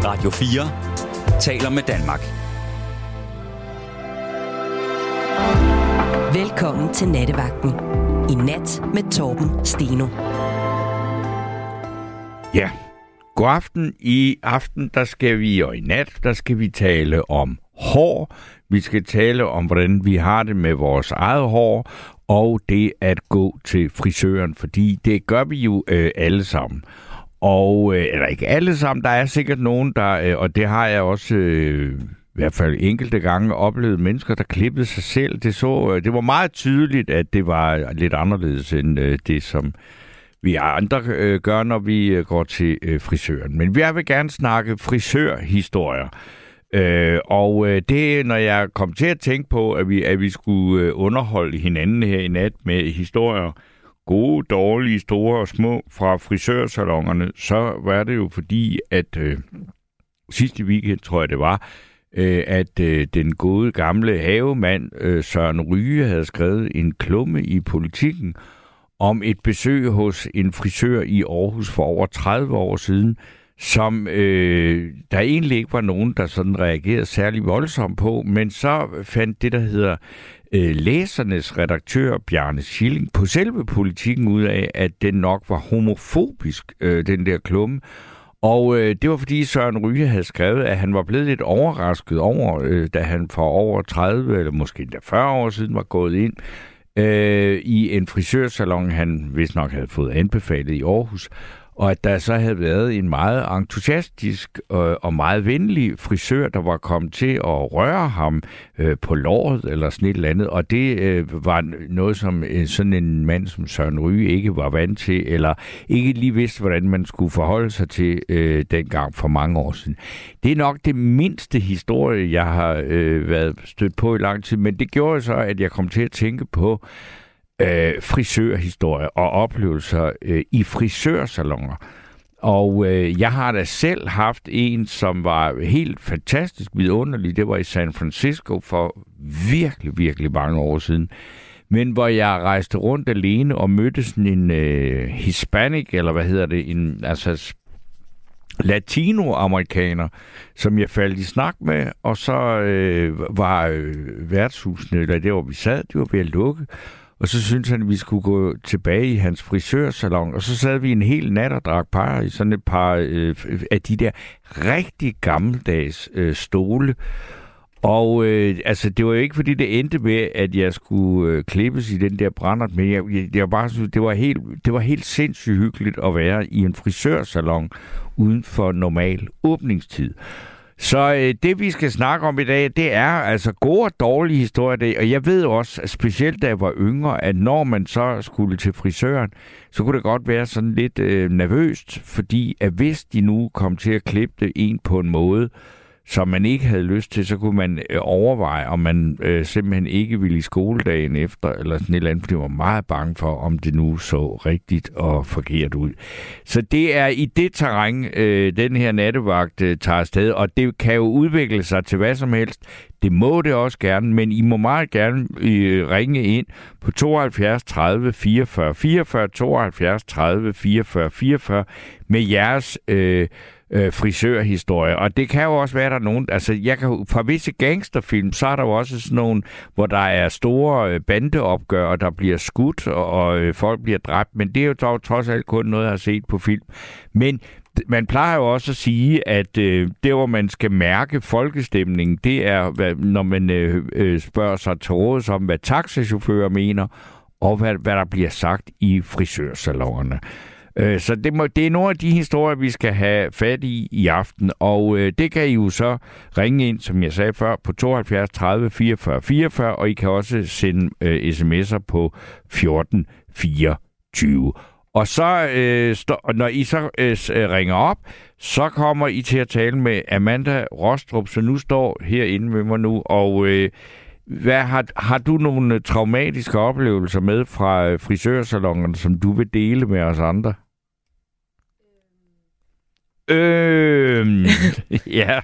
Radio 4 taler med Danmark. Velkommen til Nattevagten. I nat med Torben Steno. Ja, god aften. I aften, og i nat, der skal vi tale om hår. Vi skal tale om, hvordan vi har det med vores eget hår, og det at gå til frisøren, fordi det gør vi jo alle sammen. Og, eller ikke alle sammen, der er sikkert nogen, der, og det har jeg også i hvert fald enkelte gange oplevet mennesker, der klippede sig selv. Det var meget tydeligt, at det var lidt anderledes end det, som vi andre gør, når vi går til frisøren. Men jeg vil gerne snakke frisørhistorier. Og det, når jeg kom til at tænke på, at vi skulle underholde hinanden her i nat med historier, gode, dårlige, store og små fra frisørsalongerne, så var det jo fordi, at sidste weekend, tror jeg det var, at den gode gamle havemand Søren Ryge havde skrevet en klumme i Politikken om et besøg hos en frisør i Aarhus for over 30 år siden, som der egentlig ikke var nogen, der sådan reagerede særlig voldsomt på, men så fandt det, der hedder læsernes redaktør Bjarne Schilling på selve Politikken ud af, at den nok var homofobisk, den der klumme. Og det var fordi Søren Ryge havde skrevet, at han var blevet lidt overrasket over, da han for over 30 eller måske endda 40 år siden var gået ind i en frisørsalon, han vist nok havde fået anbefalet i Aarhus, og at der så havde været en meget entusiastisk og meget venlig frisør, der var kommet til at røre ham på låret eller sådan et eller andet. Og det var noget, som sådan en mand som Søren Ryge ikke var vant til, eller ikke lige vidste, hvordan man skulle forholde sig til dengang for mange år siden. Det er nok det mindste historie, jeg har været stødt på i lang tid, men det gjorde så, at jeg kom til at tænke på frisørhistorier og oplevelser i frisørsalonger. Og jeg har da selv haft en, som var helt fantastisk vidunderlig. Det var i San Francisco for virkelig, virkelig mange år siden. Men hvor jeg rejste rundt alene og mødte sådan en hispanic, eller hvad hedder det, altså latinoamerikaner, som jeg faldt i snak med, og så var værtshusene, eller der hvor vi sad, de var ved at lukke. Og så syntes han, at vi skulle gå tilbage i hans frisørsalon. Og så sad vi en hel nat og drak par i sådan et par af de der rigtig gammeldags stole. Og altså, det var jo ikke, fordi det endte med, at jeg skulle klippes i den der brændert. Men jeg bare synes, det var helt sindssygt hyggeligt at være i en frisørsalon uden for normal åbningstid. Så det, vi skal snakke om i dag, det er altså gode og dårlige historier. Og jeg ved også, specielt da jeg var yngre, at når man så skulle til frisøren, så kunne det godt være sådan lidt nervøst, fordi at hvis de nu kom til at klippe det en på en måde, som man ikke havde lyst til, så kunne man overveje, om man simpelthen ikke ville i skoledagen efter, eller sådan et eller andet, fordi man var meget bange for, om det nu så rigtigt og forkert ud. Så det er i det terræn, den her nattevagt tager afsted, og det kan jo udvikle sig til hvad som helst. Det må det også gerne, men I må meget gerne ringe ind på 72 30 44 44, 72 30 44 44 med jeres frisørhistorie. Og det kan jo også være, der er nogen, altså jeg kan fra visse gangsterfilm, så er der jo også sådan nogle, hvor der er store bandeopgør, og der bliver skudt, og folk bliver dræbt, men det er jo dog trods alt kun noget, jeg har set på film. Men man plejer jo også at sige, at det, hvor man skal mærke folkestemningen, det er, når man spørger sig til råds om, hvad taxachauffører mener, og hvad der bliver sagt i frisørsalonerne. Så det er nogle af de historier, vi skal have fat i aften, og det kan I jo så ringe ind, som jeg sagde før, på 72 30 44 44, og I kan også sende sms'er på 14 24. Og så, når I så ringer op, så kommer I til at tale med Amanda Rostrup, så nu står herinde med mig nu, og har du nogle traumatiske oplevelser med fra frisørsalongerne, som du vil dele med os andre? Ja.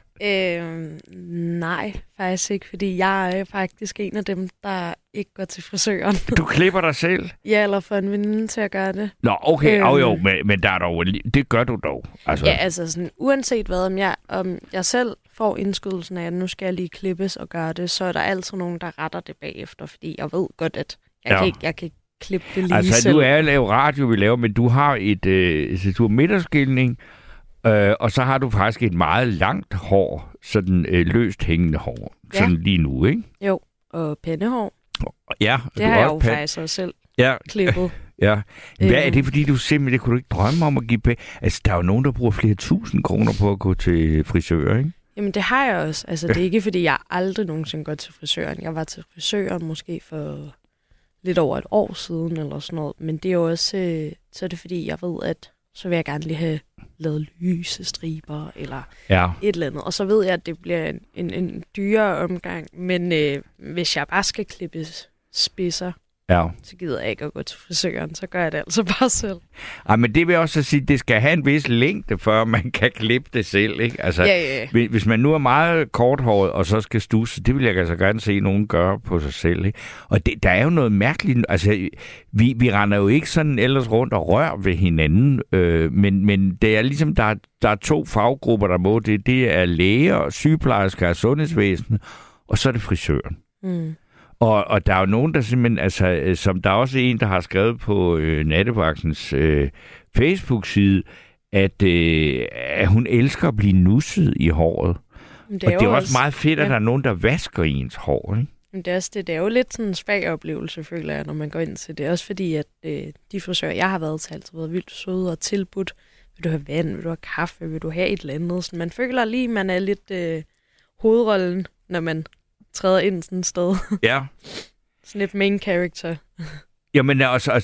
Nej, faktisk ikke, fordi jeg er faktisk en af dem, der ikke går til frisøren. Du klipper dig selv? Ja, eller får en veninde til at gøre det. Nå, okay. Jo, men der er dog... Det gør du dog. Altså. Ja, altså sådan, uanset hvad, om jeg selv får indskydelsen af, at nu skal jeg lige klippes og gøre det, så er der altid nogen, der retter det bagefter, fordi jeg ved godt, at jeg kan ikke klippe det lige altså, selv. du er at lave radio, vi laver, men du har du har midterskilning, og så har du faktisk et meget langt hår, sådan løst hængende hår, sådan lige nu, ikke? Jo, og pandehår. Ja. Det har jeg jo faktisk også selv klippet. Ja. Hvad er det, fordi du simpelthen, det kunne du ikke drømme om at give penge? Altså, der er jo nogen, der bruger flere tusind kroner på at gå til frisør, ikke? Jamen, det har jeg også. Altså, det er ikke, fordi jeg aldrig nogensinde går til frisøren. Jeg var til frisøren måske for lidt over et år siden, eller sådan noget. Men det er jo også, så er det fordi, jeg ved, at så vil jeg gerne lige have lavet lyse striber, eller et eller andet. Og så ved jeg, at det bliver en dyrere omgang. Men hvis jeg bare skal klippe spidser, så gider jeg ikke at gå til frisøren. Så gør jeg det altså bare selv. Ej, men det vil også sige, at det skal have en vis længde, før man kan klippe det selv, ikke? Altså, hvis man nu er meget korthåret, og så skal studse, det vil jeg altså gerne se nogen gøre på sig selv, ikke? Og der er jo noget mærkeligt. Altså, vi render jo ikke sådan ellers rundt og rører ved hinanden, men det er ligesom, der er to faggrupper, der må det. Det er læger, sygeplejersker og sundhedsvæsen, og så er det frisøren. Mm. Og der er jo nogen, der simpelthen, altså, som der er også en, der har skrevet på Nattevagtens Facebook-side, at hun elsker at blive nusset i håret. Det er også meget fedt, at der er nogen, der vasker ens hår, ikke? Men det er jo lidt sådan en svag oplevelse, føler jeg, når man går ind til det. Også fordi, at de frisører, jeg har været til, altid været vildt søde og tilbudt. Vil du have vand? Vil du have kaffe? Vil du have et eller andet? Så man føler lige, man er lidt hovedrollen, når man træder ind sådan et sted. Ja. Sådan lidt main character. Jamen,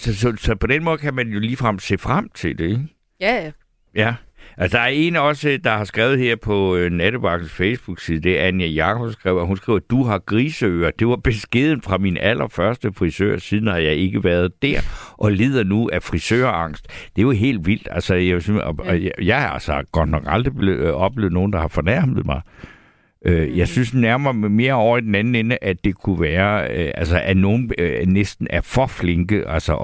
så på den måde kan man jo ligefrem se frem til det, ikke? Ja. Ja. Altså, der er en også, der har skrevet her på Nattevagtens Facebook-side, det er Anja Jakob, hun skriver, at du har griseører. Det var beskeden fra min allerførste frisør, siden har jeg ikke været der, og lider nu af frisørangst. Det er jo helt vildt. Altså, jeg har altså godt nok aldrig oplevet nogen, der har fornærmet mig. Jeg synes nærmere mere over i den anden ende, at det kunne være, at nogen næsten er for flinke,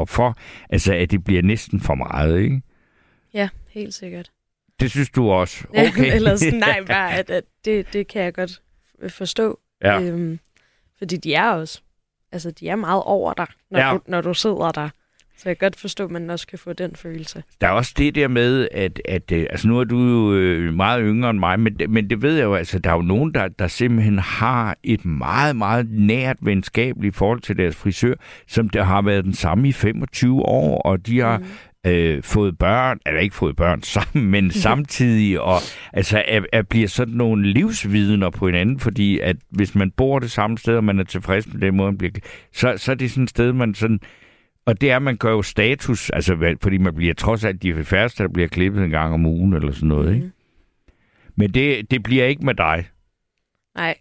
at det bliver næsten for meget, ikke? Ja, helt sikkert. Det synes du også? Okay. Ja, eller sådan, nej, bare at det kan jeg godt forstå. Ja. Fordi de er også, de er meget over dig, når du sidder der. Så jeg kan godt forstå, at man også kan få den følelse. Der er også det der med, at nu er du jo meget yngre end mig, men det ved jeg jo, der er jo nogen, der simpelthen har et meget, meget nært venskabeligt forhold til deres frisør, som der har været den samme i 25 år, og de har fået børn, eller ikke fået børn sammen, men samtidig, og at bliver sådan nogle livsvidner på hinanden, fordi at hvis man bor det samme sted, og man er tilfreds med den måde, så er det sådan et sted, man sådan. Og det er, at man gør jo status, fordi man bliver trods alt de færreste, der bliver klippet en gang om ugen, eller sådan noget, ikke? Men det bliver ikke med dig. Nej.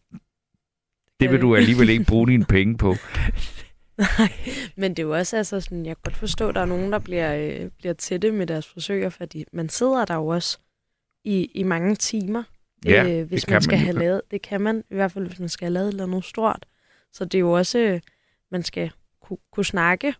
Det vil du alligevel ikke bruge dine penge på. Nej, men det er jo også sådan, jeg kan godt forstå, at der er nogen, der bliver tætte med deres frisører, fordi man sidder der jo også i mange timer, hvis man skal have lavet. Det kan man, i hvert fald hvis man skal have lavet noget stort. Så det er jo også, man skal kunne snakke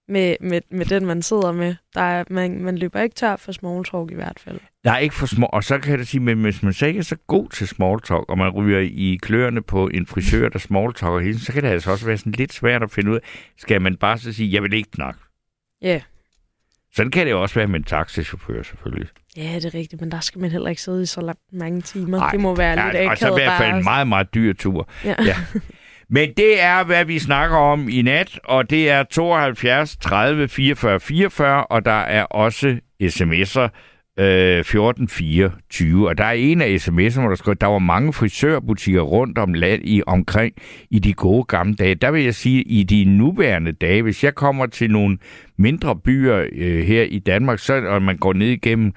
med den, man sidder med. Man løber ikke tør for small talk i hvert fald. Der er ikke for small, og så kan jeg sige, men hvis man så ikke er så god til small talk, og man ryger i kløerne på en frisør, der small talker hele, så kan det altså også være sådan lidt svært at finde ud af. Skal man bare så sige, jeg vil ikke snakke? Ja. Yeah. Sådan kan det jo også være med en taxichauffør, selvfølgelig. Ja, det er rigtigt, men der skal man heller ikke sidde i så mange timer. Ej, det må være lidt akavet. Og så i hvert fald en meget, meget dyr tur. Ja. Men det er, hvad vi snakker om i nat, og det er 72 30 44 44, og der er også sms'er 14 24. Og der er en af sms'erne, hvor der skriver, der var mange frisørbutikker rundt om omkring i de gode gamle dage. Der vil jeg sige, i de nuværende dage, hvis jeg kommer til nogle mindre byer her i Danmark, og man går ned igennem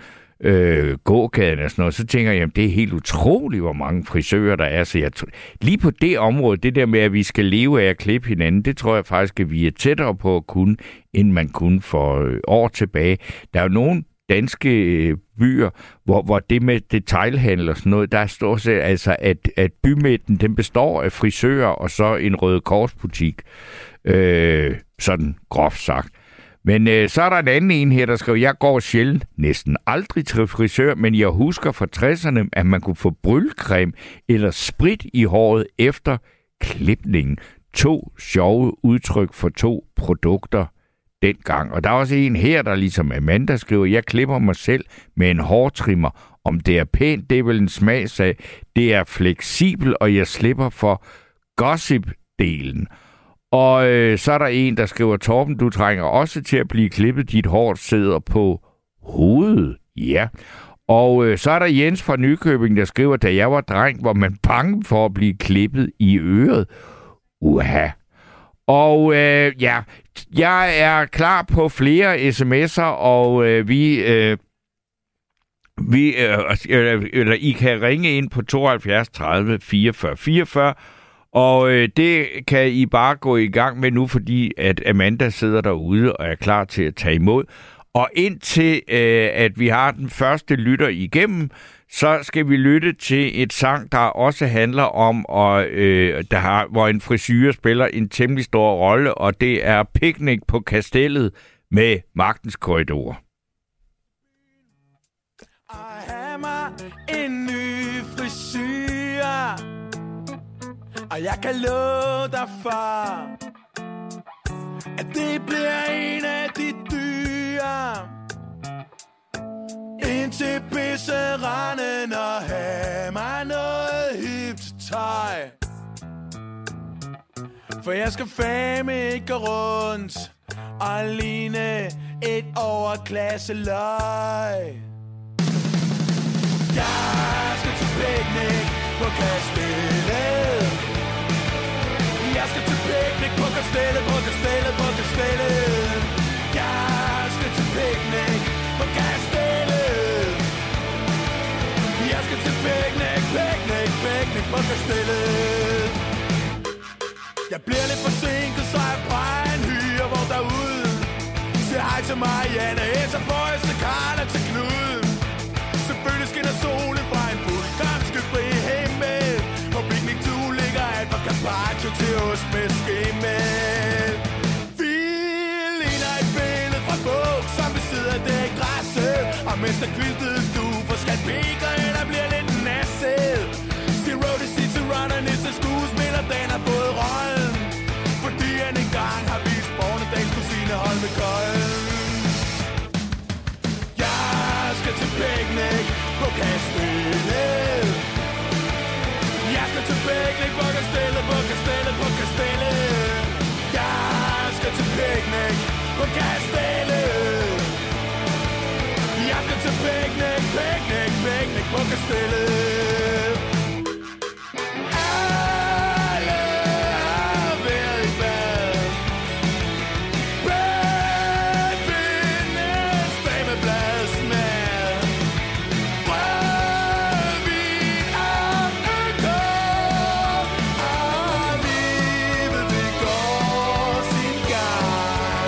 gågaden og sådan noget, så tænker jeg, jamen, det er helt utroligt, hvor mange frisører der er. Så lige på det område, det der med, at vi skal leve af at klippe hinanden, det tror jeg faktisk, at vi er tættere på at kunne, end man kunne for år tilbage. Der er jo nogen, danske byer, hvor det med detailhandel og sådan noget, der står sig altså, at bymidten, den består af frisører og så en Røde Kors-butik. Sådan groft sagt. Men så er der en anden en her, der skriver, jeg går sjældent, næsten aldrig til frisør, men jeg husker fra 60'erne, at man kunne få brylcreme eller sprit i håret efter klipningen. 2 sjove udtryk for 2 produkter dengang. Og der er også en her, der ligesom Amanda skriver, jeg klipper mig selv med en hårtrimmer. Om det er pænt, det er vel en smagsag. Det er fleksibel, og jeg slipper for gossip-delen. Og så er der en, der skriver, Torben, du trænger også til at blive klippet. Dit hår sidder på hovedet. Ja. Og så er der Jens fra Nykøbing, der skriver, da jeg var dreng, var man bange for at blive klippet i øret. Uha. Og ja, jeg er klar på flere sms'er, og I kan ringe ind på 72 30 44 44, og det kan I bare gå i gang med nu, fordi at Amanda sidder derude og er klar til at tage imod. Og indtil at vi har den første lytter igennem, så skal vi lytte til et sang, der også handler om, hvor en frisure spiller en temmelig stor rolle, og det er Picnic på Kastellet med Magtens Korridor. Og have mig en ny frisure, og jeg kan love dig for, at det bliver en af de dyre. Indtil pisseranden og have mig noget hipt tøj. For jeg skal fame ikke gå rundt og ligne et overklasseløg. Jeg skal til picnic på Kastellet. Jeg skal til picnic på Kastellet, på Kastellet, på Kastellet. Jeg skal til picnic på Kastellet. Jeg skal til picnic, picnic, picnic på Kastellet. Jeg bliver lidt forsinket, så jeg peger en hyre, hvor derude. Siger hej til Marianne, Esa Boys, til Karl og til Knud. Selvfølgelig skinner solen fra en fuldkomskefri himmel. På picnic du ligger alt fra carpaccio til ost med skimmel. Vi ligner et billede fra bog, som besidder det græsset. Og mens der kviltede du for skalpiker, eller bliver lidt nasset. Zero to City Runner, Nisse skuespiller, den har fået rollen. Fordi han engang har vist Bornedags kusine Holmenkollen. Jeg skal til picnic på Kastellet. Jeg skal til picnic på Kastellet, på Kastellet, på Kastellet. Jeg skal til picnic på Kastellet. Jeg skal til picnic, picnic, picnic på Kastellet. Alle har været i bad. Badfindes damebladsmad. Rødvin og øko. Og livet det går sin gang.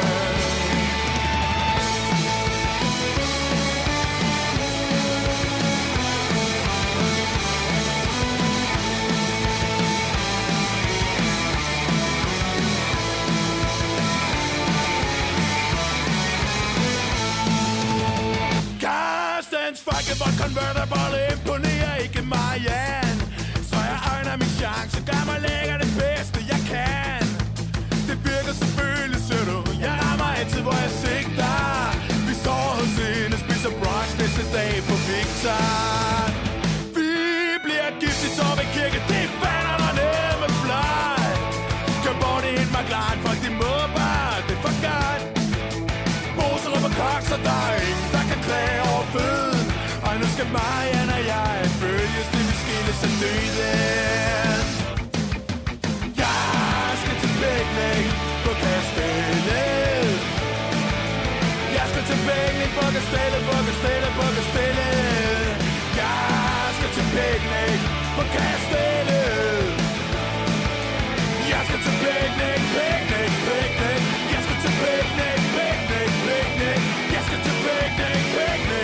Carstens Folkevogn Convertible imponerer ikke Marianne. Så jeg øjner min chance, gør mig lækker det bedste jeg kan. Det virker selvfølgelig, ser du. Jeg rammer altid, hvor jeg sigter. Vi sover hos hende, spiser brunch næste dag på Victor. Vi bliver gift i Torben Kirke, det er fander dernede med fly. Kør bort i en McLaren, folk de mobber, det er for godt. Moser og koks, og der er ingen, der kan klage over føden. Og nu skal Marianne og jeg følges, det vi skilles af døden. Jeg skal til picnic på Kastellet. Jeg skal til picnic på Kastellet, på Kastellet, på Kastellet. Jeg skal til picnic på Kastellet. Jeg skal til picnic, picnic, picnic. Jeg skal til picnic, picnic, picnic. Jeg skal til picnic, picnic.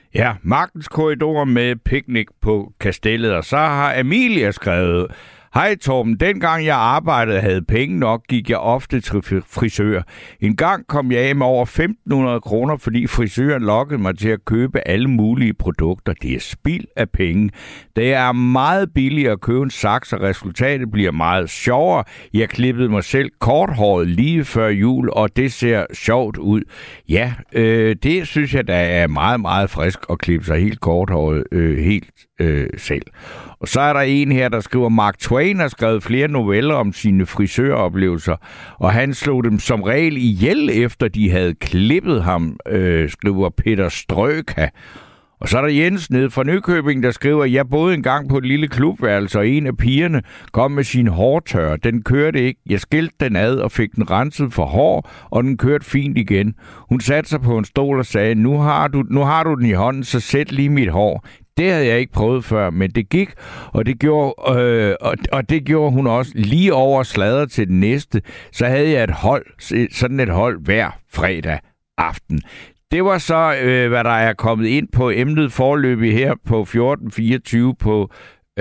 Ja, Magtens Korridor med Picnic på Kastellet. Og så har Amelia skrevet: Hej Torben, dengang jeg arbejdede havde penge nok, gik jeg ofte til frisør. En gang kom jeg af med over 1.500 kroner, fordi frisøren lokkede mig til at købe alle mulige produkter. Det er spild af penge. Det er meget billigere at købe en saks, og resultatet bliver meget sjovere. Jeg klippede mig selv korthåret lige før jul, og det ser sjovt ud. Ja, det synes jeg, der er meget, meget frisk at klippe sig helt korthåret helt selv. Og så er der en her, der skriver: Mark Twain har skrevet flere noveller om sine frisøroplevelser, og han slog dem som regel ihjel, efter de havde klippet ham, skriver Peter Strøka. Og så er der Jens nede fra Nykøbing, der skriver: Jeg boede engang på et lille klubværelse, og en af pigerne kom med sin hårtørrer. Den kørte ikke. Jeg skilte den ad og fik den renset for hår, og den kørte fint igen. Hun satte sig på en stol og sagde: Nu har du den i hånden, så sæt lige mit hår. Det havde jeg ikke prøvet før, men det gik, og det gjorde hun også lige over sladder til den næste. Så havde jeg sådan et hold hver fredag aften. Det var så, hvad der er kommet ind på emnet forløbig her på 1424 på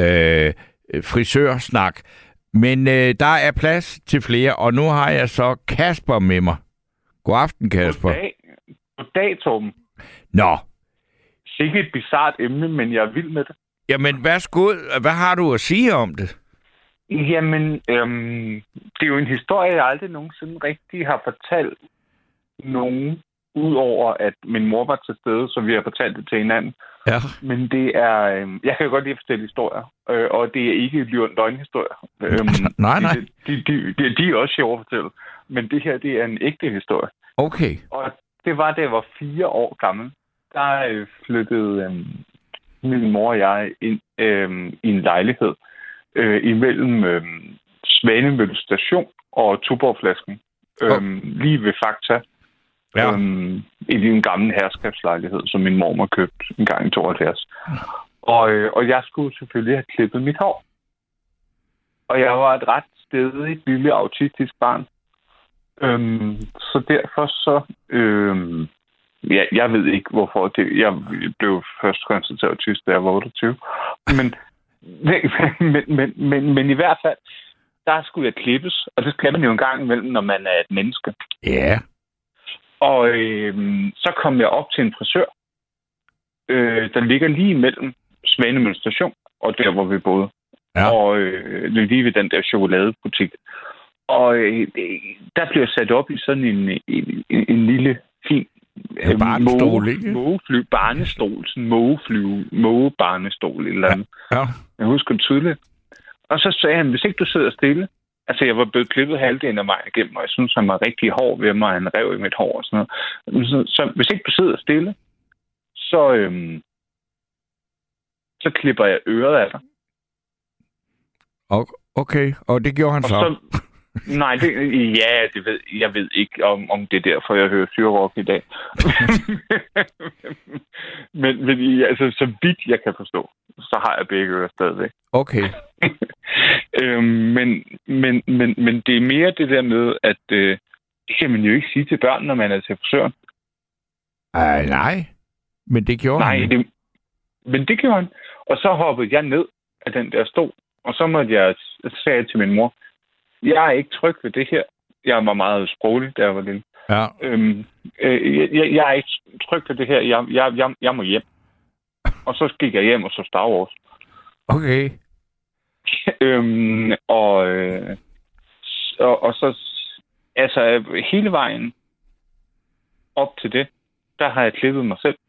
frisørsnak. Men der er plads til flere, og nu har jeg så Kasper med mig. God aften, Kasper. Goddag, Torben. Nå. Sikke et bizart emne, men jeg er vild med det. Jamen, værsgo. Hvad har du at sige om det? Jamen, det er jo en historie, jeg aldrig nogensinde rigtig har fortalt nogen, udover at min mor var til stede, så vi har fortalt det til hinanden. Ja. Men det er... jeg kan jo godt lide at fortælle historier, og det er ikke løgnhistorier. Nej. De er også sjove at fortælle. Men det her, det er en ægte historie. Okay. Og det var, da jeg var 4 år gammel. Der flyttede min mor og jeg ind i en lejlighed imellem Svanemølle Station og Tuborgflasken. Lige ved Fakta. Ja. I en gammel herskabslejlighed, som min mormor købte en gang i 72. Og jeg skulle selvfølgelig have klippet mit hår. Og jeg var et ret stedigt, lille autistisk barn. Så derfor så... jeg ved ikke, hvorfor det... Jeg blev først konstateret autist, da jeg var 28. Men i hvert fald, der skulle jeg klippes. Og det skal man jo en gang imellem, når man er et menneske. Ja. Yeah. Og så kom jeg op til en frisør, der ligger lige mellem Svanemølle Station og der, hvor vi boede. Ja. Og lige ved den der chokoladebutik. Og der blev jeg sat op i sådan en lille, fin barnestol, sådan mågebarnestol eller andet. Ja. Jeg husker det tydeligt. Og så sagde han: hvis ikke du sidder stille. Altså, jeg var blevet klippet halvdelen af mig igennem, og jeg synes, han var rigtig hård ved mig. Han rev i mit hår og sådan noget. Så hvis ikke du sidder stille, så klipper jeg øret af dig. Okay, og det gjorde han så? Nej, jeg ved ikke, om det er derfor, jeg hører syrerock i dag. men altså, så vidt jeg kan forstå, så har jeg begge ører stadigvæk. Okay. Men det er mere det der med, at det kan man jo ikke sige til børn, når man er til frisøren. Nej, men det gjorde han. Men det gjorde han. Og så hoppede jeg ned af den der stol, og så måtte jeg sige til min mor: jeg er ikke tryg ved det her. Jeg var meget sproglig, da jeg var lille. Ja. Jeg er ikke tryg ved det her. Jeg må hjem. Og så gik jeg hjem og så Star Wars. Okay. Og så altså hele vejen op til det, der har jeg klippet mig selv.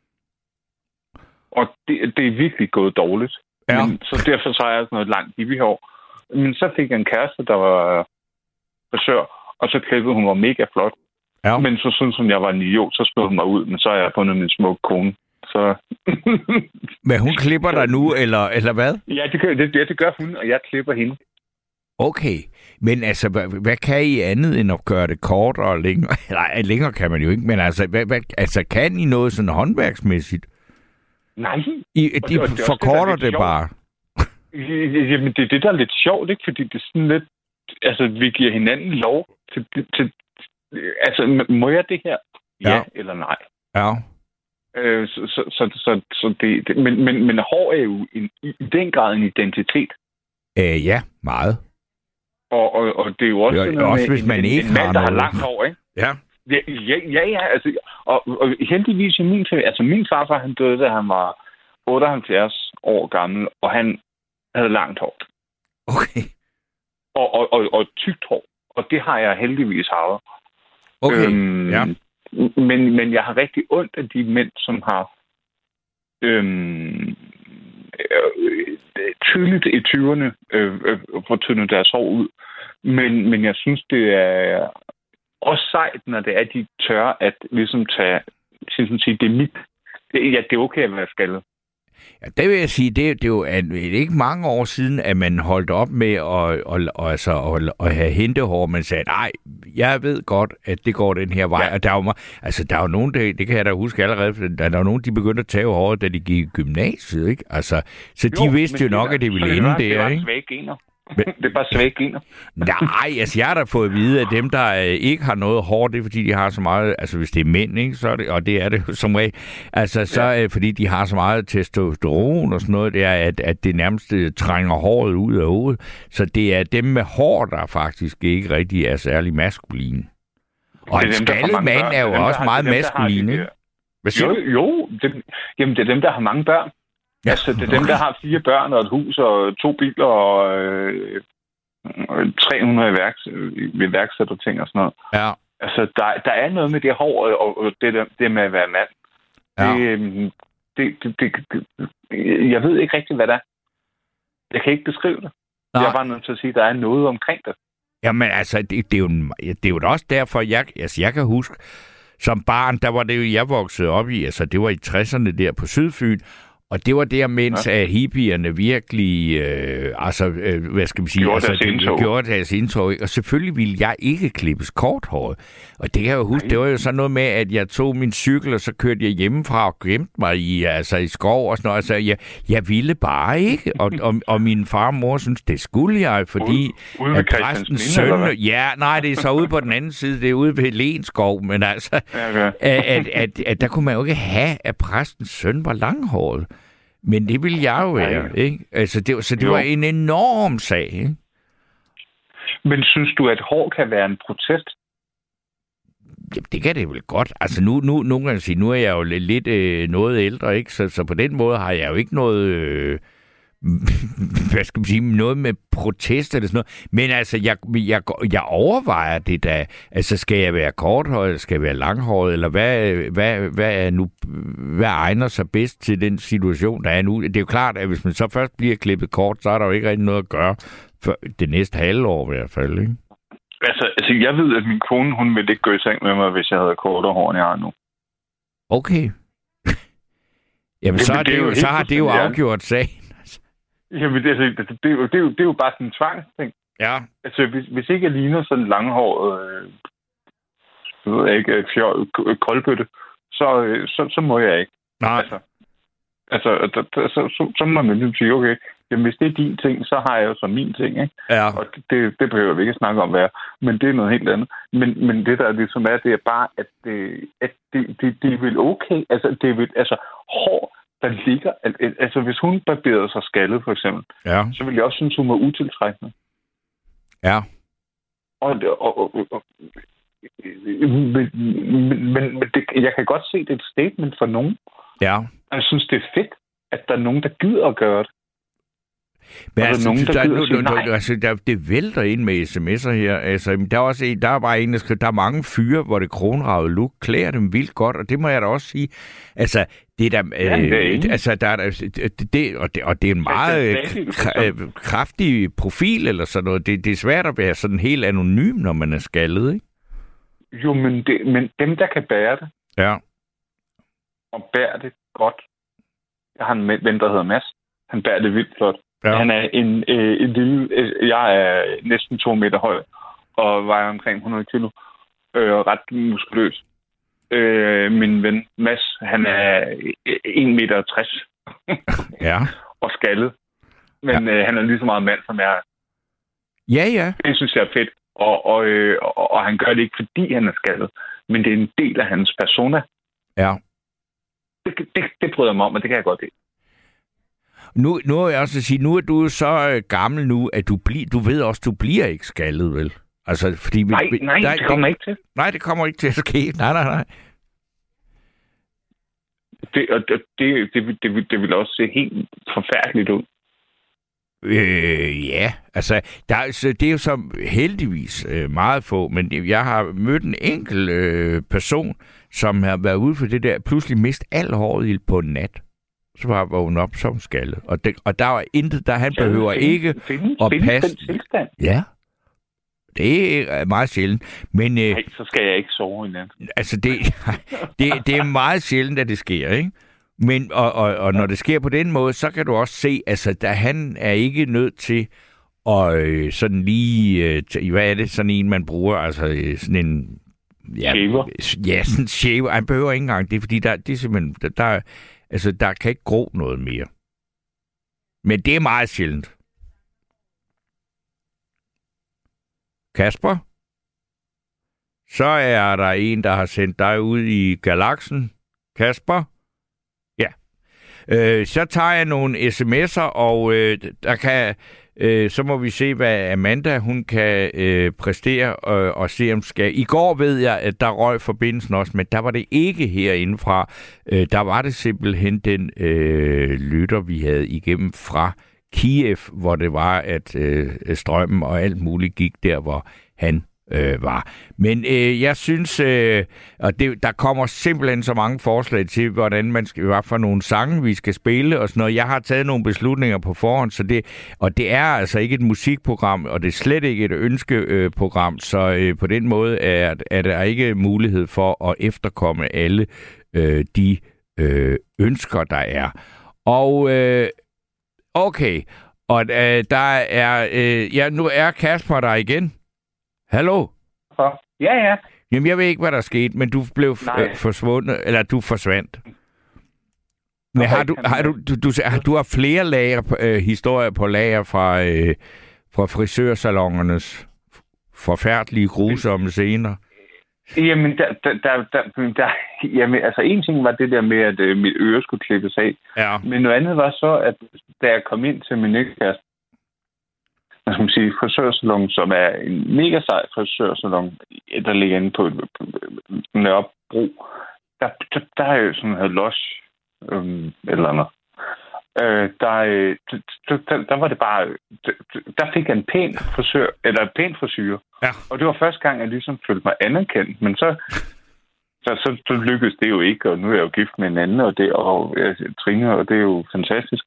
Og det er virkelig gået dårligt. Ja. Men, så derfor så har jeg sådan noget langt hippiehår. Men så fik jeg en kæreste, der var frisør, og så klippede hun var mega flot. Ja. Men så synes hun, jeg var en idiot, så spillede hun mig ud, men så har jeg fundet min smukke kone. Så... Men hun klipper dig nu, eller hvad? Ja, det gør hun, og jeg klipper hende. Okay, men altså, hvad kan I andet end at gøre det kortere og længere? Nej, længere kan man jo ikke, men altså, kan I noget sådan håndværksmæssigt? Nej. De forkorter det bare. Jamen, det er det, der er lidt sjovt, ikke? Fordi det er sådan lidt... Altså, vi giver hinanden lov til altså, må jeg det her? Ja eller nej? Ja. Men hår er jo i den grad en identitet. Ja, meget. Og det er jo også noget også hvis man ikke en mand, der har langt hår, ikke? Ja. Ja, altså, og heldigvis i min familie, altså min farfar, han døde, da han var 78 år gammel, og han havde langt hår. Okay. Og tykt hår, og det har jeg heldigvis haft. Okay, ja. Men jeg har rigtig ondt af de mænd, som har tydeligt i 20'erne får tyndet deres hår ud. Men jeg synes, det er også sejt, når det er, de tør at ligesom tage, sige, det er mit. Det er okay at være skaldet. Ja, det vil jeg sige, det er jo ikke mange år siden, at man holdt op med at have hentehår. Man sagde, nej, jeg ved godt, at det går den her vej. Ja. Og der er jo nogen, det kan jeg da huske allerede, der er nogen, de begyndte at tage håret, da de gik i gymnasiet, ikke? Altså, så de vidste jo nok, at det ville ende der, ikke? Svage gener. Det er bare svage gener. Nej, altså jeg har da fået at vide, at dem, der ikke har noget hår, det er fordi, de har så meget, altså hvis det er mænd, ikke, så er det, og det er det jo som regel, altså så fordi de har så meget testosteron og sådan noget, det er, at det nærmest trænger håret ud af hovedet. Så det er dem med hår, der faktisk ikke rigtig er særlig maskuline. Og en skaldet mand er jo også meget maskulin, ikke? Jo, jamen det er dem, der har mange børn. Ja, altså, det er dem, der har 4 børn og et hus og 2 biler og 300 ved værksætterting og sådan noget. Ja. Altså, der er noget med det hår og det med at være mand. Ja. Jeg ved ikke rigtig, hvad det er. Jeg kan ikke beskrive det. Nej. Jeg er bare nødt til at sige, at der er noget omkring det. Jamen, altså, det er jo også derfor, jeg kan huske, som barn, der var det jo, jeg voksede op i, altså det var i 60'erne der på Sydfyn, og det var der, mens hippierne virkelig, hvad skal man sige, gjorde deres indtog. Og selvfølgelig ville jeg ikke klippes korthåret. Og det kan jeg jo huske, det var jo sådan noget med, at jeg tog min cykel, og så kørte jeg hjemmefra og gemte mig i skov og sådan noget. Altså, jeg ville bare ikke. Og min far og mor synes, det skulle jeg, fordi ude at præstens søn... Ja, nej, det er så ude på den anden side, det er ude ved Lenskov, men altså, at der kunne man jo ikke have, at præstens søn var langhåret. Men det ville jeg jo være, ikke? Altså, det var en enorm sag, ikke? Men synes du, at hår kan være en protest? Jamen, det kan det vel godt. Altså, nu kan jeg sige, nu er jeg jo lidt noget ældre, ikke? Så på den måde har jeg jo ikke noget... hvad skal man sige, noget med protest eller sådan noget. Men altså, jeg overvejer det da. Altså, skal jeg være korthåret, eller skal jeg være langhåret, eller hvad egner sig bedst til den situation, der er nu? Det er jo klart, at hvis man så først bliver klippet kort, så er der jo ikke rigtig noget at gøre for det næste halvår i hvert fald, ikke? Altså, jeg ved, at min kone, hun ville ikke gå i seng med mig, hvis jeg havde kortere hår, end jeg har nu. Okay. Jamen, så har det jo afgjort sagen. Jamen, det er jo bare sådan en tvangsting. Ja. Altså, hvis ikke jeg ligner sådan en langhåret, koldbøtte, så må jeg ikke. Nej. Så må man sige, okay, jamen, hvis det er din ting, så har jeg jo så min ting, ikke? Ja. Og det behøver vi ikke at snakke om, hvad men det er noget helt andet. Men det der ligesom er, det er bare, at det er vel okay. Altså, det er vel, hår, der ligger... Altså, hvis hun barberede sig skaldet, for eksempel, så ville jeg også synes, hun var utiltrækkende. Ja. Men jeg kan godt se, det er et statement for nogen. Ja. Jeg synes, det er fedt, at der er nogen, der gider at gøre det. Men det vælter ind med sms'er her. Altså, der er bare en, der skriver, der er mange fyre, hvor det kronragede look klæder dem vildt godt, og det må jeg da også sige. Altså, det er og det er en meget kraftig profil eller sådan noget. Det er svært at være sådan helt anonym, når man er skaldet, ikke? Jo, men dem, der kan bære det, og bære det godt. Jeg har en ven, der hedder Mads. Han bærer det vildt flot. Ja. Han er en lille... Jeg er næsten 2 meter høj, og vejer omkring 100 kilo. Ret muskuløs. Min ven Mads, han er 1,60 meter. Ja. Og skaldet. Men han er lige så meget mand, som jeg er. Ja. Det synes jeg er fedt. Og han gør det ikke, fordi han er skaldet. Men det er en del af hans persona. Ja. det bryder jeg mig om, og det kan jeg godt lide. Nu er jeg også at sige, nu er du så gammel nu, at du ved også, du bliver ikke skaldet, vel? Altså, fordi nej, det kommer ikke til. Nej, det kommer ikke til at ske. Nej. Det vil også se helt forfærdeligt ud. Ja, altså, det er jo så heldigvis meget få, men jeg har mødt en enkelt person, som har været ude for det der, pludselig mistet al håret på en nat. Så var jeg vågnet op som skaldet. Og der var intet, der han behøver ikke at passe. Ja, det er meget sjældent. Men, nej, så skal jeg ikke sove i nat. Altså, det er meget sjældent, at det sker, ikke? Men, og når det sker på den måde, så kan du også se, altså, han er ikke nødt til at sådan lige, hvad er det, sådan en, man bruger, altså sådan en... Shaver? Ja, sådan en shaver. Han behøver ikke engang det, fordi det er simpelthen, der kan ikke gro noget mere. Men det er meget sjældent. Kasper? Så er der en, der har sendt dig ud i galaksen. Kasper? Ja. Så tager jeg nogle sms'er, og der kan... så må vi se, hvad Amanda hun kan præstere og se, om skal. I går ved jeg, at der røg forbindelsen også, men der var det ikke herindefra. Der var det simpelthen den lytter, vi havde igennem fra Kiev, hvor det var, at strømmen og alt muligt gik der, hvor han var. Men jeg synes, og der kommer simpelthen så mange forslag til, hvordan man skal, hvad for nogle sange, vi skal spille og sådan noget. Jeg har taget nogle beslutninger på forhånd, så det er altså ikke et musikprogram, og det er slet ikke et ønskeprogram, så på den måde er der ikke mulighed for at efterkomme alle de ønsker, der er. Og okay, og der er, nu er Kasper der igen. Hallo? Ja. Jamen, jeg ved ikke, hvad der skete, men du blev forsvundet, eller du forsvandt. Men du har flere lager, historier på lager fra frisørsalongernes forfærdelige, grusomme scener? Jamen, jamen, altså en ting var det der med, at mit øre skulle klippes af. Ja. Men noget andet var så, at da jeg kom ind til min næstkæreste, hvad skal man sige, frisørsalon, som er en mega sej frisørsalon, der ligger inde på Nørrebro. Der er jo sådan noget losh, eller noget. Der var det bare... Der fik jeg en pæn frisør, eller en pæn frisyre. Ja. Og det var første gang, jeg ligesom følte mig anerkendt. Men så lykkedes det jo ikke, og nu er jeg jo gift med en anden, og Trine, og det er jo fantastisk.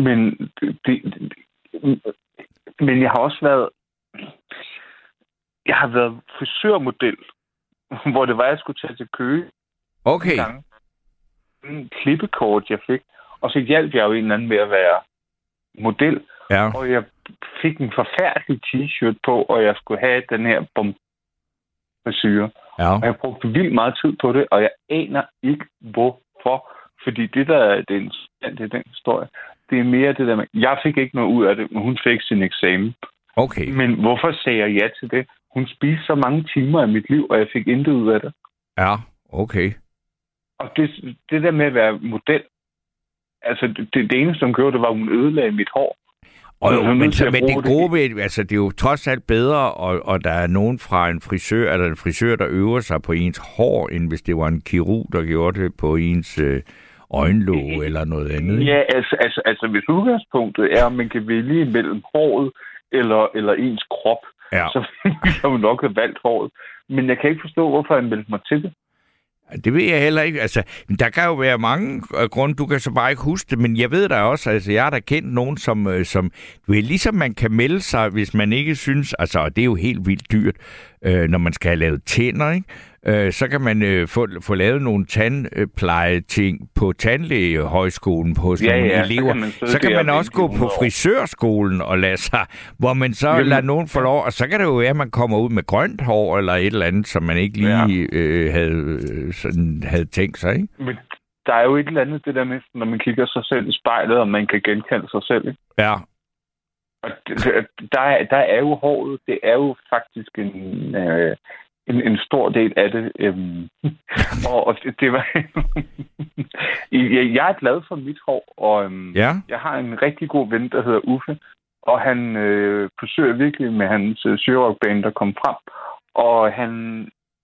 Men jeg har også været... Jeg har været frisørmodel, hvor det var, jeg skulle tage til Køge. Okay. En klippekort, jeg fik. Og så hjalp jeg jo en eller anden med at være model. Ja. Og jeg fik en forfærdelig t-shirt på, og jeg skulle have den her frisyre. Ja. Og jeg brugte vildt meget tid på det, og jeg aner ikke, hvorfor. Fordi det, der er den historie, det er mere det der med... Jeg fik ikke noget ud af det, men hun fik sin eksamen. Okay. Men hvorfor sagde jeg ja til det? Hun spiste så mange timer af mit liv, og jeg fik intet ud af det. Ja, okay. Og det der med at være model, altså det eneste, hun gjorde, det var, at hun ødelagde mit hår. Men det gode ved, altså det er jo trods alt bedre, og der er nogen fra en frisør, eller en frisør, der øver sig på ens hår, end hvis det var en kirurg, der gjorde det på ens øjenlåg eller noget andet. Ja, altså hvis udgangspunktet er, at man kan vælge mellem håret eller ens krop, så ville jeg jo nok have valgt håret. Men jeg kan ikke forstå, hvorfor jeg meldte mig til det. Det ved jeg heller ikke. Altså, der kan jo være mange grunde, du kan så bare ikke huske det, men jeg ved da også, altså jeg har da kendt nogen, som ligesom man kan melde sig, hvis man ikke synes, altså det er jo helt vildt dyrt, når man skal have lavet tænder, ikke? Så kan man få lavet nogle tandpleje-ting på tandlægehøjskolen hos nogle elever. Så kan man også gå på frisørskolen og lade sig, hvor man så lader nogen få lov, og så kan det jo være, at man kommer ud med grønt hår eller et eller andet, som man ikke lige havde tænkt sig, ikke? Men der er jo et eller andet det der med, når man kigger sig selv i spejlet, og man kan genkende sig selv, ikke? Ja. Og der er jo håret, det er jo faktisk en stor del af det. Og det var... Jeg er glad for mit hår, og jeg har en rigtig god ven, der hedder Uffe, og han forsøger virkelig med hans syrockbane, der kom frem. Og han...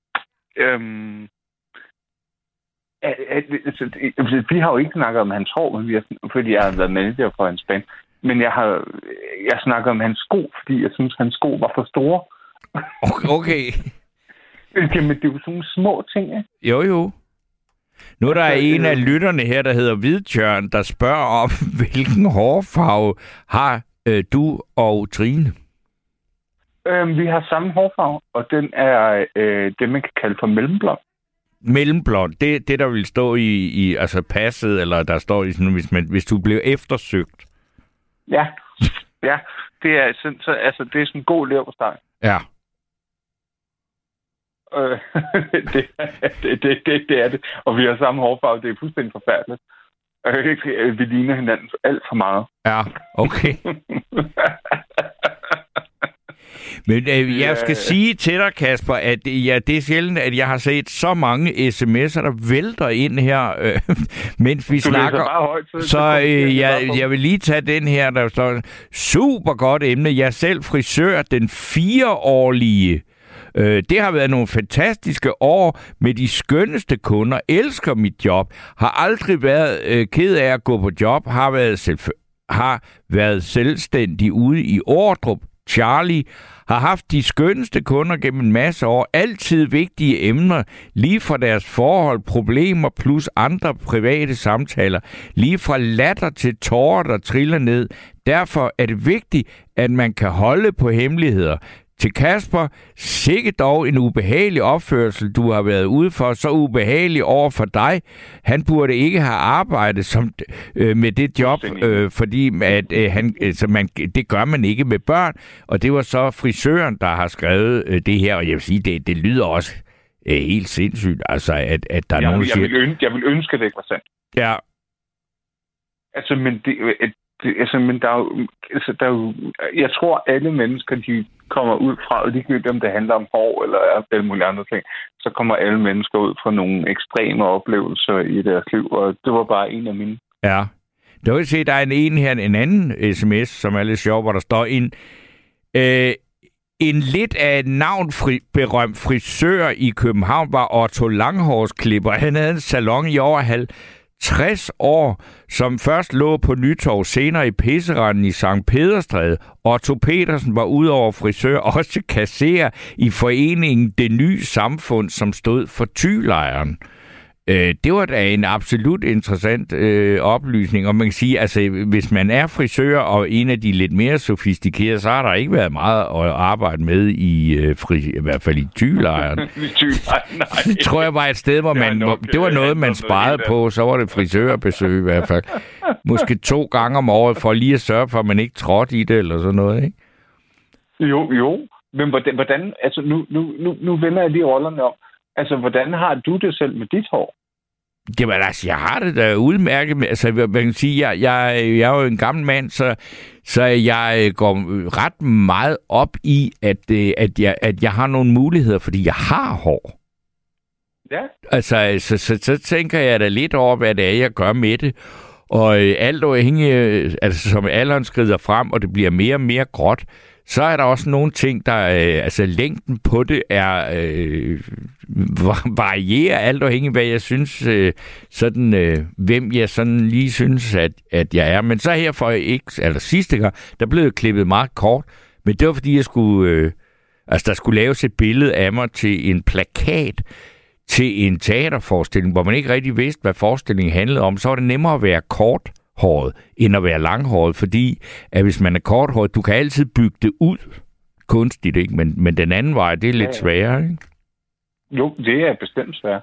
vi har jo ikke snakket om hans hår, fordi jeg har været manager for hans band. Men jeg snakker om hans sko, fordi jeg synes, hans sko var for store. Okay. Jamen, det er jo sådan nogle små ting, ikke? Jo. Nu er der en af lytterne her, der hedder Hvidtjørn, der spørger om, hvilken hårfarve har du og Trine? Vi har samme hårfarve, og den er det, man kan kalde for mellemblond. Mellemblond, det der vil stå i altså passet, eller der står i sådan, hvis du blev eftersøgt. Ja, det er sådan, så, altså, det er sådan en god leverpostej. Ja. Det er det. Og vi har samme hårfarve. Det er fuldstændig forfærdeligt. Vi ligner hinanden alt for meget. Ja, okay. Men jeg skal sige til dig, Kasper, at det er sjældent, at jeg har set så mange sms'er, der vælter ind her, mens vi snakker. Højt, så jeg vil lige tage den her, der står super godt emne. Jeg er selv frisør, den 4-årige. Det har været nogle fantastiske år med de skønneste kunder. Elsker mit job. Har aldrig været ked af at gå på job. Har været selvstændig ude i Ordrup. Charlie har haft de skønneste kunder gennem en masse år. Altid vigtige emner, lige fra deres forhold, problemer plus andre private samtaler. Lige fra latter til tårer, der triller ned. Derfor er det vigtigt, at man kan holde på hemmeligheder. Til Kasper, sikke dog en ubehagelig opførsel, du har været ude for, så ubehagelig over for dig. Han burde ikke have arbejdet med det job, fordi at, det gør man ikke med børn. Og det var så frisøren, der har skrevet det her, og jeg vil sige, det lyder også helt sindssygt, altså at der er nogen, der siger... Jeg vil ønske, at det ikke var sandt. Ja. Altså, men der er jo, jeg tror, alle mennesker, de kommer ud fra, og ligegyldigt om det handler om hår eller alle mulige andre ting, så kommer alle mennesker ud fra nogle ekstreme oplevelser i deres liv, og det var bare en af mine. Ja. Du kan se, der er en anden sms, som er lidt sjov, hvor der står en lidt af et navnberømt frisør i København var Otto Langhårsklipper. Han havde en salon i over 60 år, som først lå på Nytorv, senere i Pisseranden i Sankt Pederstræde. Otto Petersen var udover frisør også kasserer i foreningen Det Nye Samfund, som stod for Thylejren. Det var da en absolut interessant oplysning, og man kan sige, altså hvis man er frisør og en af de lidt mere sofistikerede, så har der ikke været meget at arbejde med i hvert fald i Thylejren. Det tror jeg var et sted, hvor det var noget, man sparede på, så var det frisørbesøg i hvert fald. Måske 2 gange om året, for lige at sørge for, at man ikke trådte i det, eller sådan noget, ikke? Jo. Men hvordan altså nu vender jeg lige rollerne om. Altså, hvordan har du det selv med dit hår? Jamen, altså, jeg har det da udmærket med. Altså, man kan sige, jeg er jo en gammel mand, så jeg går ret meget op i, at jeg har nogle muligheder, fordi jeg har hår. Ja. Altså, så tænker jeg da lidt over, hvad det er, jeg gør med det. Og alt afhængig, altså som alderen skrider frem, og det bliver mere og mere gråt, så er der også nogle ting, der altså længden på det er varierer alt afhængig hvad jeg synes hvem jeg sådan lige synes at jeg er. Men så her for sidste gang, der blev det klippet meget kort, men det var fordi jeg skulle der skulle laves et billede af mig til en plakat til en teaterforestilling, hvor man ikke rigtig vidste, hvad forestillingen handlede om. Så var det nemmere at være korthåret, end at være langhåret, fordi at hvis man er korthåret, du kan altid bygge det ud kunstigt, ikke? Men den anden vej, det er lidt sværere, ikke? Jo, det er bestemt svært.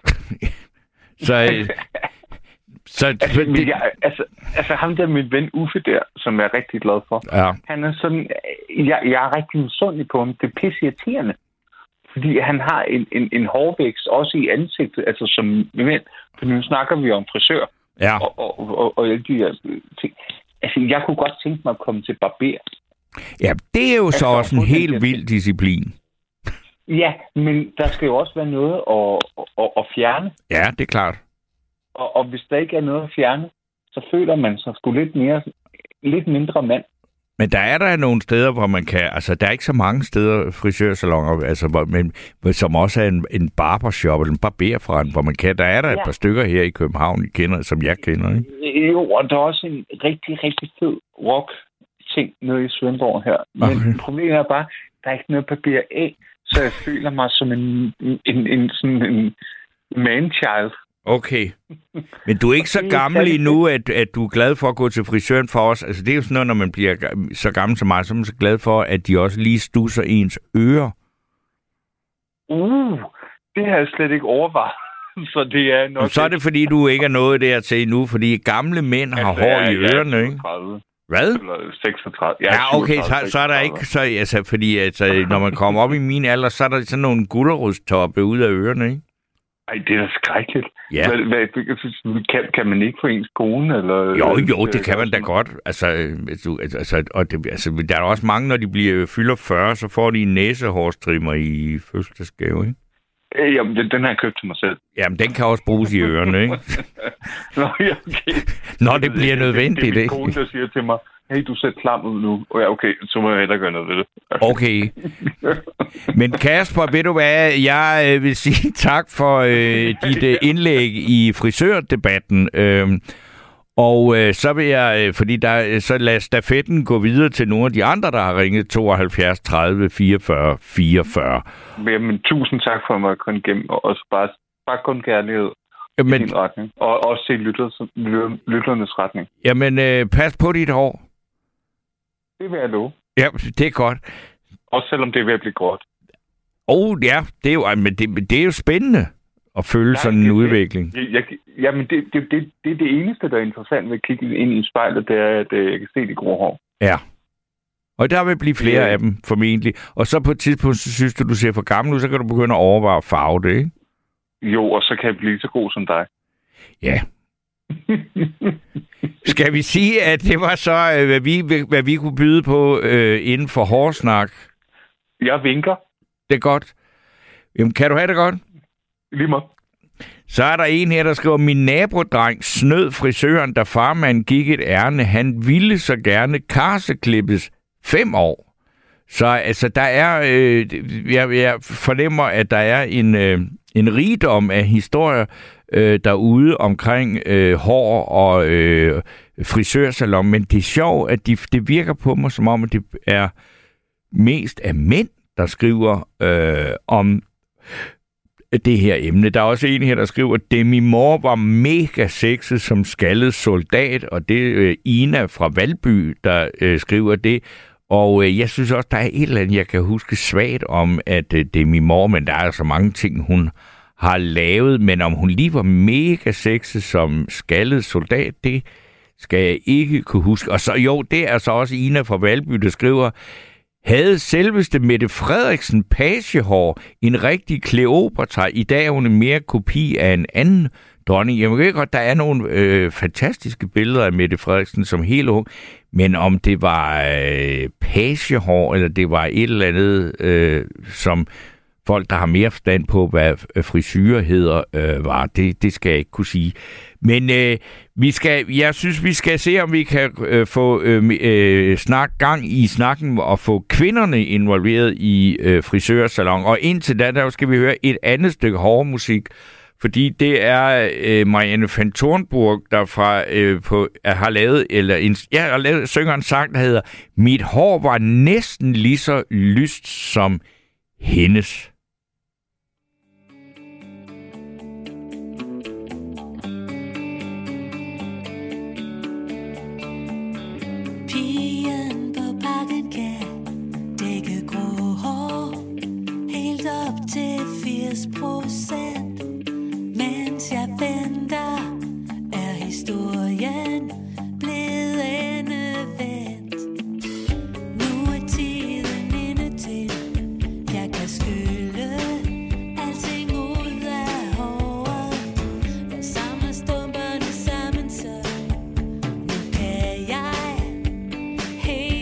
Altså ham der, min ven Uffe der, som jeg er rigtig glad for, ja. Han er sådan, jeg er rigtig misundelig på ham. Det er pisseirriterende. Fordi han har en hårvækst også i ansigtet, altså som mænd. For nu snakker vi om frisør. Ja. Og alle de her ting. Altså, jeg kunne godt tænke mig at komme til barber. Ja, det er jo så også en helt vild disciplin. Ja, men der skal jo også være noget at fjerne. Ja, det er klart. Og hvis der ikke er noget at fjerne, så føler man sig sgu lidt mindre mand. Men der er der nogle steder, hvor man kan... Altså, der er ikke så mange steder, frisørsalonger, altså, men som også er en barbershop eller en barberforretning, hvor man kan... Der er der et par stykker her i København, som jeg kender, ikke? Jo, og der er også en rigtig, rigtig fed rock-ting nede i Svendborg her. Men problemet er bare, der er ikke noget papir af, så jeg føler mig som en man-child. Okay. Men du er ikke så gammel endnu, at du er glad for at gå til frisøren for os. Altså, det er jo sådan noget, når man bliver så gammel som mig, så er man så glad for, at de også lige stusser ens ører. Det har jeg slet ikke overvejet. Så det er nok... Så er det, fordi du ikke er nået dertil endnu, fordi gamle mænd har hår i ørerne, ikke? 37. Hvad? Eller 36. Ja, okay, så er der ikke... Så, altså, fordi når man kommer op i min alder, så er der sådan nogle gullerudstoppe ud af ørerne, ikke? Ej, det er da skrækkeligt. Ja. Kan man ikke få ens kone? Eller, jo, det kan man da godt. Altså, der er også mange, når de fylder 40, så får de en næsehårstrimmer i fødselsdagsgave, ikke? Jamen, den har jeg købt til mig selv. Jamen, den kan også bruges i ørerne, ikke? Nå, ja, okay. Når det bliver nødvendigt, ikke? Det er min kone, der siger til mig, hey, du ser klam ud nu. Og ja, okay, så må jeg hellere gøre noget ved det. Okay. Men Kasper, ved du hvad? Jeg vil sige tak for dit indlæg i frisørdebatten. Og så vil jeg, fordi så lad stafetten gå videre til nogle af de andre, der har ringet 72 30 44 44. Jamen, tusind tak for mig at komme igennem, og også bare kun kærlighed i din retning. Og også se lytternes retning. Jamen, pas på dit hår. Det vil jeg love. Ja, det er godt. Også selvom det er ved at blive gråt. Ja, det er jo, men det er jo spændende at følge sådan en udvikling. Jamen, det er det eneste, der er interessant ved at kigge ind i spejlet, det er, at jeg kan se de grå hår. Ja. Og der vil blive flere af dem, formentlig. Og så på et tidspunkt, så synes du ser for gammel ud, så kan du begynde at overveje at farve det, ikke? Jo, og så kan jeg blive så god som dig. Ja. Skal vi sige, at det var så, hvad vi kunne byde på inden for hårsnak? Jeg vinker. Det er godt. Jamen, kan du have det godt? Lige meget. Så er der en her, der skriver, min nabodreng snød frisøren, da farmand gik et ærne. Han ville så gerne karseklippes 5 år. Så altså, der er, jeg fornemmer, at der er en rigdom af historier derude omkring hår og frisørsalon. Men det er sjovt, at det virker på mig, som om at det er mest af mænd, der skriver om det her emne. Der er også en her, der skriver, at Demi Moore var mega sexet som skaldet soldat, og det er Ina fra Valby, der skriver det. Og jeg synes også, der er et eller andet, jeg kan huske svagt om, at Demi Moore, men der er så mange ting, hun har lavet, men om hun lige var mega sexet som skaldet soldat, det skal jeg ikke kunne huske. Og så jo, det er så også Ina fra Valby, der skriver, havde selveste Mette Frederiksen pagehår en rigtig Kleopatra. I dag er hun en mere kopi af en anden dronning. Jeg ved godt, der er nogle fantastiske billeder af Mette Frederiksen som helt ung, men om det var pagehår, eller det var et eller andet, som folk, der har mere forstand på, hvad frisyrer hedder, var, det skal jeg ikke kunne sige. Men jeg synes, vi skal se, om vi kan få gang i snakken og få kvinderne involveret i frisørsalon. Og indtil da, der skal vi høre et andet stykke hårdmusik, fordi det er Marianne van Thornburg, der har lavet synger en sang, der hedder Mit hår var næsten lige så lyst som hendes. Pigen på bakken kan dække grå hår helt op til 80%. Mens jeg venter, er historien blevet endevendt. Nu er tiden inde til, jeg kan skylle alting ud af håret. Jeg samler stumperne sammen, så nu kan jeg helt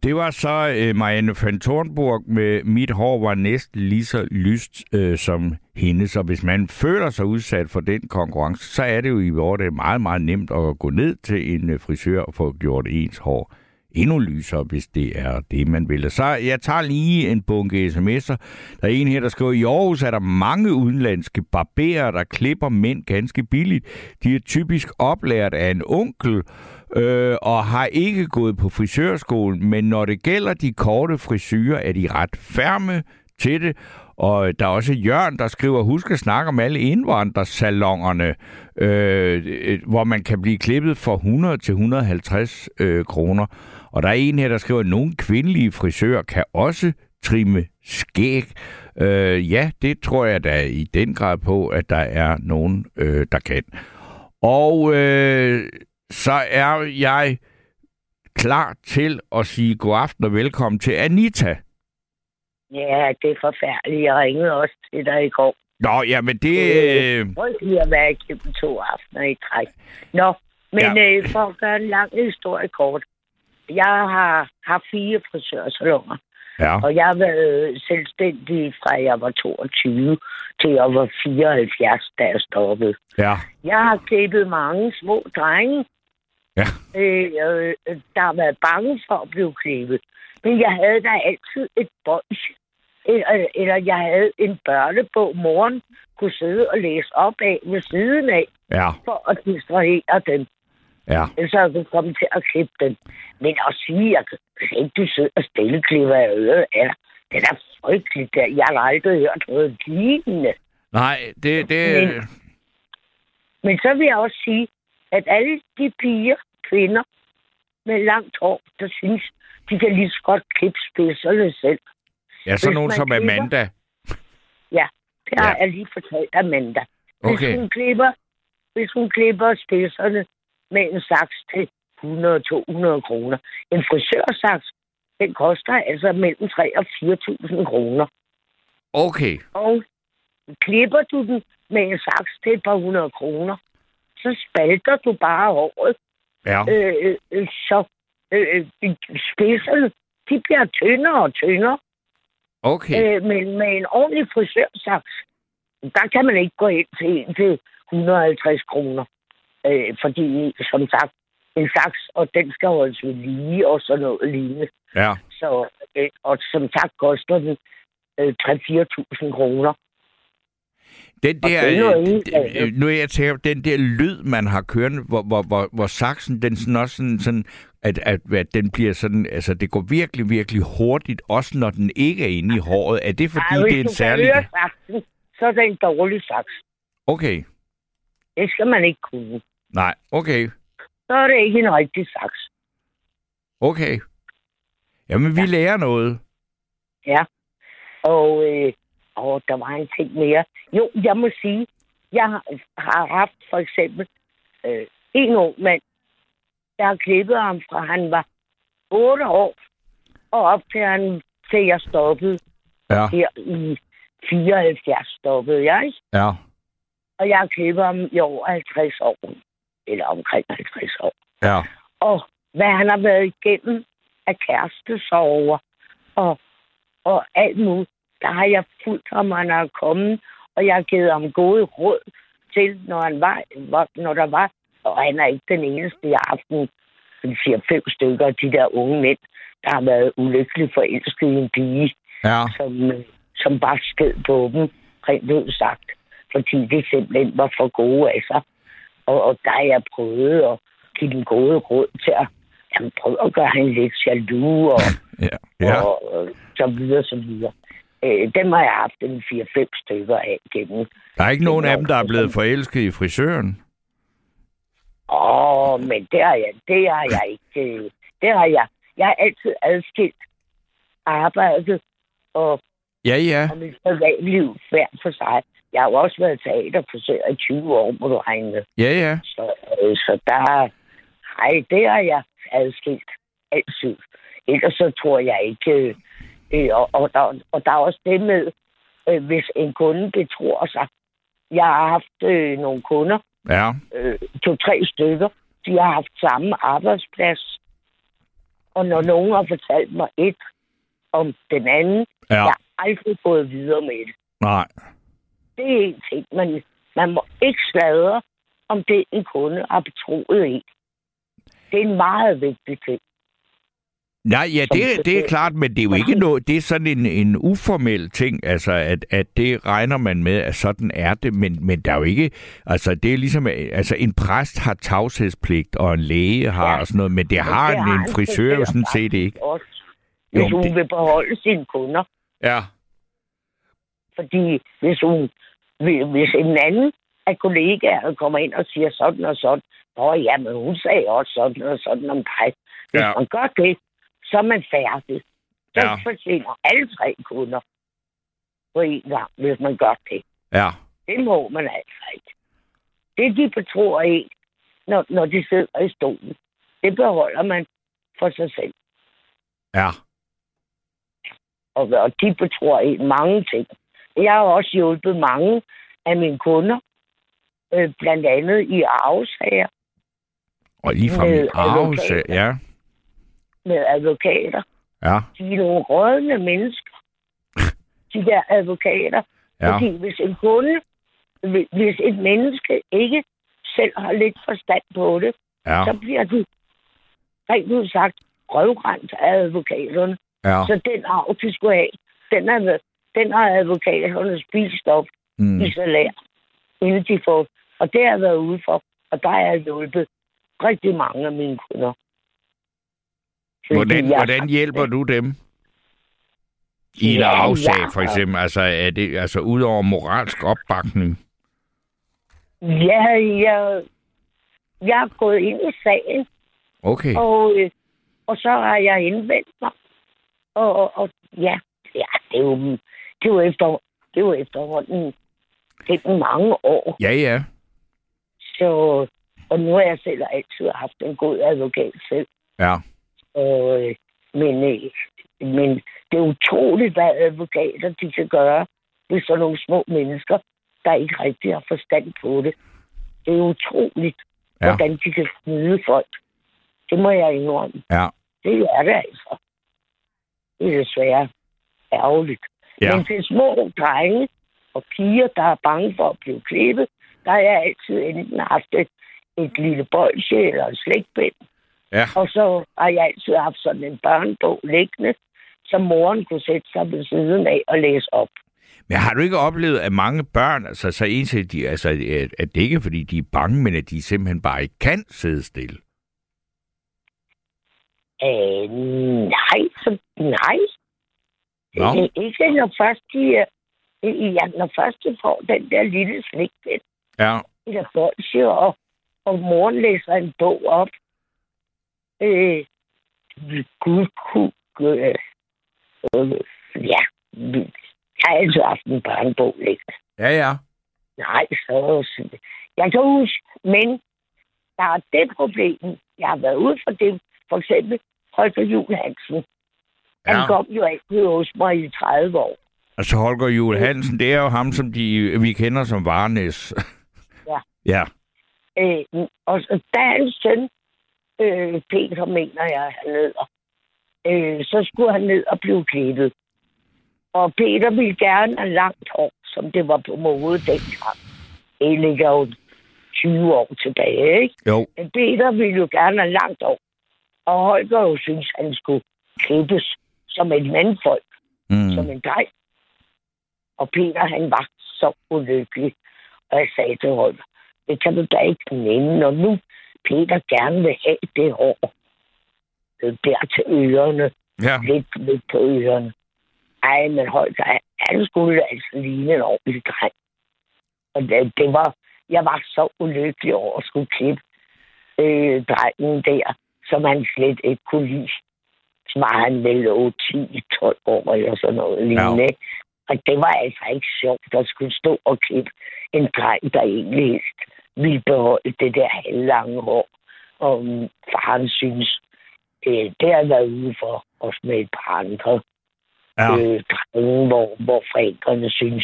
Det var så Marianne van Tornburg med Mit hår var næsten lige så lyst som hende. Så hvis man føler sig udsat for den konkurrence, så er det jo i vores meget, meget nemt at gå ned til en frisør og få gjort ens hår endnu lysere, hvis det er det, man vil. Så jeg tager lige en bunke sms'er. Der er en her, der skriver, i Aarhus er der mange udenlandske barberer, der klipper mænd ganske billigt. De er typisk oplært af en onkel, og har ikke gået på frisørskolen, men når det gælder de korte frisyrer, er de ret færme til det. Og der er også Jørgen, der skriver, husk at snakke om alle indvandrersalonerne, hvor man kan blive klippet for 100 til 150 kroner. Og der er en her, der skriver, at nogle kvindelige frisører kan også trimme skæg. Ja, det tror jeg da i den grad på, at der er nogen, der kan. Og så er jeg klar til at sige god aften og velkommen til Anita. Ja, det er forfærdeligt. Jeg ringede også til dig i går. Nå, ja, men det... Frygteligt at være igennem 2 aftener i træk. Nå, men ja. For at gøre en lang historie kort. Jeg har haft 4 frisørsaloner. Ja. Og jeg har været selvstændig fra jeg var 22 til jeg var 74, da jeg stoppede. Ja. Jeg har klippet mange små drenge, der har været bange for at blive klippet. Men jeg havde da altid et bånd. Eller jeg havde en børnebog, moren kunne sidde og læse op af ved siden af, for at distrahere dem. Ja. Så jeg kunne komme til at klippe dem. Men at sige, at du sidder og stilleklipper af øret, det er frygteligt. Jeg har aldrig hørt noget lignende. Nej, Men så vil jeg også sige, at alle de piger, kvinder med langt hår, der synes, de kan lige så godt klippe spidserne selv. Ja, så nogen som Amanda. Ja, det har jeg lige fortalt Amanda. Hvis hun klipper spidserne med en saks til 100-200 kroner. En frisørsaks, den koster altså mellem 3.000 og 4.000 kroner. Okay. Og klipper du den med en saks til et par 100 kroner, så spalter du bare håret. Ja. Så spidserne, de bliver tyndere og tyndere. Okay. Men med en ordentlig frisørsaks, der kan man ikke gå ind til 150 kroner. Fordi, som sagt, en saks, og den skal holdes ved lige, og sådan noget lignende. Ja. Så, og som sagt, koster den 3-4.000 kroner. Den der, nu er jeg tænker, den der lyd, man har kørende, hvor saksen, den sådan også sådan at den bliver sådan, altså det går virkelig, virkelig hurtigt, også når den ikke er inde i håret. Er det fordi, det er en særlig... Hvis du kan høre saksen, så er det en dårlig saks. Okay. Det skal man ikke kunne. Nej, okay. Så er det ikke en rigtig saks. Okay. Jamen, vi lærer noget. Ja. Og der var en ting mere. Jo, jeg må sige, jeg har haft for eksempel en ung mand, jeg har klippet ham fra han var 8 år, og op til jeg stoppede. Ja. Her i 74 stoppede jeg. Ja. Og jeg har klippet ham i over 50 år. Eller omkring 50 år. Ja. Og hvad han har været igennem af kærestesorger og alt muligt, der har jeg fulgt ham, han er kommet, og jeg har givet ham gode råd til, når der var, og han er ikke den eneste, jeg har haft 4-5 stykker af de der unge mænd, der har været ulykkeligt forelsket i en pige, som bare sked på dem, rent ud sagt, fordi det simpelthen var for gode af sig. Og der har jeg prøvet at give dem gode råd til at prøve at gøre han lidt jaloux, og så videre, så videre. Dem har jeg haft 4-5 stykker af gennem. Der er ikke nogen af dem, der er blevet forelsket i frisøren? Men det har jeg ikke. Det har jeg. Jeg har altid adskilt arbejdet og mit privatliv hver for sig. Jeg har jo også været teaterfrisør i 20 år, må du regne med. Ja. Så det har jeg adskilt altid. Ellers så tror jeg ikke... Og der er også det med, hvis en kunde betror sig. Jeg har haft nogle kunder, 2-3 stykker, de har haft samme arbejdsplads. Og når nogen har fortalt mig et om den anden, Ja. jeg har aldrig gået videre med det. Nej. Det er en ting, man må ikke sladre om det, en kunde har betroet en. Det er en meget vigtig ting. Nej, ja, det er klart, men det er jo ikke noget, det er sådan en uformel ting, altså at det regner man med, at sådan er det, men der er jo ikke, altså det er ligesom, altså en præst har tavshedspligt, og en læge har og sådan noget, men det har en frisør jo sådan set ikke. Også, hvis hun vil beholde sine kunder. Ja. Fordi hvis en anden af kollegaer kommer ind og siger sådan og sådan, men hun sagde også sådan og sådan om dig. Hvis man gør det, så er man færdig. Så forsvinder alle 3 kunder på en gang, hvis man gør det. Ja. Det må man altså ikke. Det, de betror en, når de sidder i stolen, det beholder man for sig selv. Ja. Og de betror en mange ting. Jeg har også hjulpet mange af mine kunder, blandt andet i arvesager. Og ligefrem i arvesager, ja. Med advokater. Ja. De er nogle rådne mennesker. De der advokater. Ja. Fordi hvis et menneske ikke selv har lidt forstand på det, så bliver de rent ud sagt røvrendt af advokaterne. Ja. Så den arv, de skulle have, den har advokaterne spist op i salær, inden de får. Og det har jeg været ude for, og der har jeg hjulpet rigtig mange af mine kunder. Hvordan hjælper du dem? I en arvesag, for eksempel? Altså, er det ud over moralsk opbakning? Ja, jeg har gået ind i sagen. Okay. Og så har jeg indvendt mig. Og det er jo efterhånden gennem mange år. Ja. Og nu har jeg selv altid haft en god advokat selv. Ja. Men det er utroligt, hvad advokater de kan gøre ved sådan nogle små mennesker, der ikke rigtig har forstand på det. Det er utroligt, hvordan de kan snyde folk. Det må jeg indrømme. Ja. Det er det altså. Det er desværre ærgerligt. Ja. Men til små drenge og piger, der er bange for at blive klippet, der har jeg altid enten haft et lille bolsje eller en slægtbind. Ja. Og så har jeg altid haft sådan en børnebog liggende, som moren kunne sætte sig ved siden af og læse op. Men har du ikke oplevet, at mange børn, at det ikke er, fordi de er bange, men at de simpelthen bare ikke kan sidde stille? Nej. No. Ikke når først de får den der lille slikpind. Ja. Eller bolsje, og moren læser en bog op. Jeg har altid haft en børnebog liggende. Ja. Nej, så jeg kan huske, men der er det problem. Jeg har været ude for det, for eksempel Holger Juhl Hansen. Han kom jo altid hos mig i 30 år. Altså Holger Juhl Hansen, det er jo ham, som vi kender som Varnes. Ja. Og da hans søn, Peter, mener jeg, han hedder, så skulle han ned og blive klippet. Og Peter ville gerne have langt hår, som det var på mode dengang. Det ligger jo 20 år tilbage, ikke? Jo. Men Peter ville jo gerne have langt hår. Og Holger jo synes, han skulle klippes som et mandfolk, som en dreng. Og Peter, han var så ulykkelig. Og jeg sagde til Holger, det kan du da ikke mene, når nu Peter gerne vil have det hår. Der til ørerne. Ja. Lidt på ørerne. Ej, men Holger, han skulle altså ligne en ordentlig dreng. Og jeg var så ulykkelig over at skulle klippe drengen der, som han slet ikke kunne lide. Så var han vel 10-12 år eller sådan noget lignende. Ja. Og det var altså ikke sjovt at skulle stå og klippe en dreng, der egentlig ville beholde det der halvlange hår. Og faren synes, det har været ude for os med et par andre drenge, hvor forældrene synes,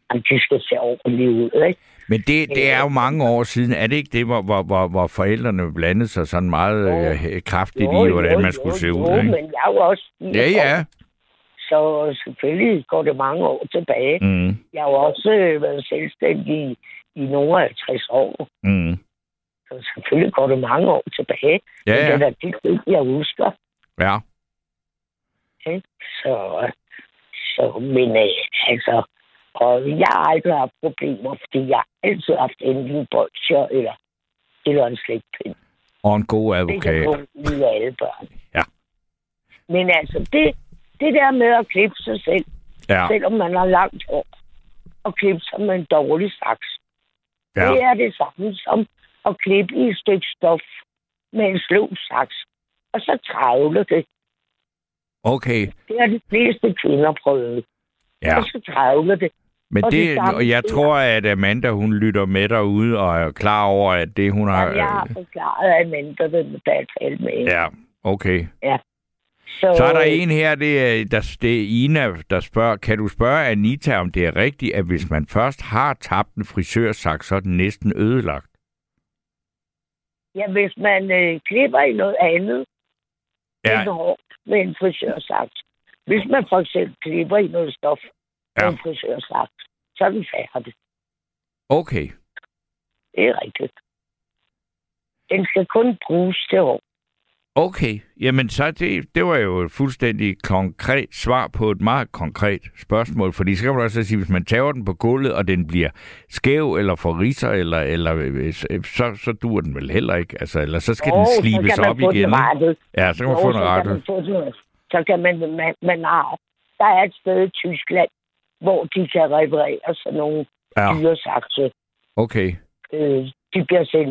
at de skal se ordentligt ud, ikke? Men det er jo mange år siden. Er det ikke det, hvor forældrene blandede sig sådan meget kraftigt i, hvordan man skulle se ud? Ikke? Men jeg er jo også... Ja. Så selvfølgelig går det mange år tilbage. Mm. Jeg har jo også været selvstændig i nogle 50 år. Mm. Så selvfølgelig går det mange år tilbage. Ja. Men det er det, jeg husker. Ja. Okay. Så men altså... Og jeg har aldrig haft problemer, fordi jeg har altid haft enten bolsjer eller en slægtpind. Og en god advokat. Det kan gå alle børn. Ja. Men altså, det der med at klippe sig selv, selvom man har langt hår, og klippe sig med en dårlig saks, det er det samme som at klippe i et stykke stof med en sløv saks, og så travle det. Okay. Det har de fleste kvinder prøvet. Ja. Og så travle det. Men og jeg tror, at Amanda, hun lytter med derude og er klar over, at det, hun har... Jeg har forklaret Amanda, da jeg talte med hende. Ja, okay. Ja. Så er der en her, det er Ina, der spørger, kan du spørge Anita, om det er rigtigt, at hvis man først har tabt en frisørsaks, så er den næsten ødelagt? Ja, hvis man klipper i noget andet end hår med en frisørsaks. Hvis man for eksempel klipper i noget stof med en frisørsaks, så er den færdig. Okay. Det er rigtigt. Den skal kun bruges til hår. Okay, jamen så det var jo et fuldstændig konkret svar på et meget konkret spørgsmål, fordi så kan man også sige, hvis man tager den på gulvet, og den bliver skæv eller får ridser, eller så dur den vel heller ikke, altså, eller så skal den slibes op igen. Ja, så kan man få den rettet. Så kan man har, der er et sted i Tyskland, hvor de kan reparere sådan nogle dyresakse. Okay. De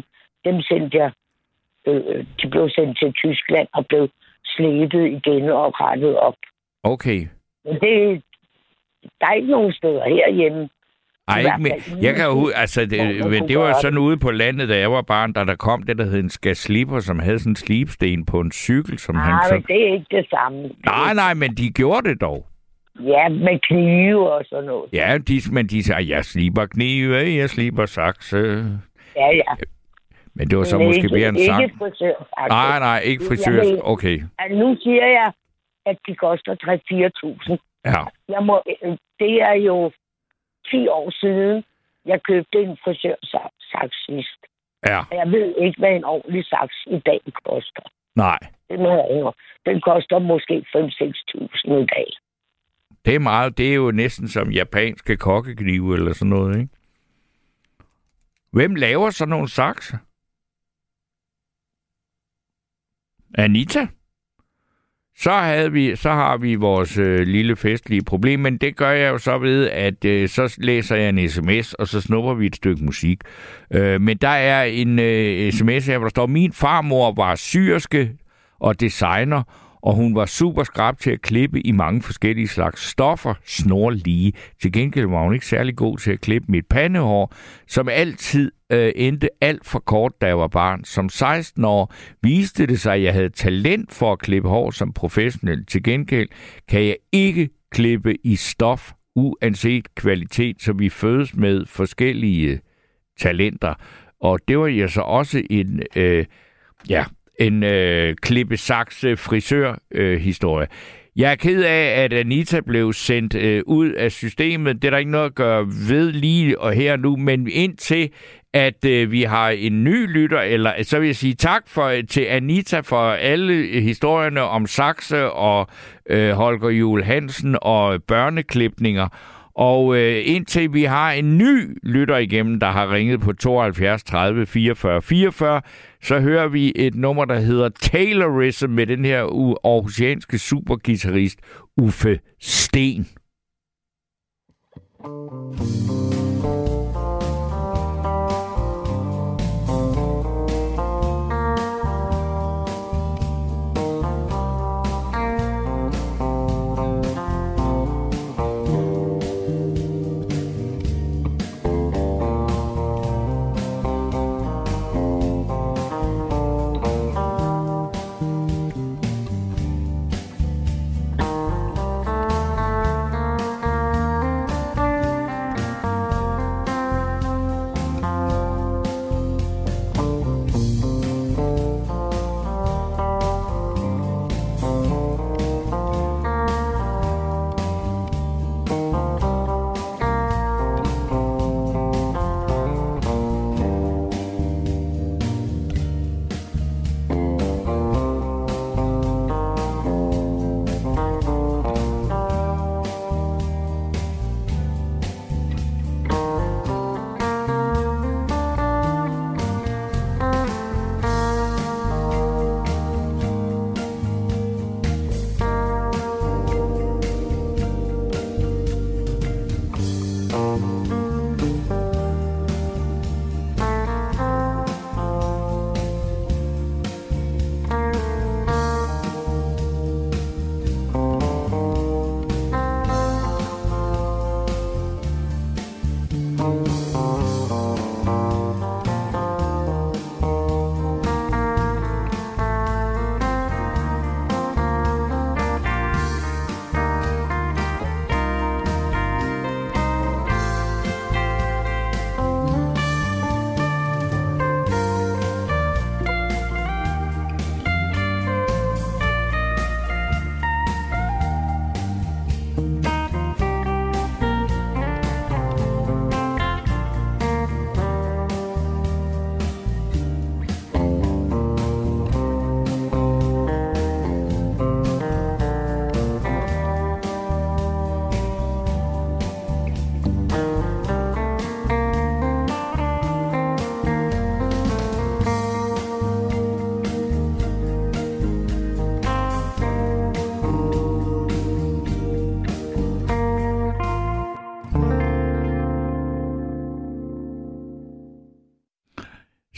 blev sendt til Tyskland og blev slæbet igen og rettet op. Okay. Men der er ikke nogen steder herhjemme. Ej, ikke mere. Jeg kan jo men det var jo sådan ude på landet, da jeg var barn, der kom det, der hed en skasslipper, som havde sådan en slibsten på en cykel, som han så... Nej, men det er ikke det samme. Nej, men de gjorde det dog. Ja, med knive og sådan noget. Ja, men de sagde, jeg sliber knive, jeg sliber sakse. Ja. Men det var så måske mere en sang. Ikke frisør. Nej, ikke frisør. Okay. Altså, nu siger jeg, at de koster 3-4.000. Ja. Det er jo 10 år siden, jeg købte en frisørsaks sidst. Ja. Jeg ved ikke, hvad en ordentlig saks i dag koster. Nej. Den koster måske 5-6.000 i dag. Det er meget. Det er jo næsten som japanske kokkeknive eller sådan noget, ikke? Hvem laver sådan nogle sakser? Anita? Så har vi vores lille festlige problem, men det gør jeg jo så ved, at så læser jeg en sms, og så snupper vi et stykke musik. Men der er en sms her, hvor der står, min farmor var syerske og designer, og hun var super skrap til at klippe i mange forskellige slags stoffer, snorlige. Til gengæld var hun ikke særlig god til at klippe mit pandehår, som altid endte alt for kort, da jeg var barn. Som 16 år viste det sig, at jeg havde talent for at klippe hår som professionel. Til gengæld kan jeg ikke klippe i stof, uanset kvalitet, så vi fødes med forskellige talenter. Og det var jo så også en klippesakse frisør-historie. Jeg er ked af, at Anita blev sendt ud af systemet. Det er der ikke noget at gøre ved lige og her nu, men indtil at vi har en ny lytter, eller så vil jeg sige tak til Anita for alle historierne om sakse og Holger Juhl Hansen og børneklipninger. Og indtil vi har en ny lytter igennem, der har ringet på 72 30 44 44, så hører vi et nummer, der hedder Taylorism med den her aarhusianske superguitarist Uffe Sten.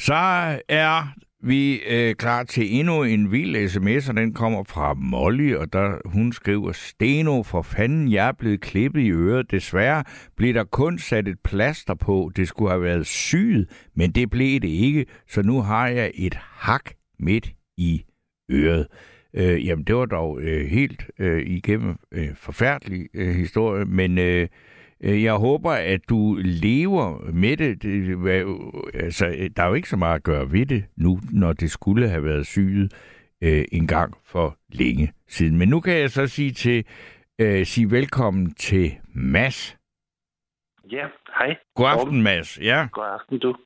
Så er vi klar til endnu en vild sms, og den kommer fra Molly, og hun skriver: Steno, for fanden, jeg er blevet klippet i øret. Desværre blev der kun sat et plaster på. Det skulle have været syet, men det blev det ikke, så nu har jeg et hak midt i øret. Jamen, det var dog helt igennem forfærdelig historie, men jeg håber, at du lever med det. Der er jo ikke så meget at gøre ved det nu, når det skulle have været syet en gang for længe siden. Men nu kan jeg så sige velkommen til Mads. Ja, hej. God aften, Mads. Ja. God aften, du.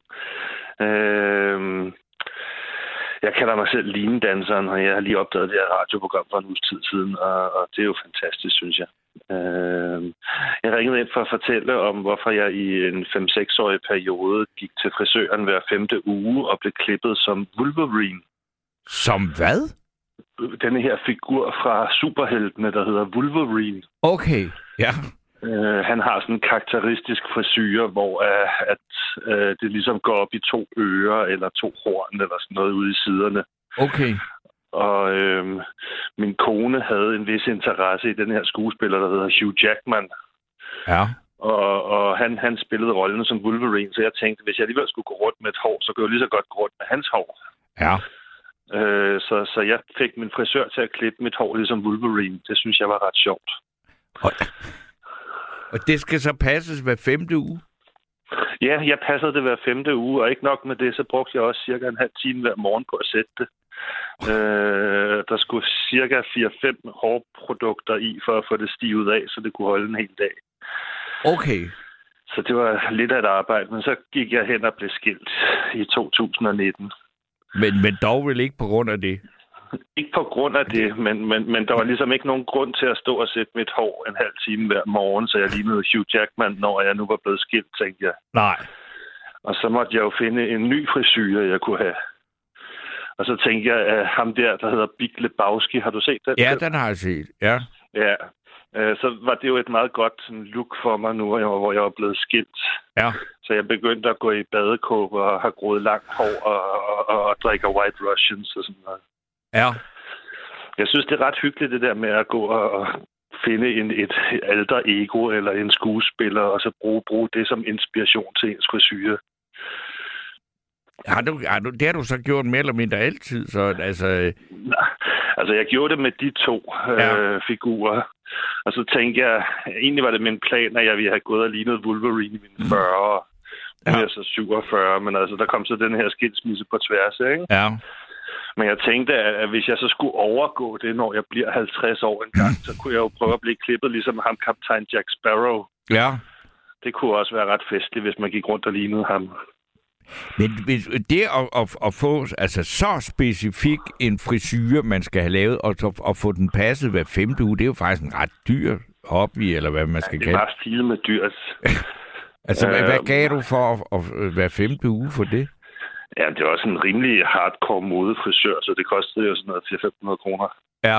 Jeg kalder mig selv linedanseren, og jeg har lige opdaget det her radioprogram for en uges tid siden, og det er jo fantastisk, synes jeg. Jeg ringede ind for at fortælle om, hvorfor jeg i en 5-6-årig periode gik til frisøren hver 5. uge og blev klippet som Wolverine. Som hvad? Denne her figur fra superheltene, der hedder Wolverine. Okay, ja. Han har sådan en karakteristisk frisyre, hvor det ligesom går op i 2 ører eller 2 horn eller sådan noget ude i siderne. Okay. Og min kone havde en vis interesse i den her skuespiller, der hedder Hugh Jackman. Ja. Og han spillede rollen som Wolverine, så jeg tænkte, hvis jeg alligevel skulle gå rundt med et hår, så kunne jeg lige så godt gå rundt med hans hår. Ja. Så jeg fik min frisør til at klippe mit hår ligesom Wolverine. Det synes jeg var ret sjovt. Og det skal så passes hver 5. uge? Ja, jeg passede det hver 5. uge, og ikke nok med det, så brugte jeg også cirka en halv time hver morgen på at sætte det. Der skulle cirka 4-5 hårprodukter i, for at få det stivet af, så det kunne holde en hel dag. Okay. Så det var lidt af et arbejde, men så gik jeg hen og blev skilt i 2019. Men dog vel ikke på grund af det? Ikke på grund af det, men der var ligesom ikke nogen grund til at stå og sætte mit hår en halv time hver morgen, så jeg lignede Hugh Jackman, når jeg nu var blevet skilt, tænkte jeg. Nej. Og så måtte jeg jo finde en ny frisyre, jeg kunne have. Og så tænkte jeg, at ham der hedder Big Lebowski, har du set den? Ja, den har jeg set, ja. Ja, så var det jo et meget godt look for mig nu, hvor jeg var blevet skilt. Ja. Så jeg begyndte at gå i badekåbe og have groet langt hår og drikke White Russians og sådan noget. Ja. Jeg synes, det er ret hyggeligt, det der med at gå og finde et alter ego eller en skuespiller, og så bruge det som inspiration til ens frisyre. Det har du så gjort mere eller mindre altid, så altså... Altså, jeg gjorde det med de 2 figurer. Og så tænkte jeg, egentlig var det min plan, at jeg ville have gået og lignet Wolverine i mine 40'ere. Nu er jeg så 47, men altså, der kom så den her skilsmisse på tværs, ikke? Ja. Men jeg tænkte, at hvis jeg så skulle overgå det, når jeg bliver 50 år en gang, så kunne jeg jo prøve at blive klippet ligesom ham, kaptajn Jack Sparrow. Ja. Det kunne også være ret festligt, hvis man gik rundt og lignede ham. Men det at få altså så specifik en frisyre, man skal have lavet, og få den passet hver 5. uge, det er jo faktisk en ret dyr hobby, eller hvad man skal kalde det. Det er bare stilet med dyrt. Altså, hvad gav du for at hver 5. uge for det? Ja, det var også en rimelig hardcore modefrisør, så det kostede jo sådan noget til 500 kroner. Ja.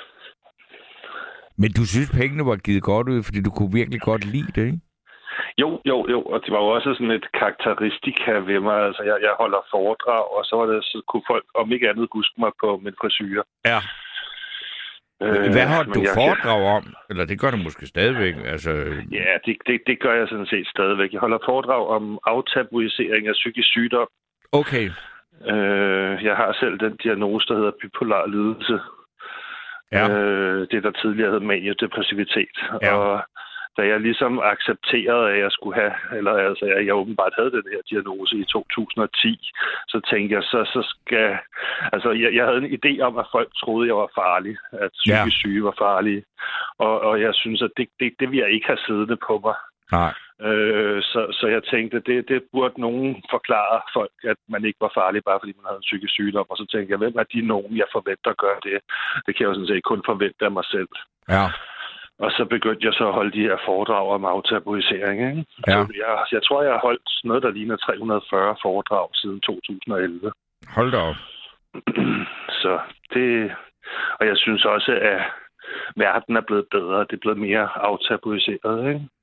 Men du synes, pengene var givet godt ud, fordi du kunne virkelig godt lide det, ikke? Jo, og det var jo også sådan et karakteristika ved mig. Altså, jeg holder foredrag, og så kunne folk om ikke andet huske mig på min frisyre. Ja. Hvad holdt du foredrag om? Eller det gør du måske stadigvæk? Altså... Ja, det gør jeg sådan set stadigvæk. Jeg holder foredrag om aftabuisering af psykisk sygdom. Okay. Jeg har selv den diagnose, der hedder bipolar lidelse. Ja. Det, der tidligere hed maniodepressivitet. Ja. Og da jeg ligesom accepterede, at jeg skulle have, eller altså, at jeg åbenbart havde den her diagnose i 2010, så tænkte jeg, så skal... Altså, jeg havde en idé om, at folk troede, jeg var farlig, at psykisk syge var farlige. Og jeg synes, at det vil jeg ikke have siddende på mig. Nej. Så jeg tænkte, det burde nogen forklare folk, at man ikke var farlig, bare fordi man havde en psykisk sygdom. Og så tænkte jeg, hvem er de nogen, jeg forventer gør det? Det kan jeg jo sådan set kun forvente af mig selv. Ja. Og så begyndte jeg så at holde de her foredrag om aftabuisering. Ikke? Ja. Så jeg tror, jeg har holdt noget, der ligner 340 foredrag siden 2011. Hold da op. Så det... Og jeg synes også, at verden er blevet bedre. Det er blevet mere aftabuiseret, ikke?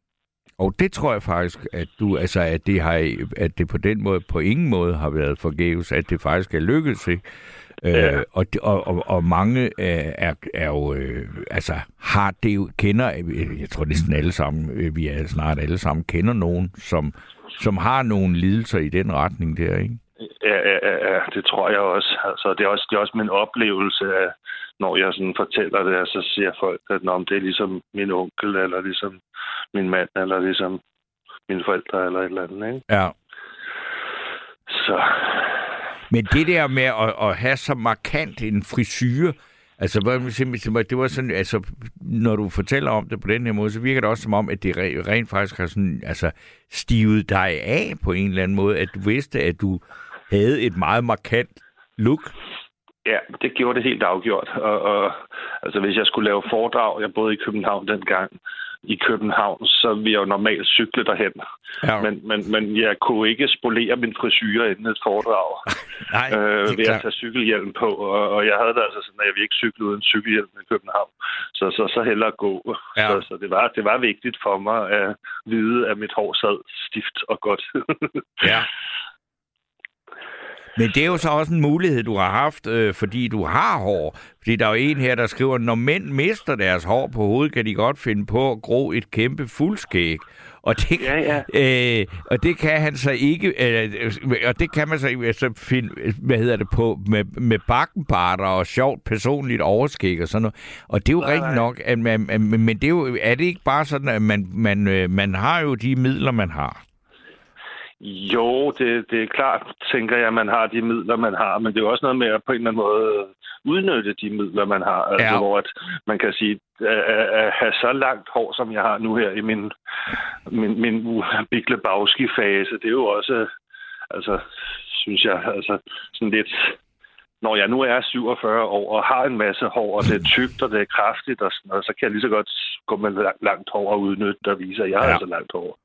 Og det tror jeg faktisk, at det på den måde på ingen måde har været forgæves, at det faktisk er lykkedes, ikke? Ja. Og mange er jo har det jo kender, jeg tror næsten alle sammen, vi er snart alle sammen kender nogen, som har nogle lidelser i den retning der, ikke? Ja, det tror jeg også. Altså, det er også min oplevelse af, når jeg sådan fortæller det, så siger folk, at det er ligesom min onkel, eller ligesom min mand, eller ligesom mine forældre, eller et eller andet, ikke? Ja. Så... Men det der med at have så markant en frisyre, altså det var sådan, altså når du fortæller om det på den her måde, så virker det også som om, at det rent faktisk har sådan, altså stivet dig af på en eller anden måde, at du vidste, at du havde et meget markant look. Ja, det gjorde det helt afgjort. Og altså hvis jeg skulle lave foredrag, jeg boede i København dengang, i København, så ville jeg jo normalt cykle derhen. Ja. Men jeg kunne ikke spolere min frisyre inden et foredrag. Nej, ved at tage cykelhjelm på. Og jeg havde det altså sådan, at jeg ville ikke cykle uden cykelhjelm i København. Så hellere gå. Ja. Så det var vigtigt for mig at vide, at mit hår sad stift og godt. Ja. Men det er jo så også en mulighed, du har haft, fordi du har hår. Fordi der er jo en her, der skriver, når mænd mister deres hår på hovedet, kan de godt finde på at gro et kæmpe fuldskæg. Og det, og det kan han så ikke, og det kan man så finde, på med bakkenbarter og sjovt personligt overskæg og sådan noget. Og det er jo rigtigt nok, at men det er det ikke bare sådan, at man har jo de midler, man har? Jo, det er klart, tænker jeg, at man har de midler, man har, men det er jo også noget med at på en eller anden måde udnytte de midler, man har. Altså, hvor at man kan sige, at have så langt hår, som jeg har nu her i min Big Lebowski-fase, det er jo også, altså, synes jeg, altså sådan lidt... Når jeg nu er 47 år og har en masse hår, og det er tykt, og det er kraftigt, og sådan noget, så kan jeg lige så godt gå med langt hår og udnytte det og vise, at jeg har så langt hår.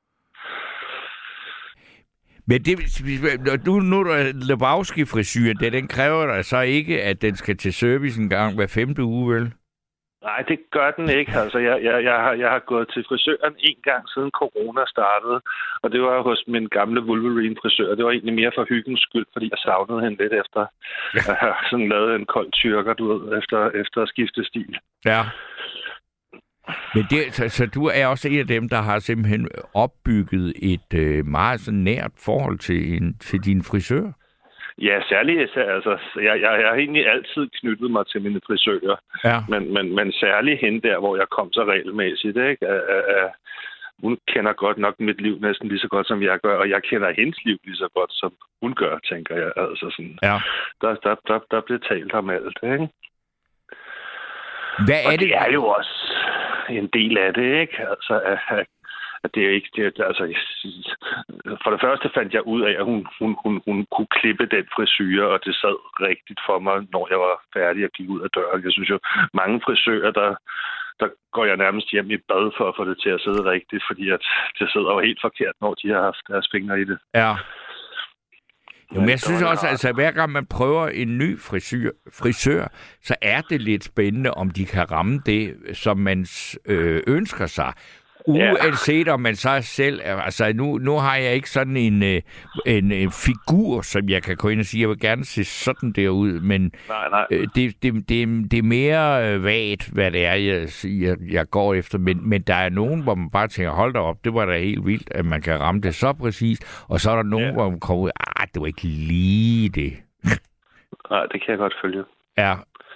Men nu Lebowski-frisyren, den kræver der så ikke, at den skal til service en gang hver 5. uge, vel? Nej, det gør den ikke. Altså, jeg har gået til frisøren en gang siden corona startede, og det var hos min gamle Wolverine-frisør. Det var egentlig mere for hyggens skyld, fordi jeg savnede hende lidt efter at have sådan lavet en kold tyrker, du ved, efter at skifte stil. Ja. Men så du er også en af dem, der har simpelthen opbygget et meget så nært forhold til din frisør? Ja, særligt. Altså, jeg har egentlig altid knyttet mig til mine frisører. Ja. Men særligt hende der, hvor jeg kom så regelmæssigt. Ikke? Hun kender godt nok mit liv næsten lige så godt, som jeg gør, og jeg kender hendes liv lige så godt, som hun gør, tænker jeg. Altså sådan, ja. Der bliver talt om alt, ikke? Hvad er det? Det er jo også en del af det, ikke? Altså, at det er ikke... altså, for det første fandt jeg ud af, at hun kunne klippe den frisyre, og det sad rigtigt for mig, når jeg var færdig og gik ud af døren. Jeg synes jo, mange frisører, der går jeg nærmest hjem i bad for at få det til at sidde rigtigt, fordi at det sidder jo helt forkert, når de har haft deres fingre i det. Ja. Jo, men jeg synes også, altså hver gang man prøver en ny frisør, så er det lidt spændende, om de kan ramme det, som man ønsker sig. Uanset om man så selv... Altså, nu har jeg ikke sådan en figur, som jeg kan gå ind og sige, jeg vil gerne se sådan der ud, men nej. Det er mere vagt, hvad det er, jeg går efter. Men der er nogen, hvor man bare tænker, hold da op, det var da helt vildt, at man kan ramme det så præcist. Og så er der nogen, hvor man kommer ud, det var ikke lige det. Nej, det kan jeg godt følge. Ja.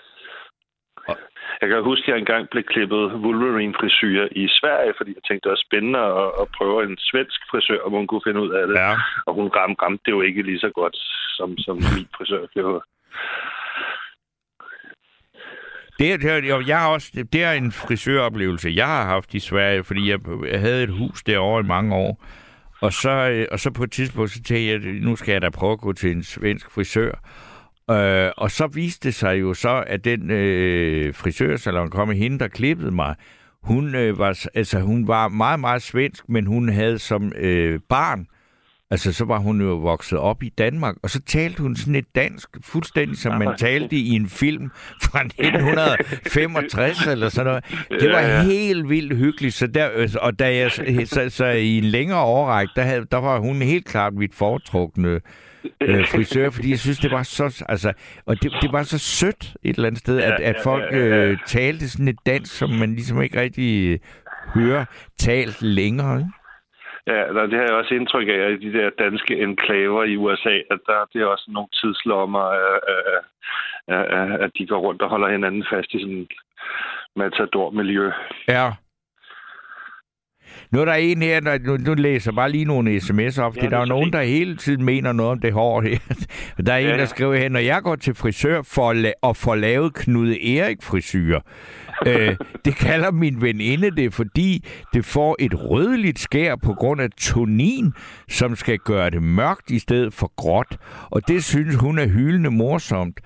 Jeg kan huske, at jeg engang blev klippet Wolverine-frisyrer i Sverige, fordi jeg tænkte, det var spændende at prøve en svensk frisør, om hun kunne finde ud af det. Ja. Og hun ramte det jo ikke lige så godt, som min frisør gjorde. Det er en frisøroplevelse, jeg har haft i Sverige, fordi jeg havde et hus derovre i mange år. Og så på et tidspunkt, så tænkte jeg, nu skal jeg da prøve at gå til en svensk frisør. Og så viste det sig jo så, at den frisørsalon kom, hende, der klippede mig. Hun var meget, meget svensk, men hun havde som barn Altså, så var hun jo vokset op i Danmark, og så talte hun sådan et dansk, fuldstændig som man talte i en film fra 1965 eller sådan noget. Det var helt vildt hyggeligt, så da jeg så i en længere årrække, der var hun helt klart mit foretrukne frisør, fordi jeg synes, det var så, altså, og det var så sødt et eller andet sted, at folk talte sådan et dansk, som man ligesom ikke rigtig hører talt længere, ikke? Ja, det har jeg også indtryk af, i de der danske enklaver i USA, at det er også nogle tidslommer, at de går rundt og holder hinanden fast i sådan et matador-miljø. Ja. Nu er der en her, nu læser bare lige nogle sms'er op, fordi der er nogen, der hele tiden mener noget om det hår her. Der er en, der skriver her, når jeg går til frisør for at få lavet Knud Erik-frisyr, det kalder min veninde det, fordi det får et rødligt skær på grund af tonin, som skal gøre det mørkt i stedet for gråt. Og det synes hun er hyldende morsomt.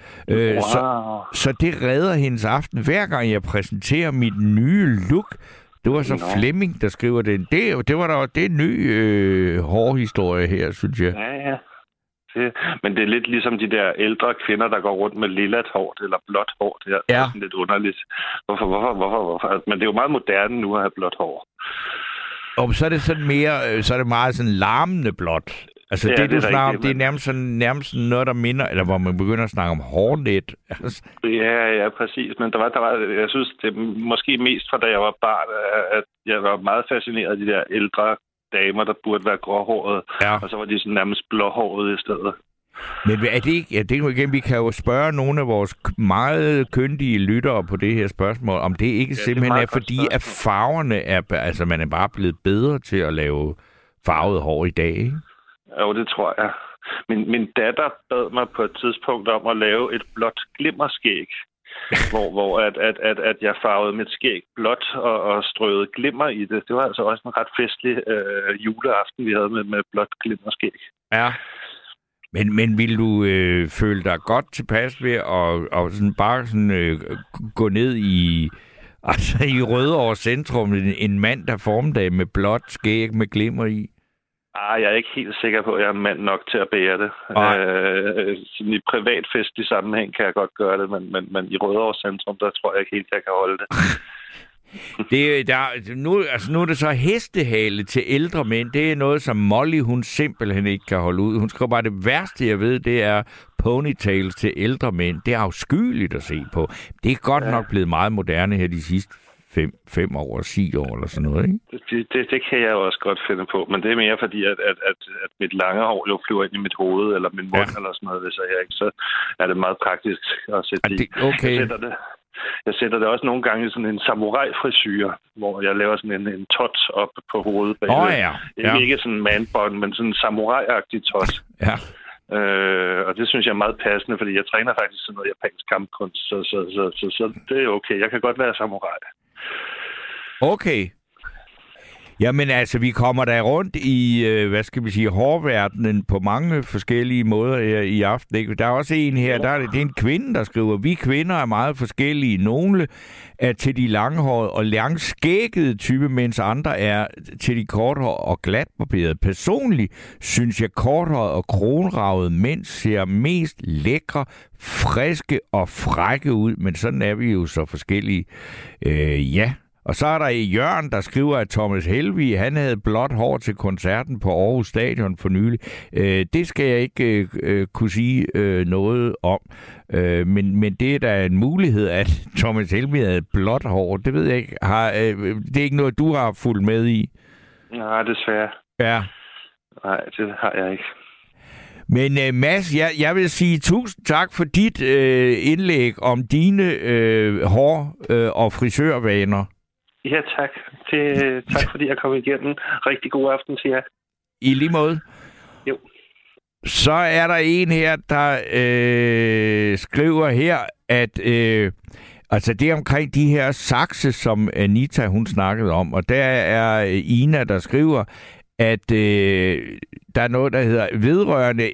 Så det redder hendes aften, hver gang jeg præsenterer mit nye look. Det var så Flemming, der skriver det. Det var en ny hårhistorie her, synes jeg. Ja. Men det er lidt ligesom de der ældre kvinder, der går rundt med lillat hår eller blåt hår. Det er sådan lidt underligt. Hvorfor? Men det er jo meget moderne nu at have blåt hår. Og så er det sådan mere, så er det meget sådan larmende blåt. Altså det du snakker om, det er nærmest noget, der minder, eller hvor man begynder at snakke om hårnet. Ja, præcis. Men der var, jeg synes, det måske mest fra da jeg var barn, at jeg var meget fascineret af de der ældre damer, der burde være gråhårede, og så var de sådan nærmest blåhårede i stedet. Men er det ikke, det er jo igen, vi kan jo spørge nogle af vores meget kyndige lyttere på det her spørgsmål, om det ikke simpelthen er fordi, at farverne altså man er bare blevet bedre til at lave farvet hår i dag, ikke? Jo, det tror jeg. Min datter bad mig på et tidspunkt om at lave et blåt glimmerskæg, hvor at jeg farvede mit skæg blåt og strøede glimmer i det. Det var altså også en ret festlig juleaften, vi havde med blåt glimmerskæg. Ja. Men vil du føle dig godt tilpas ved at sådan bare sådan, gå ned i Rødovre Centrum, en mand, der formdag med blåt skæg med glimmer i? Jeg er ikke helt sikker på, at jeg er mand nok til at bære det. I privatfestlig sammenhæng kan jeg godt gøre det, men i Rødovre Centrum, der tror jeg ikke helt, jeg kan holde det. Nu er det så hestehale til ældre mænd. Det er noget, som Molly, hun simpelthen ikke kan holde ud. Hun skriver bare, det værste, jeg ved, det er ponytails til ældre mænd. Det er afskyeligt at se på. Det er godt nok blevet meget moderne her de sidste 5 år, 10 år eller sådan noget, ikke? Det kan jeg jo også godt finde på, men det er mere fordi, at mit lange hår jo flyver ind i mit hoved, eller min mund, eller sådan noget, så er det meget praktisk at sætte i. Okay. Jeg sætter det også nogle gange i sådan en samurai-frisyr, hvor jeg laver sådan en tot op på hovedet. Ikke sådan en man-bun, men sådan en samurai-agtig tot. Ja. Og det synes jeg er meget passende, fordi jeg træner faktisk sådan noget japansk kampkunst, så det er okay. Jeg kan godt være samurai. Okay. Jamen altså, vi kommer da rundt i, hårverdenen på mange forskellige måder her i aften. Ikke? Der er også en her, det er en kvinde, der skriver, vi kvinder er meget forskellige. Nogle er til de langhårede og langskæggede type, mens andre er til de korthårede og glatbarberede. Personligt synes jeg, korthårede og kronravede mænd ser mest lækre, friske og frække ud, men sådan er vi jo så forskellige. Ja. Og så er der Jørgen, der skriver, at Thomas Helvig, han havde blåt hår til koncerten på Aarhus Stadion for nylig. Det skal jeg ikke kunne sige noget om. Men det er da en mulighed, at Thomas Helvig havde blåt hår. Det ved jeg ikke. Det er ikke noget, du har fulgt med i? Nej, desværre. Ja. Nej, det har jeg ikke. Men Mads, jeg vil sige tusind tak for dit indlæg om dine hår- og frisørvaner. Ja, tak. Tak fordi jeg kom igennem. Rigtig god aften til jer. I lige måde. Jo. Så er der en her, der skriver her, at altså det er omkring de her sakse, som Anita hun snakkede om. Og der er Ina, der skriver, at der er noget, der hedder vedrørende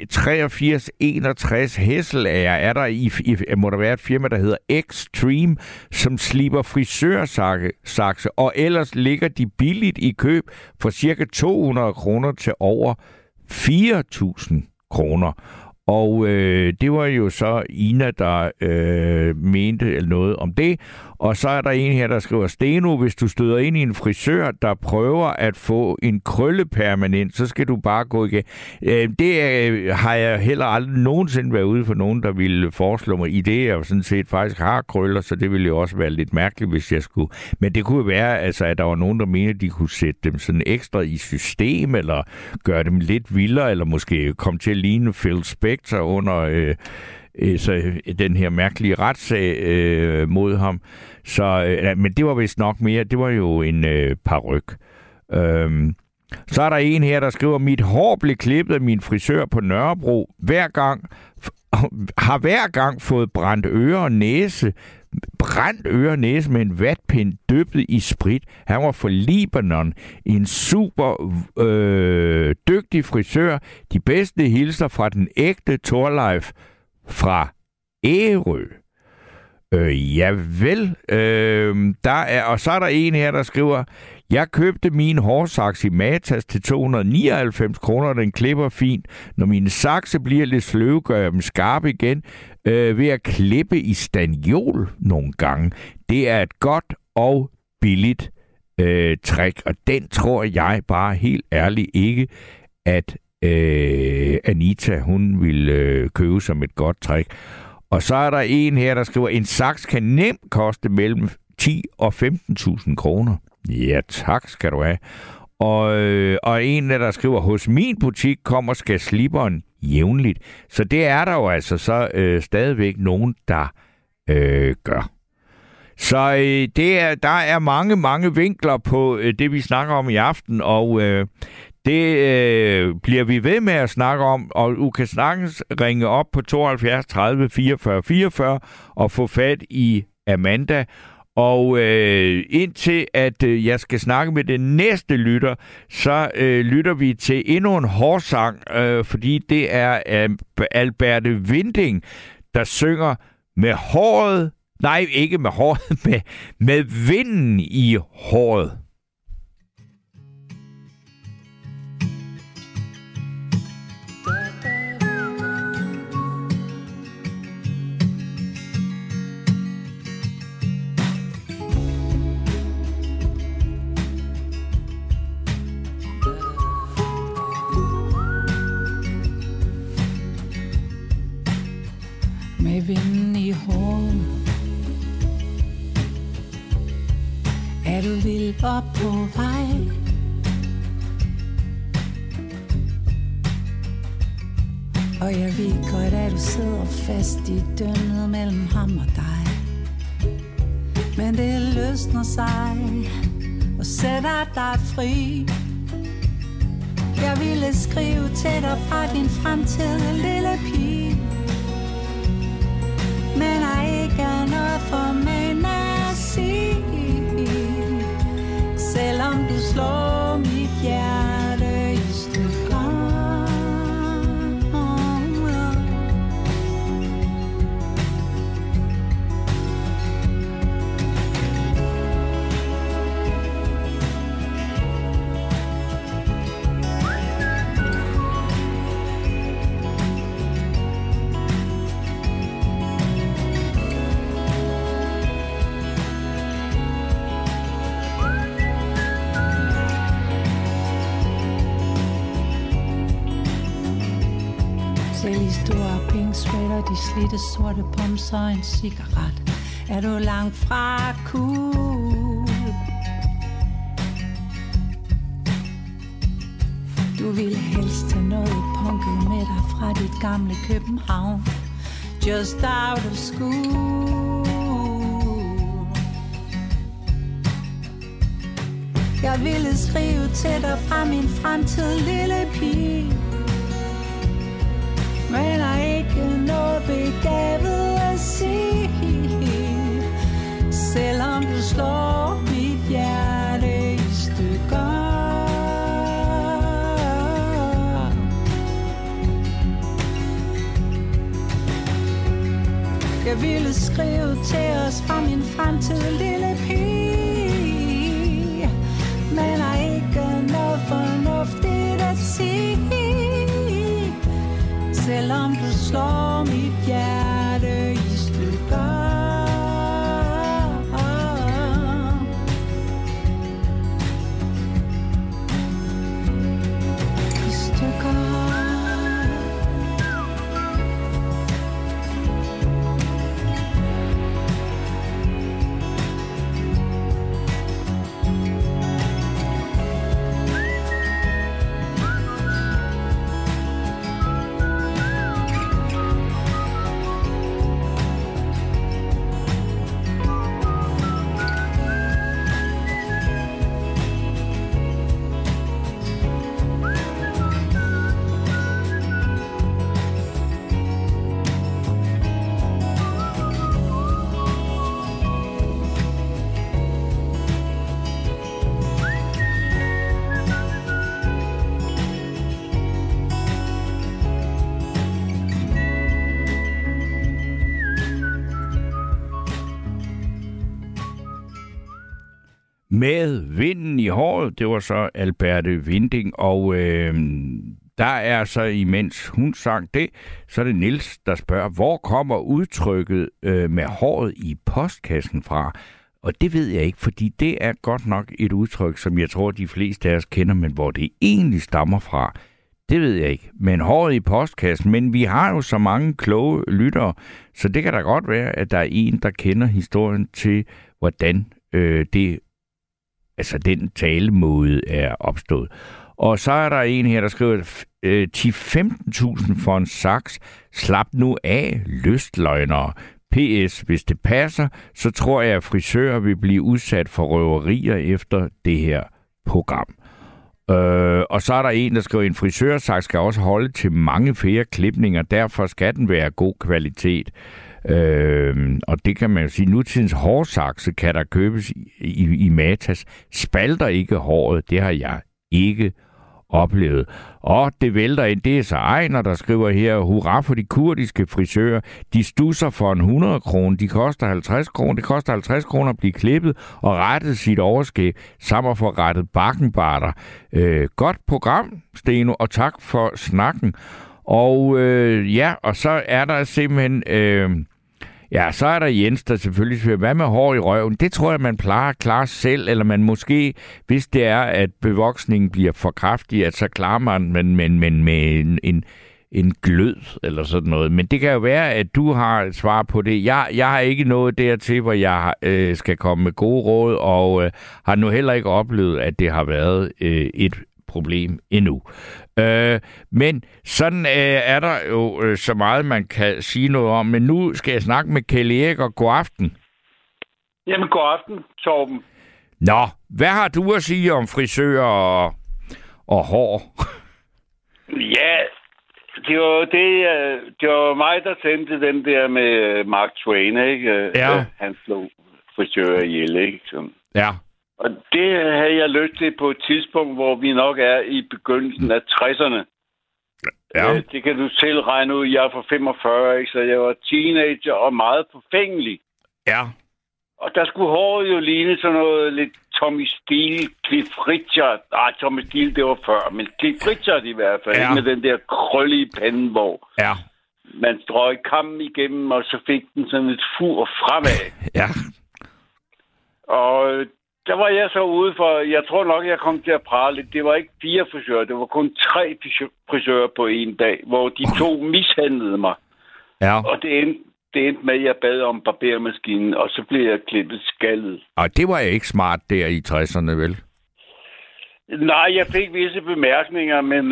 8361 Hesselager, er der må der være et firma, der hedder Extreme, som slipper frisørsakse, og ellers ligger de billigt i køb for cirka 200 kroner til over 4.000 kroner. Og det var jo så Ina, der mente noget om det. Og så er der en her, der skriver, Steno, hvis du støder ind i en frisør, der prøver at få en krølle permanent, så skal du bare gå igen. Det har jeg heller aldrig nogensinde været ude for nogen, der ville foreslå mig i det. Jeg sådan set faktisk har krøller, så det ville jo også være lidt mærkeligt, hvis jeg skulle. Men det kunne være, altså, at der var nogen, der mente, at de kunne sætte dem sådan ekstra i system, eller gøre dem lidt vildere, eller måske komme til at ligne Phil Spector under så den her mærkelige retssag mod ham. Så, men det var vist nok mere. Det var jo en paryk. Så er der en her, der skriver, mit hår blev klippet af min frisør på Nørrebro. Hver gang fået brændt øre og næse med en vatpind dyppet i sprit. Han var fra Libanon. En super dygtig frisør. De bedste hilser fra den ægte Torleif fra Ærø. Ja vel. Og så er der en her, der skriver, jeg købte min hårsaks i Matas til 299 kroner, den klipper fint. Når mine sakse bliver lidt sløve, gør jeg dem skarpe igen ved at klippe i staniol nogle gange. Det er et godt og billigt trick, og den tror jeg bare helt ærligt ikke, at Anita, hun vil købe som et godt trick. Og så er der en her, der skriver, en saks kan nemt koste mellem 10 og 15.000 kroner. Ja, tak skal du have. Og en der skriver, hos min butik kommer skærslipperen jævnligt. Så det er der jo altså så stadigvæk nogen, der gør. Så der er mange vinkler på det, vi snakker om i aften, og det bliver vi ved med at snakke om, og du kan snakkes ringe op på 72 30 44 44 og få fat i Amanda. Og indtil at jeg skal snakke med den næste lytter, så lytter vi til endnu en hårsang, fordi det er Alberte Winding, der synger med håret. Nej, ikke med håret, med vinden i håret. Med vinden i håret er du vild op på vej. Og jeg ved godt, at du sidder fast i dømmet mellem ham og dig. Men det løsner sig og sætter dig fri. Jeg ville skrive til dig fra din fremtid, lille pige. Men der ikke er noget for mig at sige. Selvom du slår mit hjerte i stykker. De slidte sorte bumser og en cigaret. Er du langt fra cool? Du ville helst have noget punket med dig fra dit gamle København. Just out of school. Jeg ville skrive til dig fra min fremtid, lille pige. Men der er ikke noget begavet at sige. Selvom du slår mit hjerte i stykker. Jeg ville skrive til os fra min fremtid, lille pige. Men der er ikke noget fornuftigt at sige. Med vinden i håret, det var så Alberte Winding, og der er så, imens hun sang det, så er det Niels, der spørger, hvor kommer udtrykket med håret i postkassen fra? Og det ved jeg ikke, fordi det er godt nok et udtryk, som jeg tror, de fleste af os kender, men hvor det egentlig stammer fra, det ved jeg ikke. Men håret i postkassen, men vi har jo så mange kloge lyttere, så det kan da godt være, at der er en, der kender historien til, hvordan den talemåde er opstået. Og så er der en her, der skriver, 10-15.000 for en saks. Slap nu af, lystløgnere. PS, hvis det passer, så tror jeg, at frisører vil blive udsat for røverier efter det her program. Og så er der en, der skriver, en frisørsaks skal også holde til mange flere klipninger, derfor skal den være god kvalitet. Og det kan man jo sige, nutidens hårsakse kan der købes i Matas. Spalter ikke håret, det har jeg ikke oplevet. Og det vælter ind, det er så Ejner, der skriver her, hurra for de kurdiske frisører. De stusser for en 100 kroner, de koster 50 kroner. Det koster 50 kroner at blive klippet og rettet sit overskæg, samt at få rettet bakkenbarter. Godt program, Steno, og tak for snakken. Og og så er der simpelthen... så er der Jens, der selvfølgelig siger, hvad med hår i røven? Det tror jeg, man plejer at klare selv, eller man måske, hvis det er, at bevoksningen bliver for kraftig, at så klarer man med en glød eller sådan noget. Men det kan jo være, at du har et svar på det. Jeg har ikke nået dertil, hvor jeg skal komme med gode råd, og har nu heller ikke oplevet, at det har været et problem endnu. Men sådan er der jo så meget, man kan sige noget om. Men nu skal jeg snakke med Kjeld Erik, og god aften. Jamen, god aften, Torben. Nå, hvad har du at sige om frisører og hår? Ja, det var mig, der sendte den der med Mark Twain, ikke? Ja. Han slog frisører ihjel, ikke? Så. Ja. Og det havde jeg lyst til på et tidspunkt, hvor vi nok er i begyndelsen af 60'erne. Ja. Det kan du selv regne ud. Jeg er fra 45, ikke? Så jeg var teenager og meget forfængelig. Ja. Og der skulle håret jo ligne sådan noget lidt Tommy Steele, Cliff Richard. Tommy Steele, det var før, men Cliff Richard i hvert fald. Ja. Med den der krølle i panden, hvor man strøg kammen igennem, og så fik den sådan et fur fremad. Ja. Og der var jeg så ude for, jeg tror nok, jeg kom til at prale lidt. Det var ikke 4 frisører, det var kun 3 frisører på en dag, hvor de 2 mishandlede mig. Ja. Og det endte med, at jeg bad om barbermaskinen, og så blev jeg klippet skaldet. Og det var ikke smart der i 60'erne, vel? Nej, jeg fik visse bemærkninger, men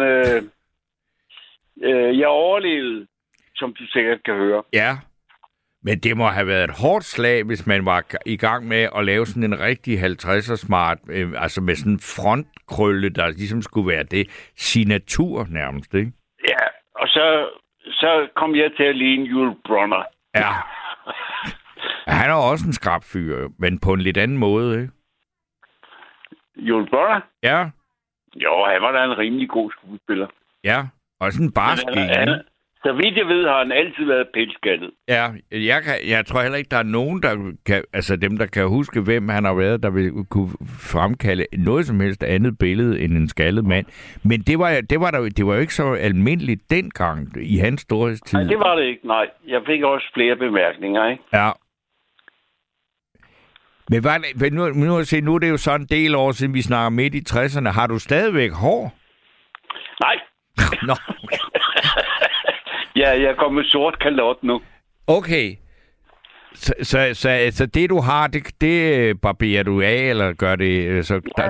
jeg overlevede, som du sikkert kan høre. Ja. Men det må have været et hårdt slag, hvis man var i gang med at lave sådan en rigtig 50'er smart, altså med sådan en frontkrølle, der ligesom skulle være det signatur nærmest, ikke? Ja, og så kom jeg til at ligne Yul Brynner. Ja. Han er også en skrab fyr, men på en lidt anden måde, ikke? Yul Brynner? Ja. Jo, han var da en rimelig god skuespiller. Ja, og sådan en barsk en. Så vidt jeg ved, har han altid været pelskaldet. Ja, jeg tror heller ikke, der er nogen, der kan, altså dem, der kan huske, hvem han har været, der vil kunne fremkalde noget som helst andet billede end en skaldet mand. Men det var jo ikke så almindeligt dengang i hans storhedstid. Nej, det var det ikke, nej. Jeg fik også flere bemærkninger, ikke? Ja. Men nu er det jo så en del år siden, vi snakker midt i 60'erne. Har du stadigvæk hår? Nej. Nå. Ja, jeg kommer med sort kalot nu. Okay. Så det, du har, det barberer du af, eller gør det...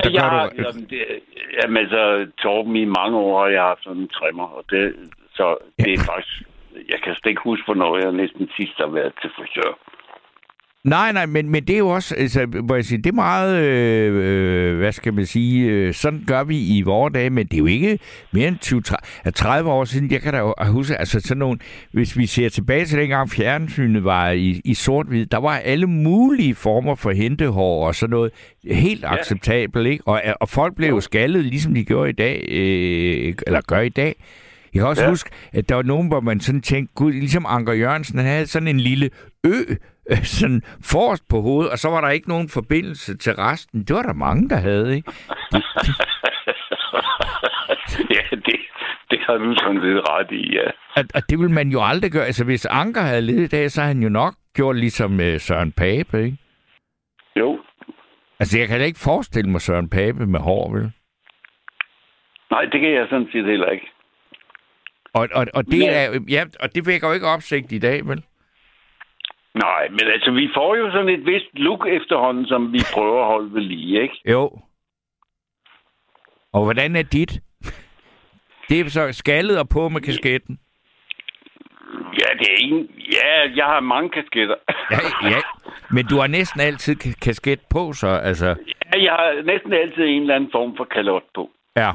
Jamen, så Torben, i mange år har jeg haft sådan en trimmer, og det er faktisk... Jeg kan slet ikke huske, hvornår jeg næsten sidst har været til frisør. Nej, men det er jo også, altså, hvor jeg siger, det er meget, hvad skal man sige, sådan gør vi i vore dage, men det er jo ikke mere end 30 år siden. Jeg kan da jo huske, altså sådan nogle, hvis vi ser tilbage til dengang fjernsynet var i sort-hvid, der var alle mulige former for hentehår og sådan noget helt acceptabelt, ikke? Og folk blev jo skaldet, ligesom de gjorde i dag, eller gør i dag. Jeg kan også huske, at der var nogen, hvor man sådan tænkte, gud, ligesom Anker Jørgensen, han havde sådan en lille sådan forrest på hovedet, og så var der ikke nogen forbindelse til resten. Det var der mange, der havde, ikke? Ja, det har du sådan lidt ret i, ja. Og det vil man jo aldrig gøre. Altså, hvis Anker havde levet i dag, så havde han jo nok gjort ligesom Søren Pape, ikke? Jo. Altså, jeg kan da ikke forestille mig Søren Pape med hår, vel? Nej, det kan jeg sådan set heller ikke. Og det vækker jo ikke opsigt i dag, vel? Nej, men altså, vi får jo sådan et vist look efterhånden, som vi prøver at holde ved lige, ikke? Jo. Og hvordan er dit? Det er så skaldet og på med kasketten? Ja, det er en... Ja, jeg har mange kasketter. Ja. Men du har næsten altid kasket på, så altså... Ja, jeg har næsten altid en eller anden form for kalot på. Ja.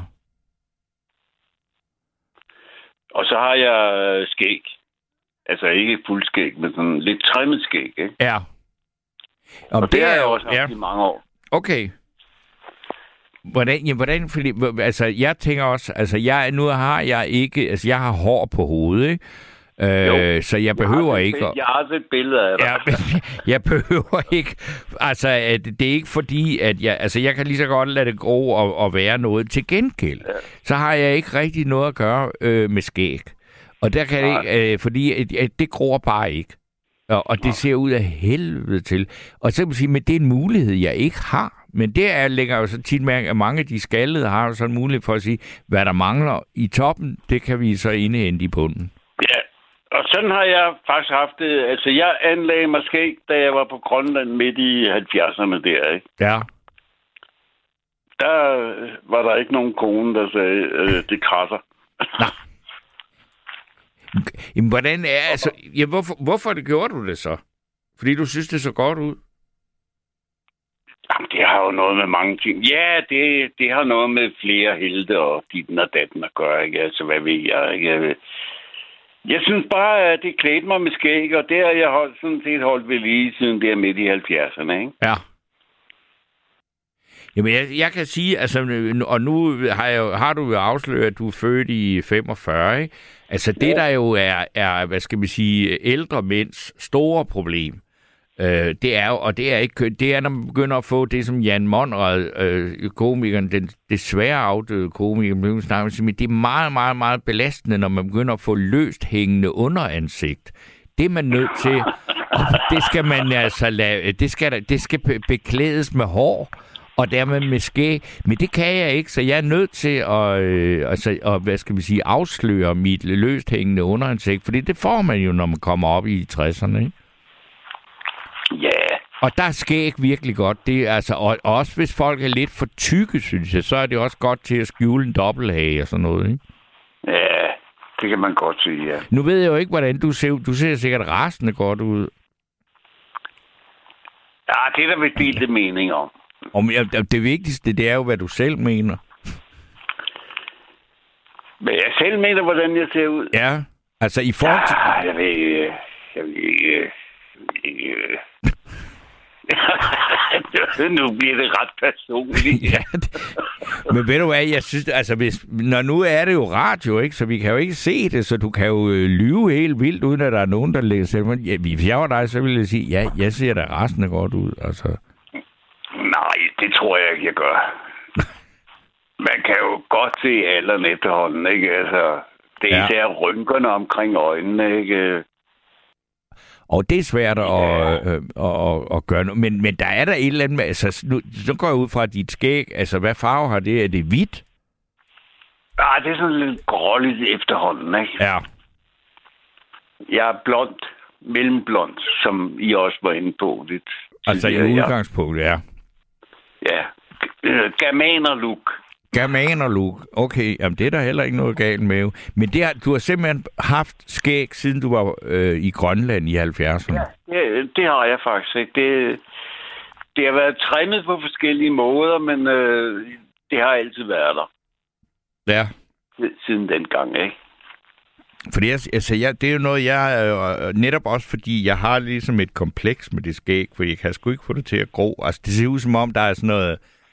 Og så har jeg skæg. Altså ikke fuld skæg, men sådan lidt trimmet skæg, ikke? Ja. Og det har jeg også haft i mange år. Okay. Hvordan, fordi, altså, jeg tænker også, altså, nu har jeg ikke, altså, jeg har hår på hovedet, ikke? Så jeg behøver ikke... Jeg har set billeder af dig. Ja, men jeg behøver ikke... Altså, det er ikke fordi, at jeg... Altså, jeg kan lige så godt lade det gro og være noget til gengæld. Ja. Så har jeg ikke rigtig noget at gøre med skæg. Og der kan det ikke... Fordi det gror bare ikke. Og det ser ud af helvede til. Og så kan man sige, men det er en mulighed, jeg ikke har. Men det lægger jo så tit mærke, at mange af de skaldede har jo sådan en mulighed for at sige, hvad der mangler i toppen, det kan vi så indhente i bunden. Ja, og sådan har jeg faktisk haft det. Altså, jeg anlagde mig skæg, da jeg var på Grønland midt i 70'erne der, ikke? Ja. Der var der ikke nogen kone, der sagde, det krasser. Jamen, hvordan er... Altså, ja, hvorfor gjorde du det så? Fordi du synes, det så godt ud? Jamen, det har jo noget med mange ting. Ja, det har noget med flere helte og ditten og datten at gøre, ikke? Altså, hvad ved jeg, ikke? Jeg synes bare, at det klædte mig med skæg, og det har jeg sådan set holdt ved lige siden der midt i 70'erne, ikke? Ja. Jamen, jeg kan sige, altså, og nu har du jo afsløret, at du er født i 45, ikke? Altså, det der jo er, hvad skal man sige, ældre mænds store problem, det er jo, og det er ikke, det er, når man begynder at få det, som Jan Monrad, komikeren, den desværre afdøde komiker, det er meget, meget, meget belastende, når man begynder at få løst hængende underansigt. Det er man nødt til, det skal man altså lave, det skal beklædes med hår, og dermed med skæg. Men det kan jeg ikke, så jeg er nødt til at hvad skal vi sige, afsløre mit løst hængende underansigt, fordi det får man jo, når man kommer op i 60'erne, ikke? Ja. Yeah. Og der er skæg virkelig godt. Det er altså, og også hvis folk er lidt for tykke, synes jeg, så er det også godt til at skjule en dobbelthage og sådan noget, ikke? Ja, det kan man godt sige, ja. Nu ved jeg jo ikke, hvordan du ser ud. Du ser sikkert rasende godt ud. Ja, det er der vist delte mening om. Det vigtigste, det er jo, hvad du selv mener. Men jeg selv mener, hvordan jeg ser ud? Ja, altså i forhold til... Ja, jeg ved ikke... Nu bliver det ret personligt. Ja, men ved du hvad, jeg synes, altså når nu er det jo radio, ikke, så vi kan jo ikke se det, så du kan jo lyve helt vildt, uden at der er nogen, der lægger selv. Hvis jeg var dig, så ville jeg sige, ja, jeg ser da resten godt ud, altså. Nej, det tror jeg ikke, jeg gør. Man kan jo godt se alderen efterhånden, ikke? Altså, det er især rynkerne omkring øjnene, ikke? Og det er svært at gøre noget. Men der er der et eller andet med... Altså, nu går jeg ud fra dit skæg. Altså, hvad farve har det? Er det hvidt? Ja, det er sådan lidt gråligt efterhånden, ikke? Ja. Jeg er blond, mellemblond, som I også var inde på lidt. Altså i udgangspunkt, ja. Ja. Germaner-look. Germaner-look. Okay, jamen det er der heller ikke noget galt med. Men du har simpelthen haft skæg, siden du var i Grønland i 70'erne. Ja, det har jeg faktisk ikke. Det har været trimmet på forskellige måder, men det har altid været der. Ja. Siden dengang, ikke? Fordi det er jo noget, jeg netop også fordi, jeg har ligesom et kompleks med det skæg, for jeg kan sgu ikke få det til at gro. Altså, det ser ud som om, der er sådan noget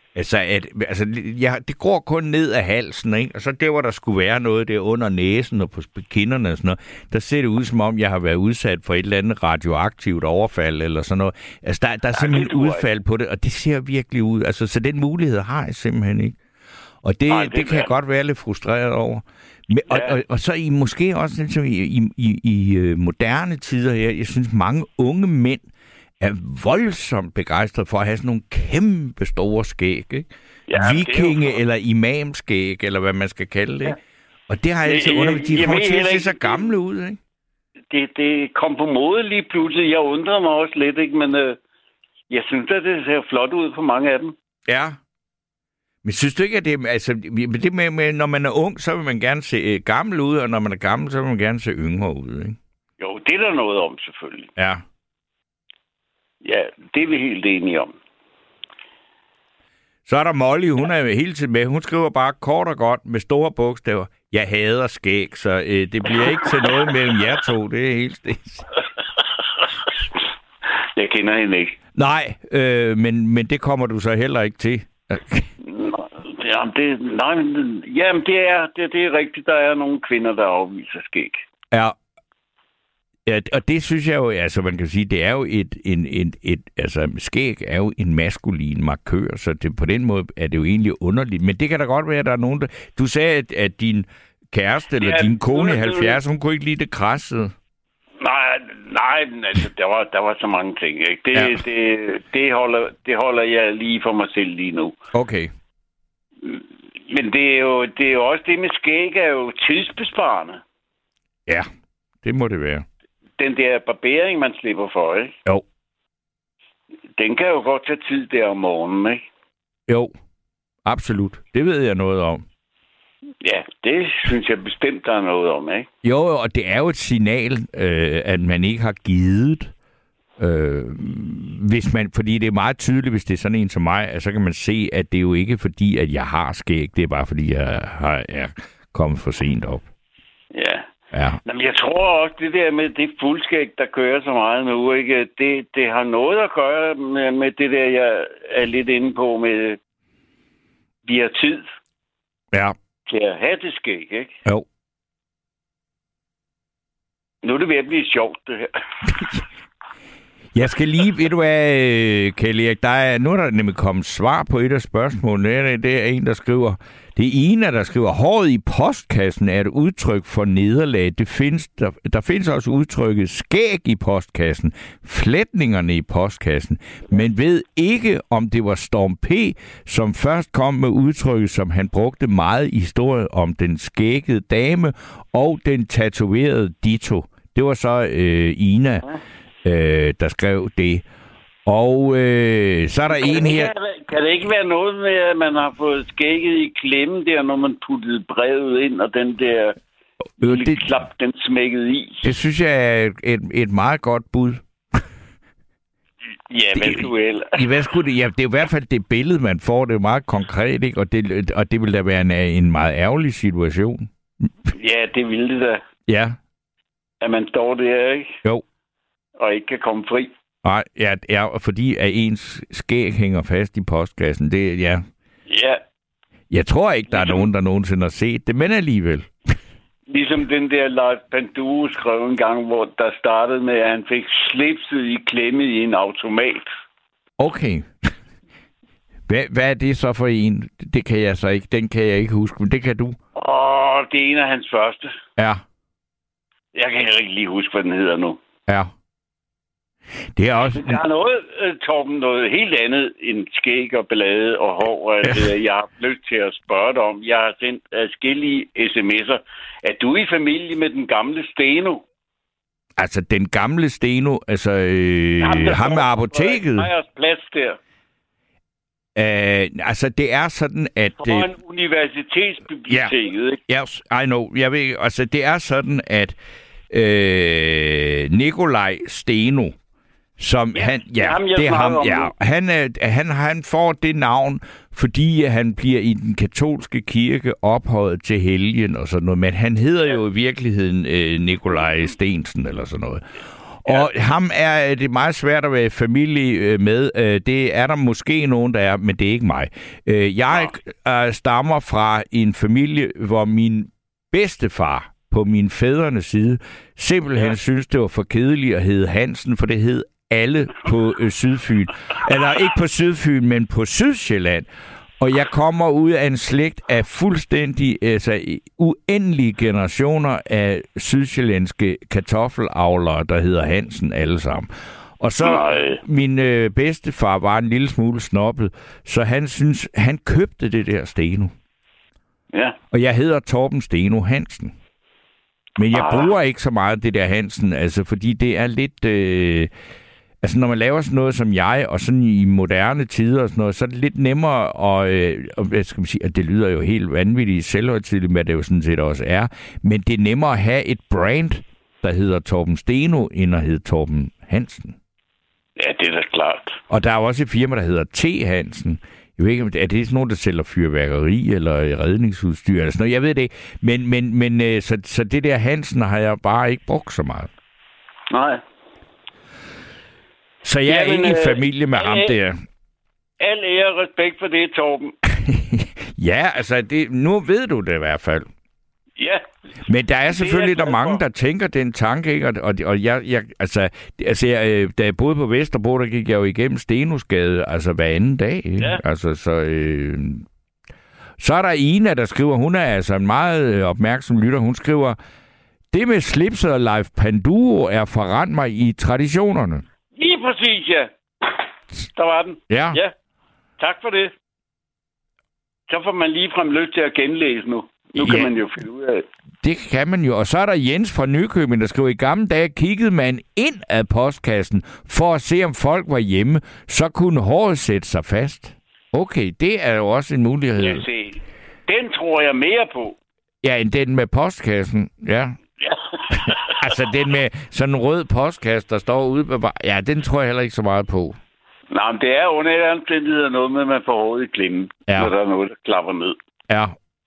det går kun ned ad halsen, ikke? Og så der, hvor der skulle være noget der under næsen og på kinderne og sådan noget, der ser det ud, som om jeg har været udsat for et eller andet radioaktivt overfald eller sådan noget. Altså, der er simpelthen udfald på det, og det ser virkelig ud. Altså, så den mulighed har jeg simpelthen ikke. Og det kan jeg godt være lidt frustreret over. Og så i måske også ligesom i moderne tider her, jeg synes, mange unge mænd er voldsomt begejstret for at have sådan nogle kæmpe store skæg, ikke? Ja, vikinge eller imamskæg, eller hvad man skal kalde det. Ja. Og det har jeg altid undervist. De får til at se så gamle ud, ikke? Det kom på mode lige pludselig. Jeg undrede mig også lidt, ikke? Men jeg synes, at det ser flot ud på mange af dem. Ja. Men synes du ikke, at det med, når man er ung, så vil man gerne se gammel ud, og når man er gammel, så vil man gerne se yngre ud, ikke? Jo, det er der noget om, selvfølgelig. Ja. Ja, det er vi helt enige om. Så er der Molly, hun er hele tiden med. Hun skriver bare kort og godt med store bogstaver. Jeg hader skæg, så det bliver ikke til noget mellem jer to. Det er helt stens. Jeg kender hende ikke. Nej, men det kommer du så heller ikke til. Jamen, det er rigtigt. Der er nogle kvinder, der afviser skæg. Ja. Ja, og det synes jeg jo, altså man kan sige, det er jo altså skæg er jo en maskulin markør, så det, på den måde er det jo egentlig underligt. Men det kan da godt være, at der er nogen, der... Du sagde, at din kæreste eller din kone i 70, hun kunne ikke lide det krassede. Nej, altså, der var så mange ting, ikke? Det holder jeg lige for mig selv lige nu. Okay. Men det er jo også det med skæg er jo tidsbesparende. Ja, det må det være. Den der barbering, man slipper for, ikke? Jo. Den kan jo godt tage tid der om morgenen, ikke? Jo, absolut. Det ved jeg noget om. Ja, det synes jeg bestemt, der er noget om, ikke? Jo, og det er jo et signal, at man ikke har givet. Fordi det er meget tydeligt, hvis det er sådan en som mig, så kan man se, at det er jo ikke fordi, at jeg har skæg. Det er bare fordi, jeg er kommet for sent op. Ja. Ja. Jamen, jeg tror også, det der med det fuldskæg, der kører så meget nu, ikke? Det har noget at gøre med det der, jeg er lidt inde på med, vi har tid til at have det skæg, ikke? Jo. Nu er det ved at blive sjovt, det her. Jeg skal lige, ved du hvad, Kjell Erik, nu er der nemlig kommet svar på et af spørgsmålene. Det er en, der skriver, det er Ina, der skriver, håret i postkassen er et udtryk for nederlag. Der findes også udtrykket skæg i postkassen, flætningerne i postkassen, men ved ikke, om det var Storm P., som først kom med udtrykket, som han brugte meget i historien om den skæggede dame og den tatoverede ditto. Det var så Ina, der skrev det. Og så er der en her... Kan det ikke være noget med, at man har fået skægget i klemme der, når man puttede brevet ind, og den der lille klap, den smækkede i? Det synes jeg er et meget godt bud. Ja, hvad skulle ellers? Hvad skulle det? Ja, det er i hvert fald det billede, man får. Det er meget konkret, ikke? Og det vil da være en meget ærgerlig situation. Ja, det ville det da. Ja. At man står der, ikke? Jo. Og ikke kan komme fri. Nej, ja, fordi at ens skæg hænger fast i postkassen. Det, ja. Ja. Jeg tror ikke, der er nogen, der nogensinde har set det, men alligevel. Ligesom den der Lars Panduro skrev en gang, hvor der startede med, at han fik slipset i klemme i en automat. Okay. Hvad er det så for en? Det kan jeg så ikke. Den kan jeg ikke huske, men det kan du. Det er en af hans første. Ja. Jeg kan ikke lige huske, hvad den hedder nu. Ja. Det er også... Der er noget, Torben, noget helt andet end skæg og blade og hår. Jeg har lyst til at spørge dig om. Jeg har sendt adskillige sms'er. Er du i familie med den gamle Steno? Altså, den gamle Steno, altså ham med apoteket? Der plads der. Altså, det er sådan, at... Foran universitetsbiblioteket, ikke? Yes, I know. Jeg ved, altså, det er sådan, at Nikolaj Steno, som det er ham, han får det navn, fordi han bliver i den katolske kirke ophøjet til helgen og sådan noget, men han hedder jo i virkeligheden Nikolaj Stensen eller sådan noget. Og ham er det meget svært at være i familie med. Det er der måske nogen, der er, men det er ikke mig. Jeg stammer fra en familie, hvor min bedstefar på min fædrenes side simpelthen synes, det var for kedeligt at hedde Hansen, for det hed alle på Sydfyn. Eller ikke på Sydfyn, men på Sydsjælland. Og jeg kommer ud af en slægt af fuldstændig, uendelige generationer af sydsjællandske kartoffelavlere, der hedder Hansen alle sammen. Og så min bedstefar var en lille smule snobbet, så han købte det der Steno. Ja. Og jeg hedder Torben Steno Hansen. Men jeg bruger ikke så meget det der Hansen, altså fordi det er lidt... når man laver sådan noget som jeg, og sådan i moderne tider og sådan noget, så er det lidt nemmere, og hvad skal man sige, at det lyder jo helt vanvittigt selvhøjtideligt, hvad det jo sådan set også er, men det er nemmere at have et brand, der hedder Torben Steno, end at hedde Torben Hansen. Ja, det er da klart. Og der er også et firma, der hedder T. Hansen. Jeg ved ikke, er det sådan nogen, der sælger fyrværkeri eller redningsudstyr eller sådan noget? Jeg ved det ikke. Men så det der Hansen har jeg bare ikke brugt så meget. Nej. Så jeg er ikke i familie med ham der. Al ære og respekt for det, Torben. Ja, altså, nu ved du det i hvert fald. Ja. Men der er selvfølgelig der mange, der tænker den tanke, ikke? Og jeg da jeg boede på Vesterbro, der gik jeg jo igennem Stenosgade, altså hver anden dag. Ja. Altså, så er der Ina, der skriver, hun er altså en meget opmærksom lytter, hun skriver, det med slipset og Leif Panduro er forrendt mig i traditionerne. Lige præcis, ja. Der var den. Ja. Tak for det. Så får man ligefrem lyst til at genlæse nu. Nu kan man jo finde ud af. Det kan man jo. Og så er der Jens fra Nykøbing, der skriver, i gamle dage kiggede man ind af postkassen for at se, om folk var hjemme. Så kunne håret sætte sig fast. Okay, det er jo også en mulighed. Ja, se. Den tror jeg mere på. Ja, end den med postkassen. Ja. Altså den med sådan en rød postkasse, der står ude på... Ja, den tror jeg heller ikke så meget på. Nej, men det er under et omstændigheder noget med, at man får hovedet i klemmen, når der er noget, der klapper ned. Ja.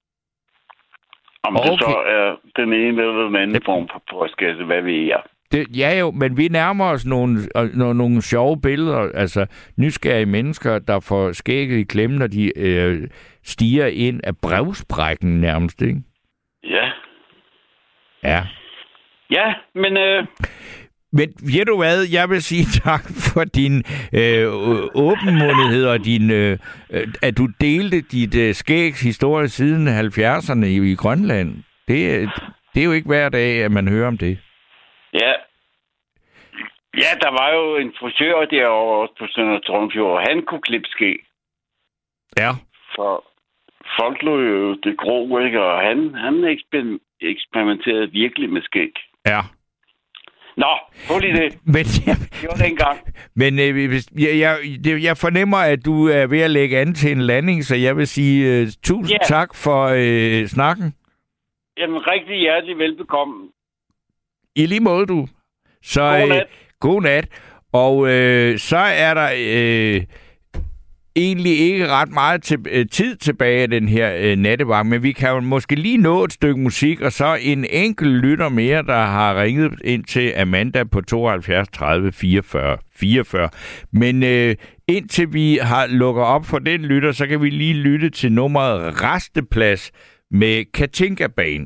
Om det så er den ene eller den anden form for postkasse, hvad ved jeg? Ja jo, men vi nærmer os nogle sjove billeder, altså nysgerrige mennesker, der får skægget i klemmen, når de stiger ind af brevsprækken nærmest, ikke? Ja. Ja. Ja, men... Men ved du hvad, jeg vil sige tak for din åbenmundighed og at du delte dit skægs historie siden 70'erne i Grønland. Det er jo ikke hver dag, at man hører om det. Ja. Ja, der var jo en frisør derovre også på Sønder Tromfjord, og han kunne klippe skæg. Ja. For folk lå jo det grå, ikke? Og han eksperimenterede virkelig med skæg. Ja. Nå, prøv lige det. Det var dengang. Men jeg fornemmer, at du er ved at lægge an til en landing, så jeg vil sige tusind tak for snakken. Jamen, rigtig hjertelig velbekomme. I lige måde, du. Så, god nat. God nat. Og så er der egentlig ikke ret meget tid tilbage af den her nattevagt, men vi kan jo måske lige nå et stykke musik, og så en enkelt lytter mere, der har ringet ind til Amanda på 72 30 44 44. Men indtil vi lukker op for den lytter, så kan vi lige lytte til nummeret Rasteplads med Katinka Band.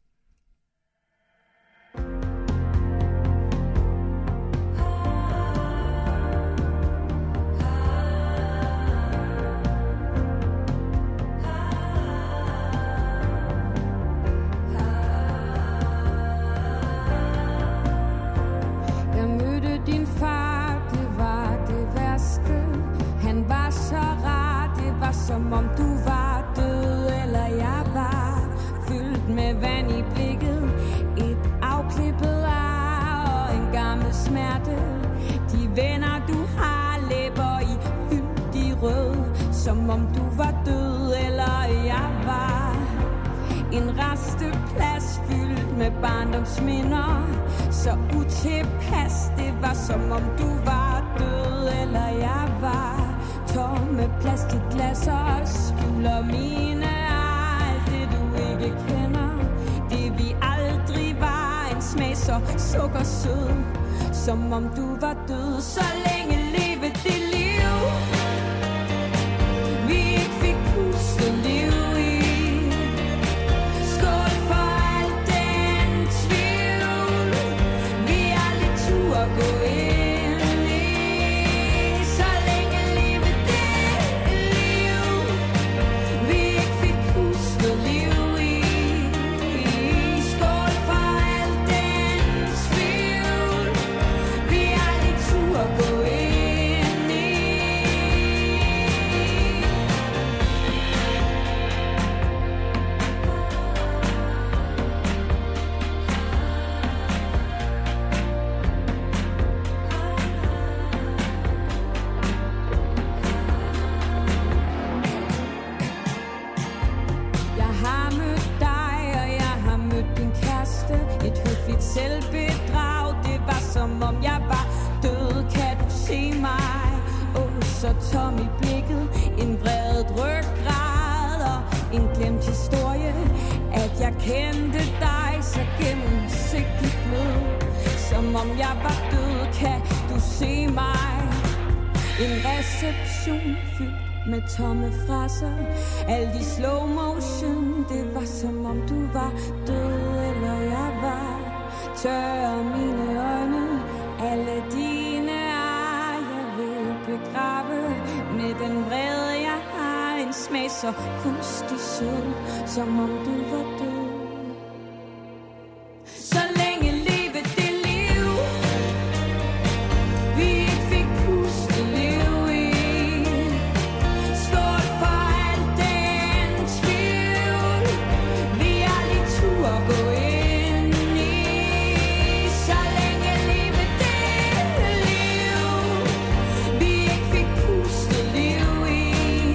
Som om du var død, eller jeg var fyldt med vand i blikket. Et afklippet ar og en gammel smerte. De venner du har læber i fyldt i rød. Som om du var død, eller jeg var. En rasteplads fyldt med barndomsminder. Så utilpas, det var som om du var død, eller jeg var. Tomme plastikglas og skjuler mine. Alt det du ikke kender. Det vi aldrig var. En smag så sukkersød. som om du var død. Så længe leve det liv, vi ikke fik pustet liv i. Skål for al den tvivl, vi aldrig turde gå ind i. Så længe leve det liv, vi ikke fik pustet liv i. Skål for al den tvivl, vi aldrig turde gå ind i. Jeg har mødt dig, og jeg har mødt din kæreste. Et høfligt selvbedrag, det var som om jeg var død. Kan du se mig? Så tom i blikket, en vredet ryggrad og en glemt historie. At jeg kendte dig så gennemsigtigt blød, som om jeg var død. Kan du se mig? En reception fyldt med tomme fraser. Alle de slow motion, det var som om du var død, eller jeg var. Tør mine øjne, alle dine ar, jeg vil begrave med den vrede, jeg har. En smag så kunstig sød, som om du var død. Så længe leve det liv, vi ikke fik pustet liv i. Skål for al den tvivl, vi aldrig turde gå ind i. Så længe leve det liv, vi ikke fik pustet liv i.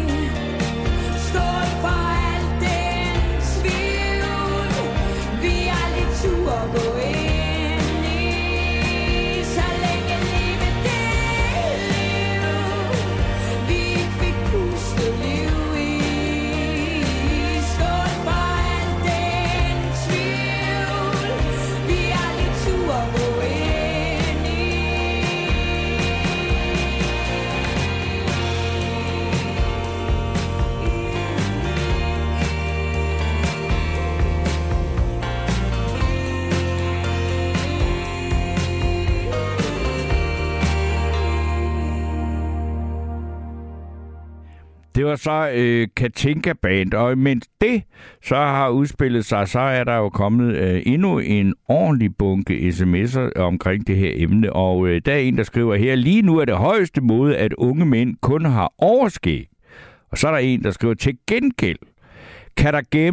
Skål for al den tvivl, vi aldrig turde gå ind i. Så længe leve det liv, vi ikke fik pustet liv i. Skål for al den tvivl, vi aldrig turde gå ind i. Det var så Katinka Band, og mens det så har udspillet sig, så er der jo kommet endnu en ordentlig bunke sms'er omkring det her emne, og der er en, der skriver her: lige nu er det højeste mode, at unge mænd kun har overskæg. Og så er der en, der skriver: til gengæld kan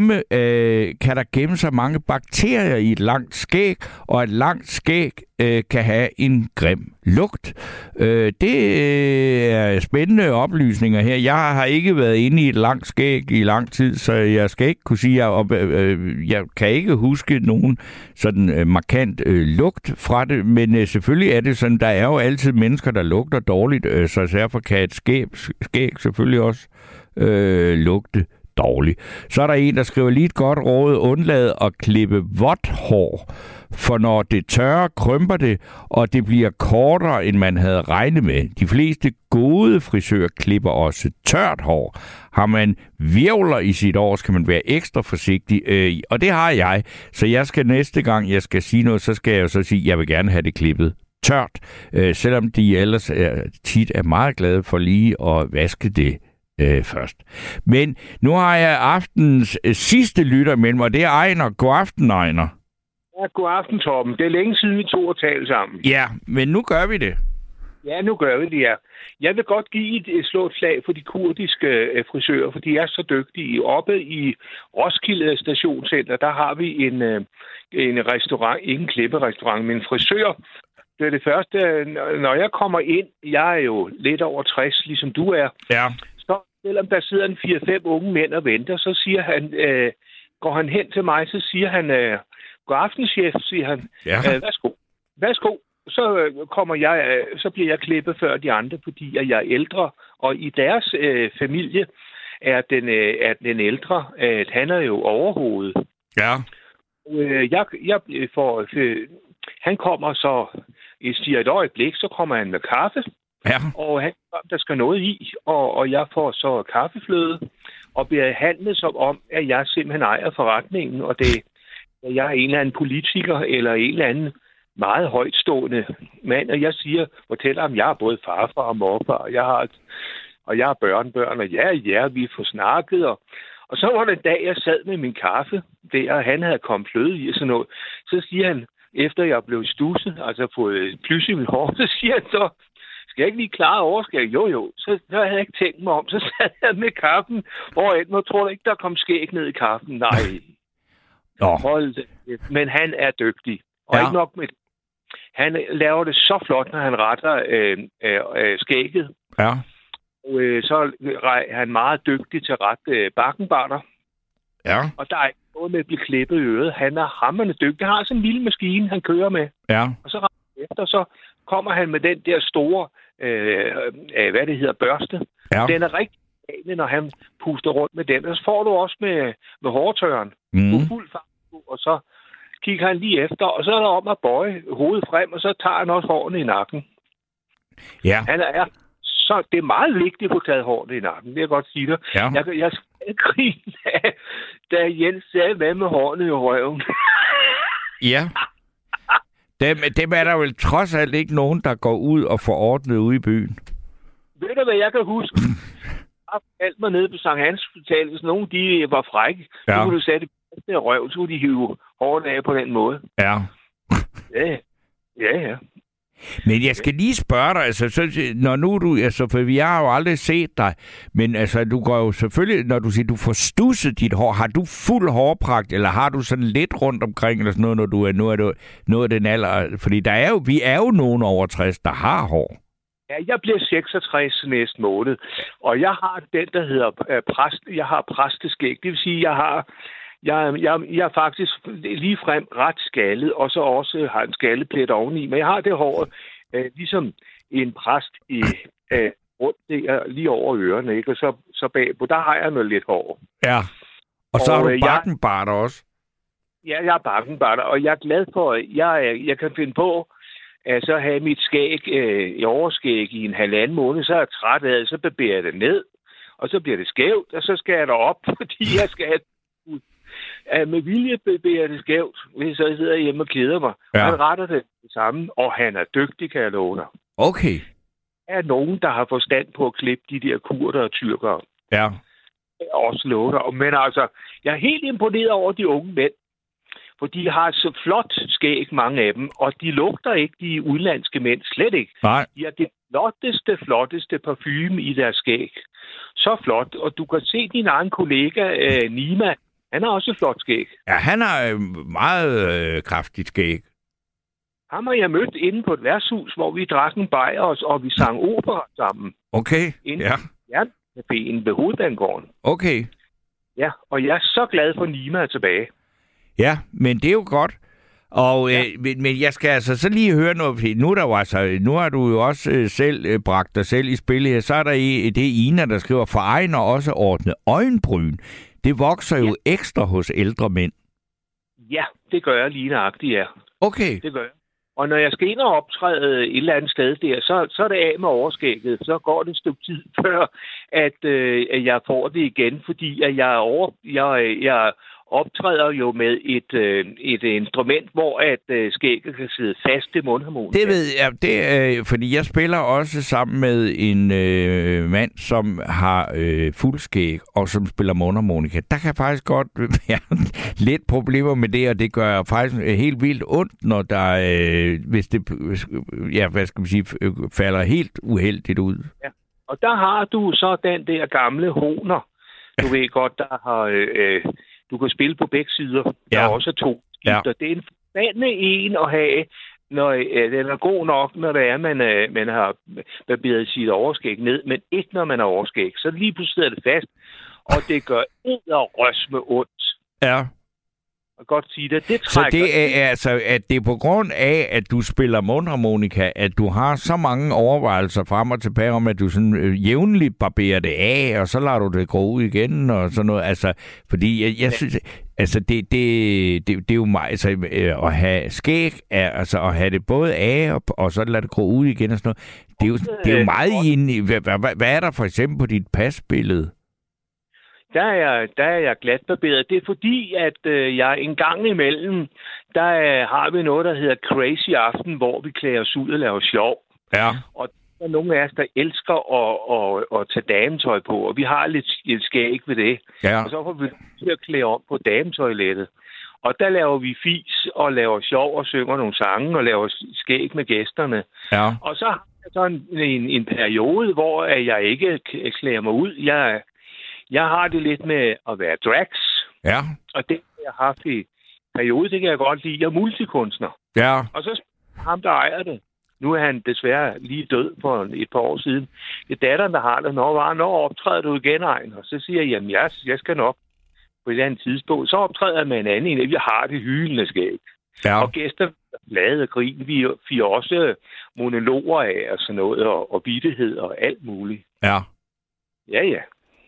der gemme sig mange bakterier i et langt skæg, og et langt skæg kan have en grim lugt. Det er spændende oplysninger her. Jeg har ikke været inde i et langt skæg i lang tid, så jeg skal ikke kunne sige, jeg kan ikke huske nogen sådan markant lugt fra det, men selvfølgelig er det sådan, der er jo altid mennesker, der lugter dårligt, så derfor kan et skæg selvfølgelig også lugte dårligt. Så er der en, der skriver: lige et godt råd: undlad at klippe vådt hår, for når det tørrer, krymper det, og det bliver kortere, end man havde regnet med. De fleste gode frisører klipper også tørt hår. Har man hvirvler i sit år, skal man være ekstra forsigtig, og det har jeg. Så jeg skal næste gang, jeg skal sige noget, så skal jeg jo så sige, at jeg vil gerne have det klippet tørt, selvom de ellers tit er meget glade for lige at vaske det først. Men nu har jeg aftenens sidste lytter med mig, det er Ejner. God aften, Ejner. Ja, god aften, Torben. Det er længe siden, vi to har talt sammen. Ja, men nu gør vi det. Ja, nu gør vi det, ja. Jeg vil godt give et slå et slag for de kurdiske frisører, for de er så dygtige. Oppe i Roskilde Stationscenter, der har vi en restaurant, ikke en klipperestaurant, men en frisør. Det er det første, når jeg kommer ind, jeg er jo lidt over 60, ligesom du er. Ja. Så selvom der sidder en 4-5 unge mænd og venter, så siger han, går han hen til mig, så siger han, god aften, chef, siger han. Ja. Værsgo. Så bliver jeg klippet før de andre, fordi jeg er ældre, og i deres familie er den ældre, at han er jo overhovedet. Ja. Han kommer så Jeg siger et øjeblik, så kommer han med kaffe. Ja. Og der skal noget i, og jeg får så kaffefløde, og bliver handlet som om, at jeg simpelthen ejer forretningen, og jeg er en eller anden politiker, eller en eller anden meget højtstående mand, og jeg fortæller ham, jeg er både farfar og morfar, og jeg har børnebørn, og ja, vi får snakket, og så var det en dag, jeg sad med min kaffe der, og han havde kommet fløde i og sådan noget. Så siger han, efter jeg blev stusset, altså fået plys i mit hår, så siger han så, skal jeg ikke lige klare overskæg? Jo. Så havde jeg ikke tænkt mig om. Så sad jeg med kaffen, og tror ikke, der kom skæg ned i kaffen. Nej. Hold det. Men han er dygtig. Og ikke nok med det. Han laver det så flot, når han retter skægget. Ja. Og så er han meget dygtig til at rette bakkenbarter. Ja. Og der er ikke noget med at blive klippet i øret. Han er hammerende dygtig. Han har sådan en lille maskine, han kører med. Ja. Og så efter, så kommer han med den der store, børste. Ja. Den er rigtig gale, når han puster rundt med den. Og så får du også med hårtørren. På fuld fart. Og så kigger han lige efter, og så er der om at bøje hovedet frem, og så tager han også hårene i nakken. Ja. Så det er meget vigtigt at få taget hårene i nakken, det vil jeg godt sige dig. Ja. Jeg skal grine af, da Jens sagde, hvad med hårene i røven? Ja. Dem er der vel trods alt ikke nogen, der går ud og får ordnet ude i byen. Ved du, hvad jeg kan huske? Jeg faldt mig nede på Sankt Hans Hospital, hvis nogen de var frække. Så kunne du sætte det røv, så kunne de hive hårene af på den måde. Ja. Ja. Men jeg skal lige spørge dig, altså, så, når nu du, altså, for vi har jo aldrig set dig, men altså, du går jo selvfølgelig, når du siger, du får stusset dit hår, har du fuld hårpragt, eller har du sådan lidt rundt omkring, eller sådan noget, når du er nået den alder? Fordi vi er jo nogen over 60, der har hår. Ja, jeg bliver 66 næste måned, og jeg har den, der hedder jeg har præsteskæg. Det vil sige, jeg er faktisk ligefrem ret skaldet, og så også har en skalleplet oveni. Men jeg har det hår ligesom en præst rundt der, lige over ørerne, ikke? Og så bagpå, der har jeg noget lidt hår. Ja, og så har du bakkenbarter også. Ja, jeg har bakkenbarter, og jeg er glad for, at jeg kan finde på at så have mit skæg i overskæg i en 1,5 måned, så er jeg træt af det, så barberer jeg det ned, og så bliver det skævt, og så skal jeg derop, fordi jeg skal have med vilje barberer det skævt, hvis jeg sidder hjemme og keder mig. Ja. Han retter det samme, og han er dygtig, kan jeg love dig. Okay. Der er nogen, der har forstand på at klippe de der kurder og tyrkere. Ja. Også love dig. Men altså, jeg er helt imponeret over de unge mænd, for de har så flot skæg, mange af dem, og de lugter ikke, de udlandske mænd, slet ikke. Nej. De har det flotteste parfume i deres skæg. Så flot, og du kan se din egen kollega, Nima, han har også et flot skæg. Ja, han har meget kraftigt skæg. Ham har jeg mødt inde på et værtshus, hvor vi drak en bajer, og vi sang opera sammen. Okay, ja. Caféen ved Hovedbanegården. Okay. Ja, og jeg er så glad for, Nima er tilbage. Ja, men det er jo godt. Og, men jeg skal altså så lige høre noget. Nu har du jo også selv bragt dig selv i spil her. Så er der det Ina, der skriver, for egen og også ordne øjenbryn. Det vokser jo ekstra hos ældre mænd. Ja, det gør jeg lige nøjagtigt, ja. Okay. Det gør jeg. Og når jeg skal ind og optræde et eller andet sted der, så er det af med overskægget. Så går det et stykke tid før, at jeg får det igen, fordi at jeg optræder jo med et instrument, hvor at skægget kan sidde fast i mundharmonika. Det ved jeg, fordi jeg spiller også sammen med en mand, som har fuldskæg og som spiller mundharmonika. Der kan faktisk godt være lidt problemer med det, og det gør faktisk helt vildt ondt, når der, hvis det, falder helt uheldigt ud. Ja. Og der har du så den der gamle Hohner. Du ved godt, der har... Du kan spille på begge sider. Der er også 2 skifter. Ja. Det er en fandme en at have, når den er god nok, når det er, man har barberet sit overskæg ned, men ikke når man har overskæg. Så lige pludselig er det fast, og det gør edderrøsme ondt. Ja. Jeg kan godt sige det. Det så det er altså, at det er på grund af, at du spiller mundharmonika, at du har så mange overvejelser frem og tilbage om, at du sådan jævnligt barberer det af, og så lader du det gro ud igen, og sådan noget. Altså, fordi jeg synes, altså, det er jo meget, altså, at have skæg, altså at have det både af, og så lade det gro ud igen og sådan noget. Det er jo meget i hvad er der for eksempel på dit pasbillede? Der er jeg glatbarberet. Det er fordi, at jeg en gang imellem, der har vi noget, der hedder Crazy Aften, hvor vi klæder os ud og laver sjov. Ja. Og der er nogle af os, der elsker at tage dametøj på, og vi har lidt skæg ved det. Ja. Og så får vi til at klæde om på dametoilettet. Og der laver vi fis og laver sjov og synger nogle sange og laver skæg med gæsterne. Ja. Og så har jeg så en periode, hvor jeg ikke klæder mig ud. Jeg har det lidt med at være drags. Ja. Og det har jeg haft i periode, det kan jeg godt lide. Jeg er multikunstner. Ja. Og så ham, der ejer det. Nu er han desværre lige død for et par år siden. Det er datteren, der har det. Når optræder du igen, Ejner? Og så siger jeg, jamen jeg skal nok på et eller andet tidspunkt. Så optræder jeg med en anden en. Vi har det hyldende skæg. Ja. Og gæster glade og grin. Vi får også monologer af og sådan noget, og vittighed og alt muligt. Ja. Ja.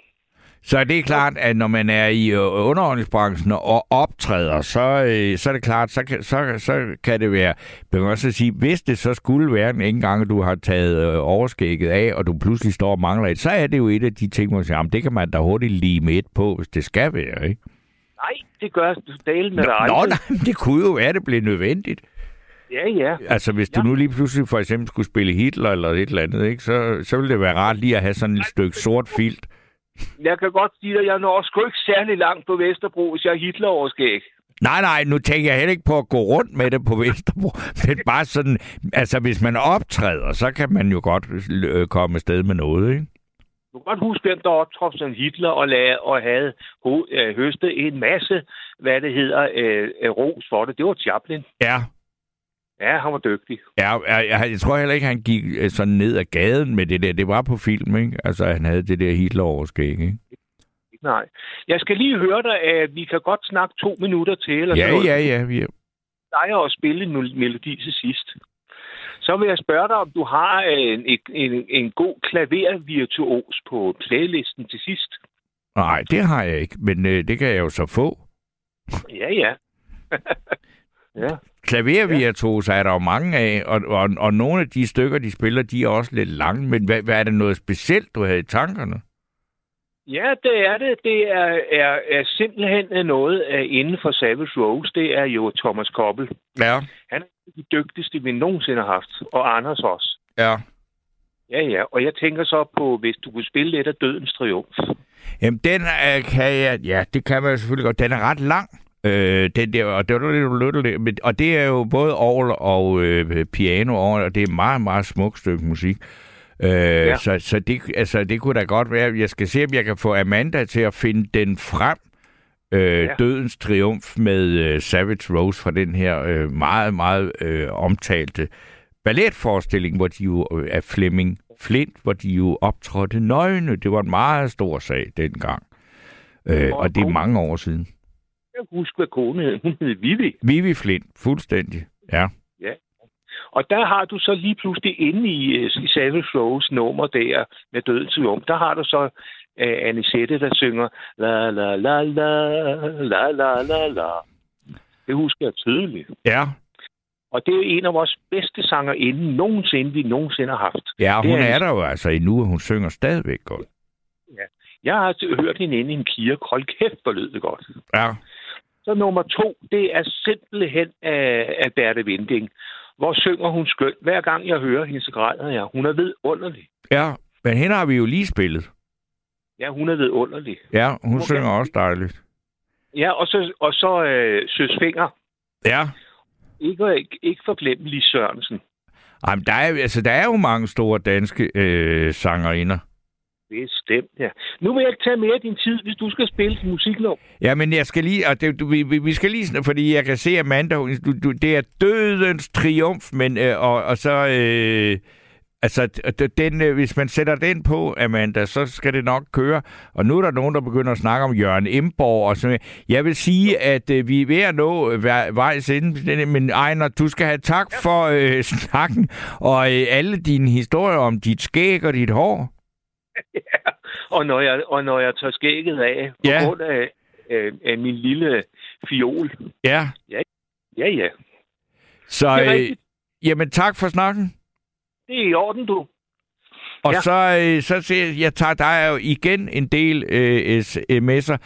Så det er klart, at når man er i underholdningsbranchen og optræder, så er det klart, så kan det være, man kan også sige, hvis det så skulle være en gang, du har taget overskægget af, og du pludselig står og mangler et, så er det jo et af de ting, hvor man siger, det kan man da hurtigt lime et på, hvis det skal være, ikke? Nej, det gør du dale med dig. Nej, det kunne jo være, det blev nødvendigt. Ja. Altså, hvis du nu lige pludselig for eksempel skulle spille Hitler eller et eller andet, ikke, så ville det være rart lige at have sådan et stykke sort filt. Jeg kan godt sige dig, at jeg når sgu ikke særlig langt på Vesterbro, hvis jeg er Hitler-overskæg. Nej, nu tænker jeg heller ikke på at gå rundt med det på Vesterbro. Men bare sådan, altså hvis man optræder, så kan man jo godt komme afsted med noget, ikke? Du kan godt huske, hvem der optrådte som Hitler og havde høstet en masse, hvad det hedder, ros for det. Det var Chaplin. Ja. Ja, han var dygtig. Ja, jeg tror heller ikke, han gik sådan ned ad gaden med det der. Det var på film, ikke? Altså, han havde det der Hitler-overskæg, ikke? Nej. Jeg skal lige høre dig, at vi kan godt snakke 2 minutter til. Eller Ja. Vi plejer at spille en melodi til sidst. Så vil jeg spørge dig, om du har en god klavervirtuos på playlisten til sidst. Nej, det har jeg ikke, men det kan jeg jo så få. Ja. Ja. Klavervirtuoser er der jo mange af, og nogle af de stykker, de spiller, de er også lidt lange, men hvad er det noget specielt, du havde i tankerne? Ja, det er det. Det er simpelthen noget inden for Savage Rose. Det er jo Thomas Koppel. Ja. Han er de dygtigste, vi nogensinde har haft, og Anders også. Ja. Ja, og jeg tænker så på, hvis du kunne spille lidt af Dødens Triumf. Jamen, den kan jeg... Ja, det kan man selvfølgelig godt. Den er ret lang. Den der, og det var lidt, og det er jo både orgel og piano over, og det er et meget, meget smukt stykke musik. Ja. Så det kunne da godt være. Jeg skal se, om jeg kan få Amanda til at finde den frem. Dødens Triumf med Savage Rose fra den her meget, meget omtalte balletforestilling, hvor de jo er Flemming Flint, hvor de jo optrådte nøgne. Det var en meget stor sag dengang. Og det er mange år siden. Jeg husker, hvad kone hed. Hun hed Vivi. Vivi Flint, fuldstændig. Ja. Og der har du så lige pludselig inde i Savage Rose nummer der med Dødens Triumf, der har du så Anisette, der synger la la la la la la la la. Det husker jeg tydeligt. Ja. Og det er en af vores bedste sangerinder vi nogensinde har haft. Ja, hun er der jo altså endnu, og hun synger stadigvæk godt. Ja. Jeg har hørt hende inde i en kirke. Hold kæft, hvor lød det godt. Ja. Så nummer 2, det er simpelthen af Berthe Vinding. Hvor synger hun skønt. Hver gang jeg hører hende, så græder jeg. Hun er vidunderlig. Ja, men hende har vi jo lige spillet. Ja, hun er vidunderlig. Ja, hun synger også dejligt. Ja, og så Søs Finger. Ja. Ikke forglemme Lis Sørensen. Jamen, der er jo mange store danske sangerinder. Bestemt, ja. Nu vil jeg ikke tage mere af din tid, hvis du skal spille musiklov. Ja, men jeg skal lige, og vi skal lige, fordi jeg kan se, Amanda, det er Dødens Triumf, men, og så Altså, hvis man sætter den på, Amanda, så skal det nok køre. Og nu er der nogen, der begynder at snakke om Jørgen Imborg og sådan. Jeg vil sige, at vi er ved at nå vejs inden, men Ejner, du skal have tak for snakken og alle dine historier om dit skæg og dit hår. Ja, og når jeg tager skægget af på grund af min lille fiol. Ja. Ja. Så, jamen tak for snakken. Det er i orden, du. Og så siger jeg, der er jo igen en del sms'er.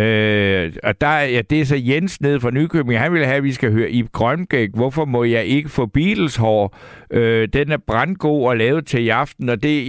Og det er så Jens nede fra Nykøbing. Han vil have, at vi skal høre Ib Grønbæk. Hvorfor må jeg ikke få Beatles-hår? Den er brandgod og lavet til i aften. Og det,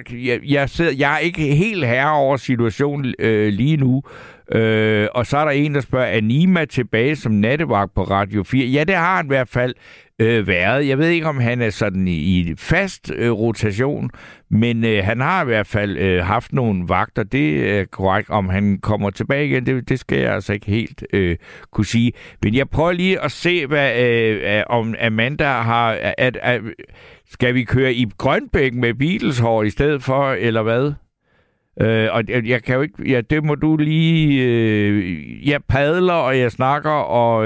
jeg er ikke helt herre over situationen lige nu. Og så er der en, der spørger, er Nima tilbage som nattevagt på Radio 4? Ja, det har han i hvert fald været. Jeg ved ikke, om han er sådan i fast rotation, men han har i hvert fald haft nogle vagter. Det er korrekt. Om han kommer tilbage igen, det skal jeg altså ikke helt kunne sige. Men jeg prøver lige at se, om Amanda har... skal vi køre Ib Grønbæk med Beatles-hår i stedet for, eller hvad? Og jeg kan jo ikke... Ja, det må du lige... jeg padler, og jeg snakker, og...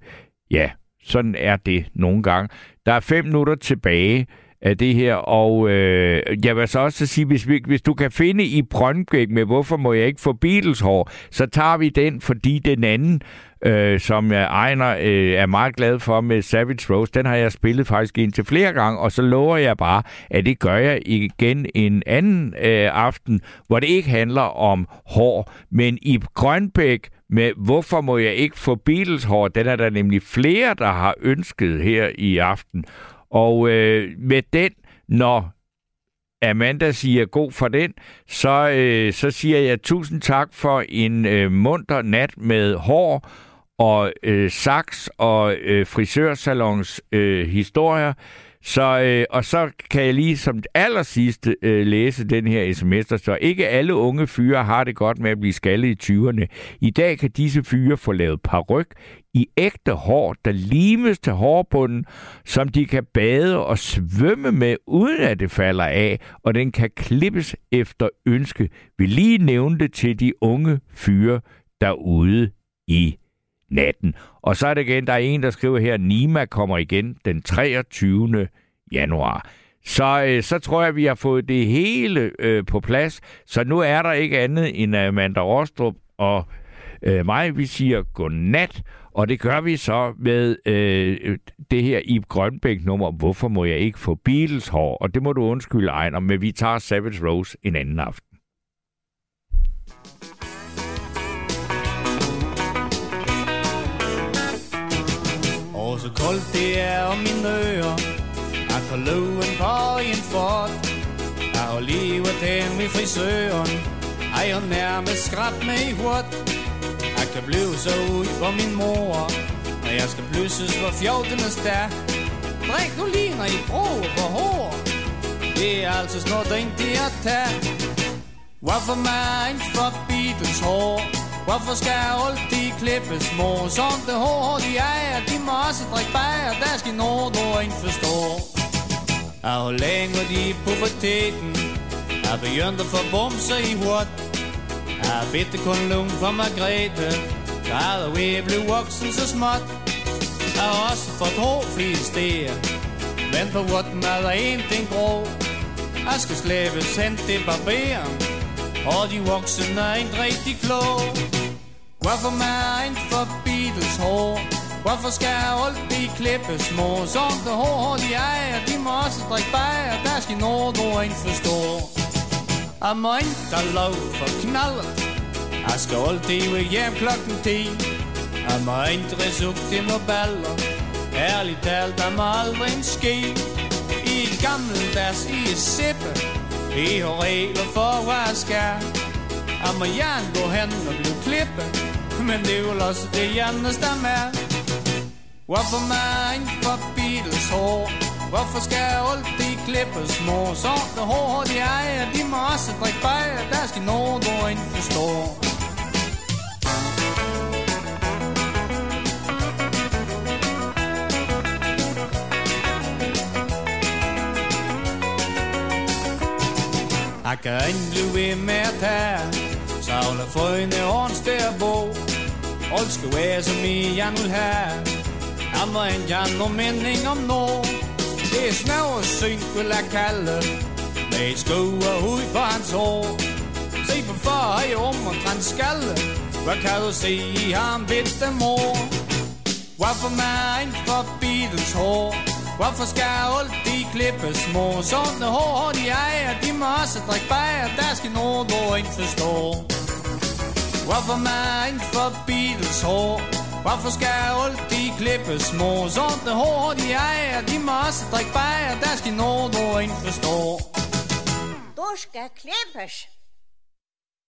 sådan er det nogle gange. Der er 5 minutter tilbage af det her, og jeg vil så også sige, hvis du kan finde i Brøndbæk med, hvorfor må jeg ikke få Beatles-hår, så tager vi den, fordi den anden, som Ejner er meget glad for med Savage Rose, den har jeg spillet faktisk indtil flere gange, og så lover jeg bare, at det gør jeg igen en anden aften, hvor det ikke handler om hår, men i Grønbæk med hvorfor må jeg ikke få Beatles-hår, den er der nemlig flere, der har ønsket her i aften. Og med den, når Amanda siger god for den, så siger jeg tusind tak for en munter nat med hår og saks og frisørsalons historier. Og så kan jeg lige som allersidste læse den her sms, der står, ikke alle unge fyre har det godt med at blive skaldet i 20'erne. I dag kan disse fyre få lavet paryk i ægte hår, der limes til hårbunden, som de kan bade og svømme med, uden at det falder af, og den kan klippes efter ønske. Vi lige nævne det til de unge fyre derude i natten. Og så er det igen, der er en, der skriver her, Nima kommer igen den 23. januar. Så tror jeg, vi har fået det hele på plads. Så nu er der ikke andet end Amanda Rostrup og mig. Vi siger godnat, og det gør vi så med det her Ib Grønbæk-nummer. Hvorfor må jeg ikke få Beatles-hår? Og det må du undskylde, Ejner, men vi tager Savage Rose en anden aften. Og så koldt det er om mine ører, at på løven på en fort. Jeg har levet den med frisøren, jeg har nærmest skrabt med i hurт. Jeg kan blive så ud på min mor, og jeg skal bløses for 14. dag. Drik nu lige, når I bruger på hår. Det er altså snart ikke at tage. Hvorfor mig ikke for Beatles hår? Hvorfor skal jeg altid klippes små? Sådan det hår de ejer, de må også drikke bajer. Der skal noget, du ikke forstår. Jeg har længere i puberteten, jeg begyndte at få bumser i hurт. Jeg bitte kun lung for Margrethe, så er der ved at blive voksen så småt. Jeg har også fået hår flere steder, men på hurten er der en ting grå. Jeg skal slæbes hen til barberen, og de voksne er ikke rigtig klog. Hvorfor mig ikke for Beatles hår? Hvorfor skal jeg altid klippe små? Sådan det hår de ejer, de må også drikke bajer. Der skal noget, du ikke forstår. Jeg må ikke have lov for knaldet, jeg skal altid være hjem klokken 10. Jeg må ikke ridse op til nogle baller, ærligt talt, der må aldrig en ske. I et gammeldags i et sippe, I har regler for hvad jeg skal. Jeg må gerne gå hen og blive klippet, men det er jo også det eneste der med. Hvorfor mig ikke for Beatles hår? Hvorfor skal jeg altid klippe små? Så det hår de ejer, de må også drikke bajer. Der skal noget, du ikke forstår. kan ikke blive ved med at tage, så holder frøene ordens der bo. Alt skal være som I vil have, han var en kan nogen mening om noget. Det er snæver synk, vil jeg kalde, med et skue ud på hans hår. Se på far i omtrent skalle, hvad kan du se i ham bedste mor? Hvorfor man ikke for Beatles hår? Hvorfor skal alt de klippes små? Sådanne hår de ejer, de må også drikke bajer, der skal noget du ikke forstår. Hvorfor man ikke for Beatles hår? Hvorfor skal alt de klippes små? Sådanne hår de ejer, de må også drikke bajer, der skal noget du ikke forstår. Du skal klippes.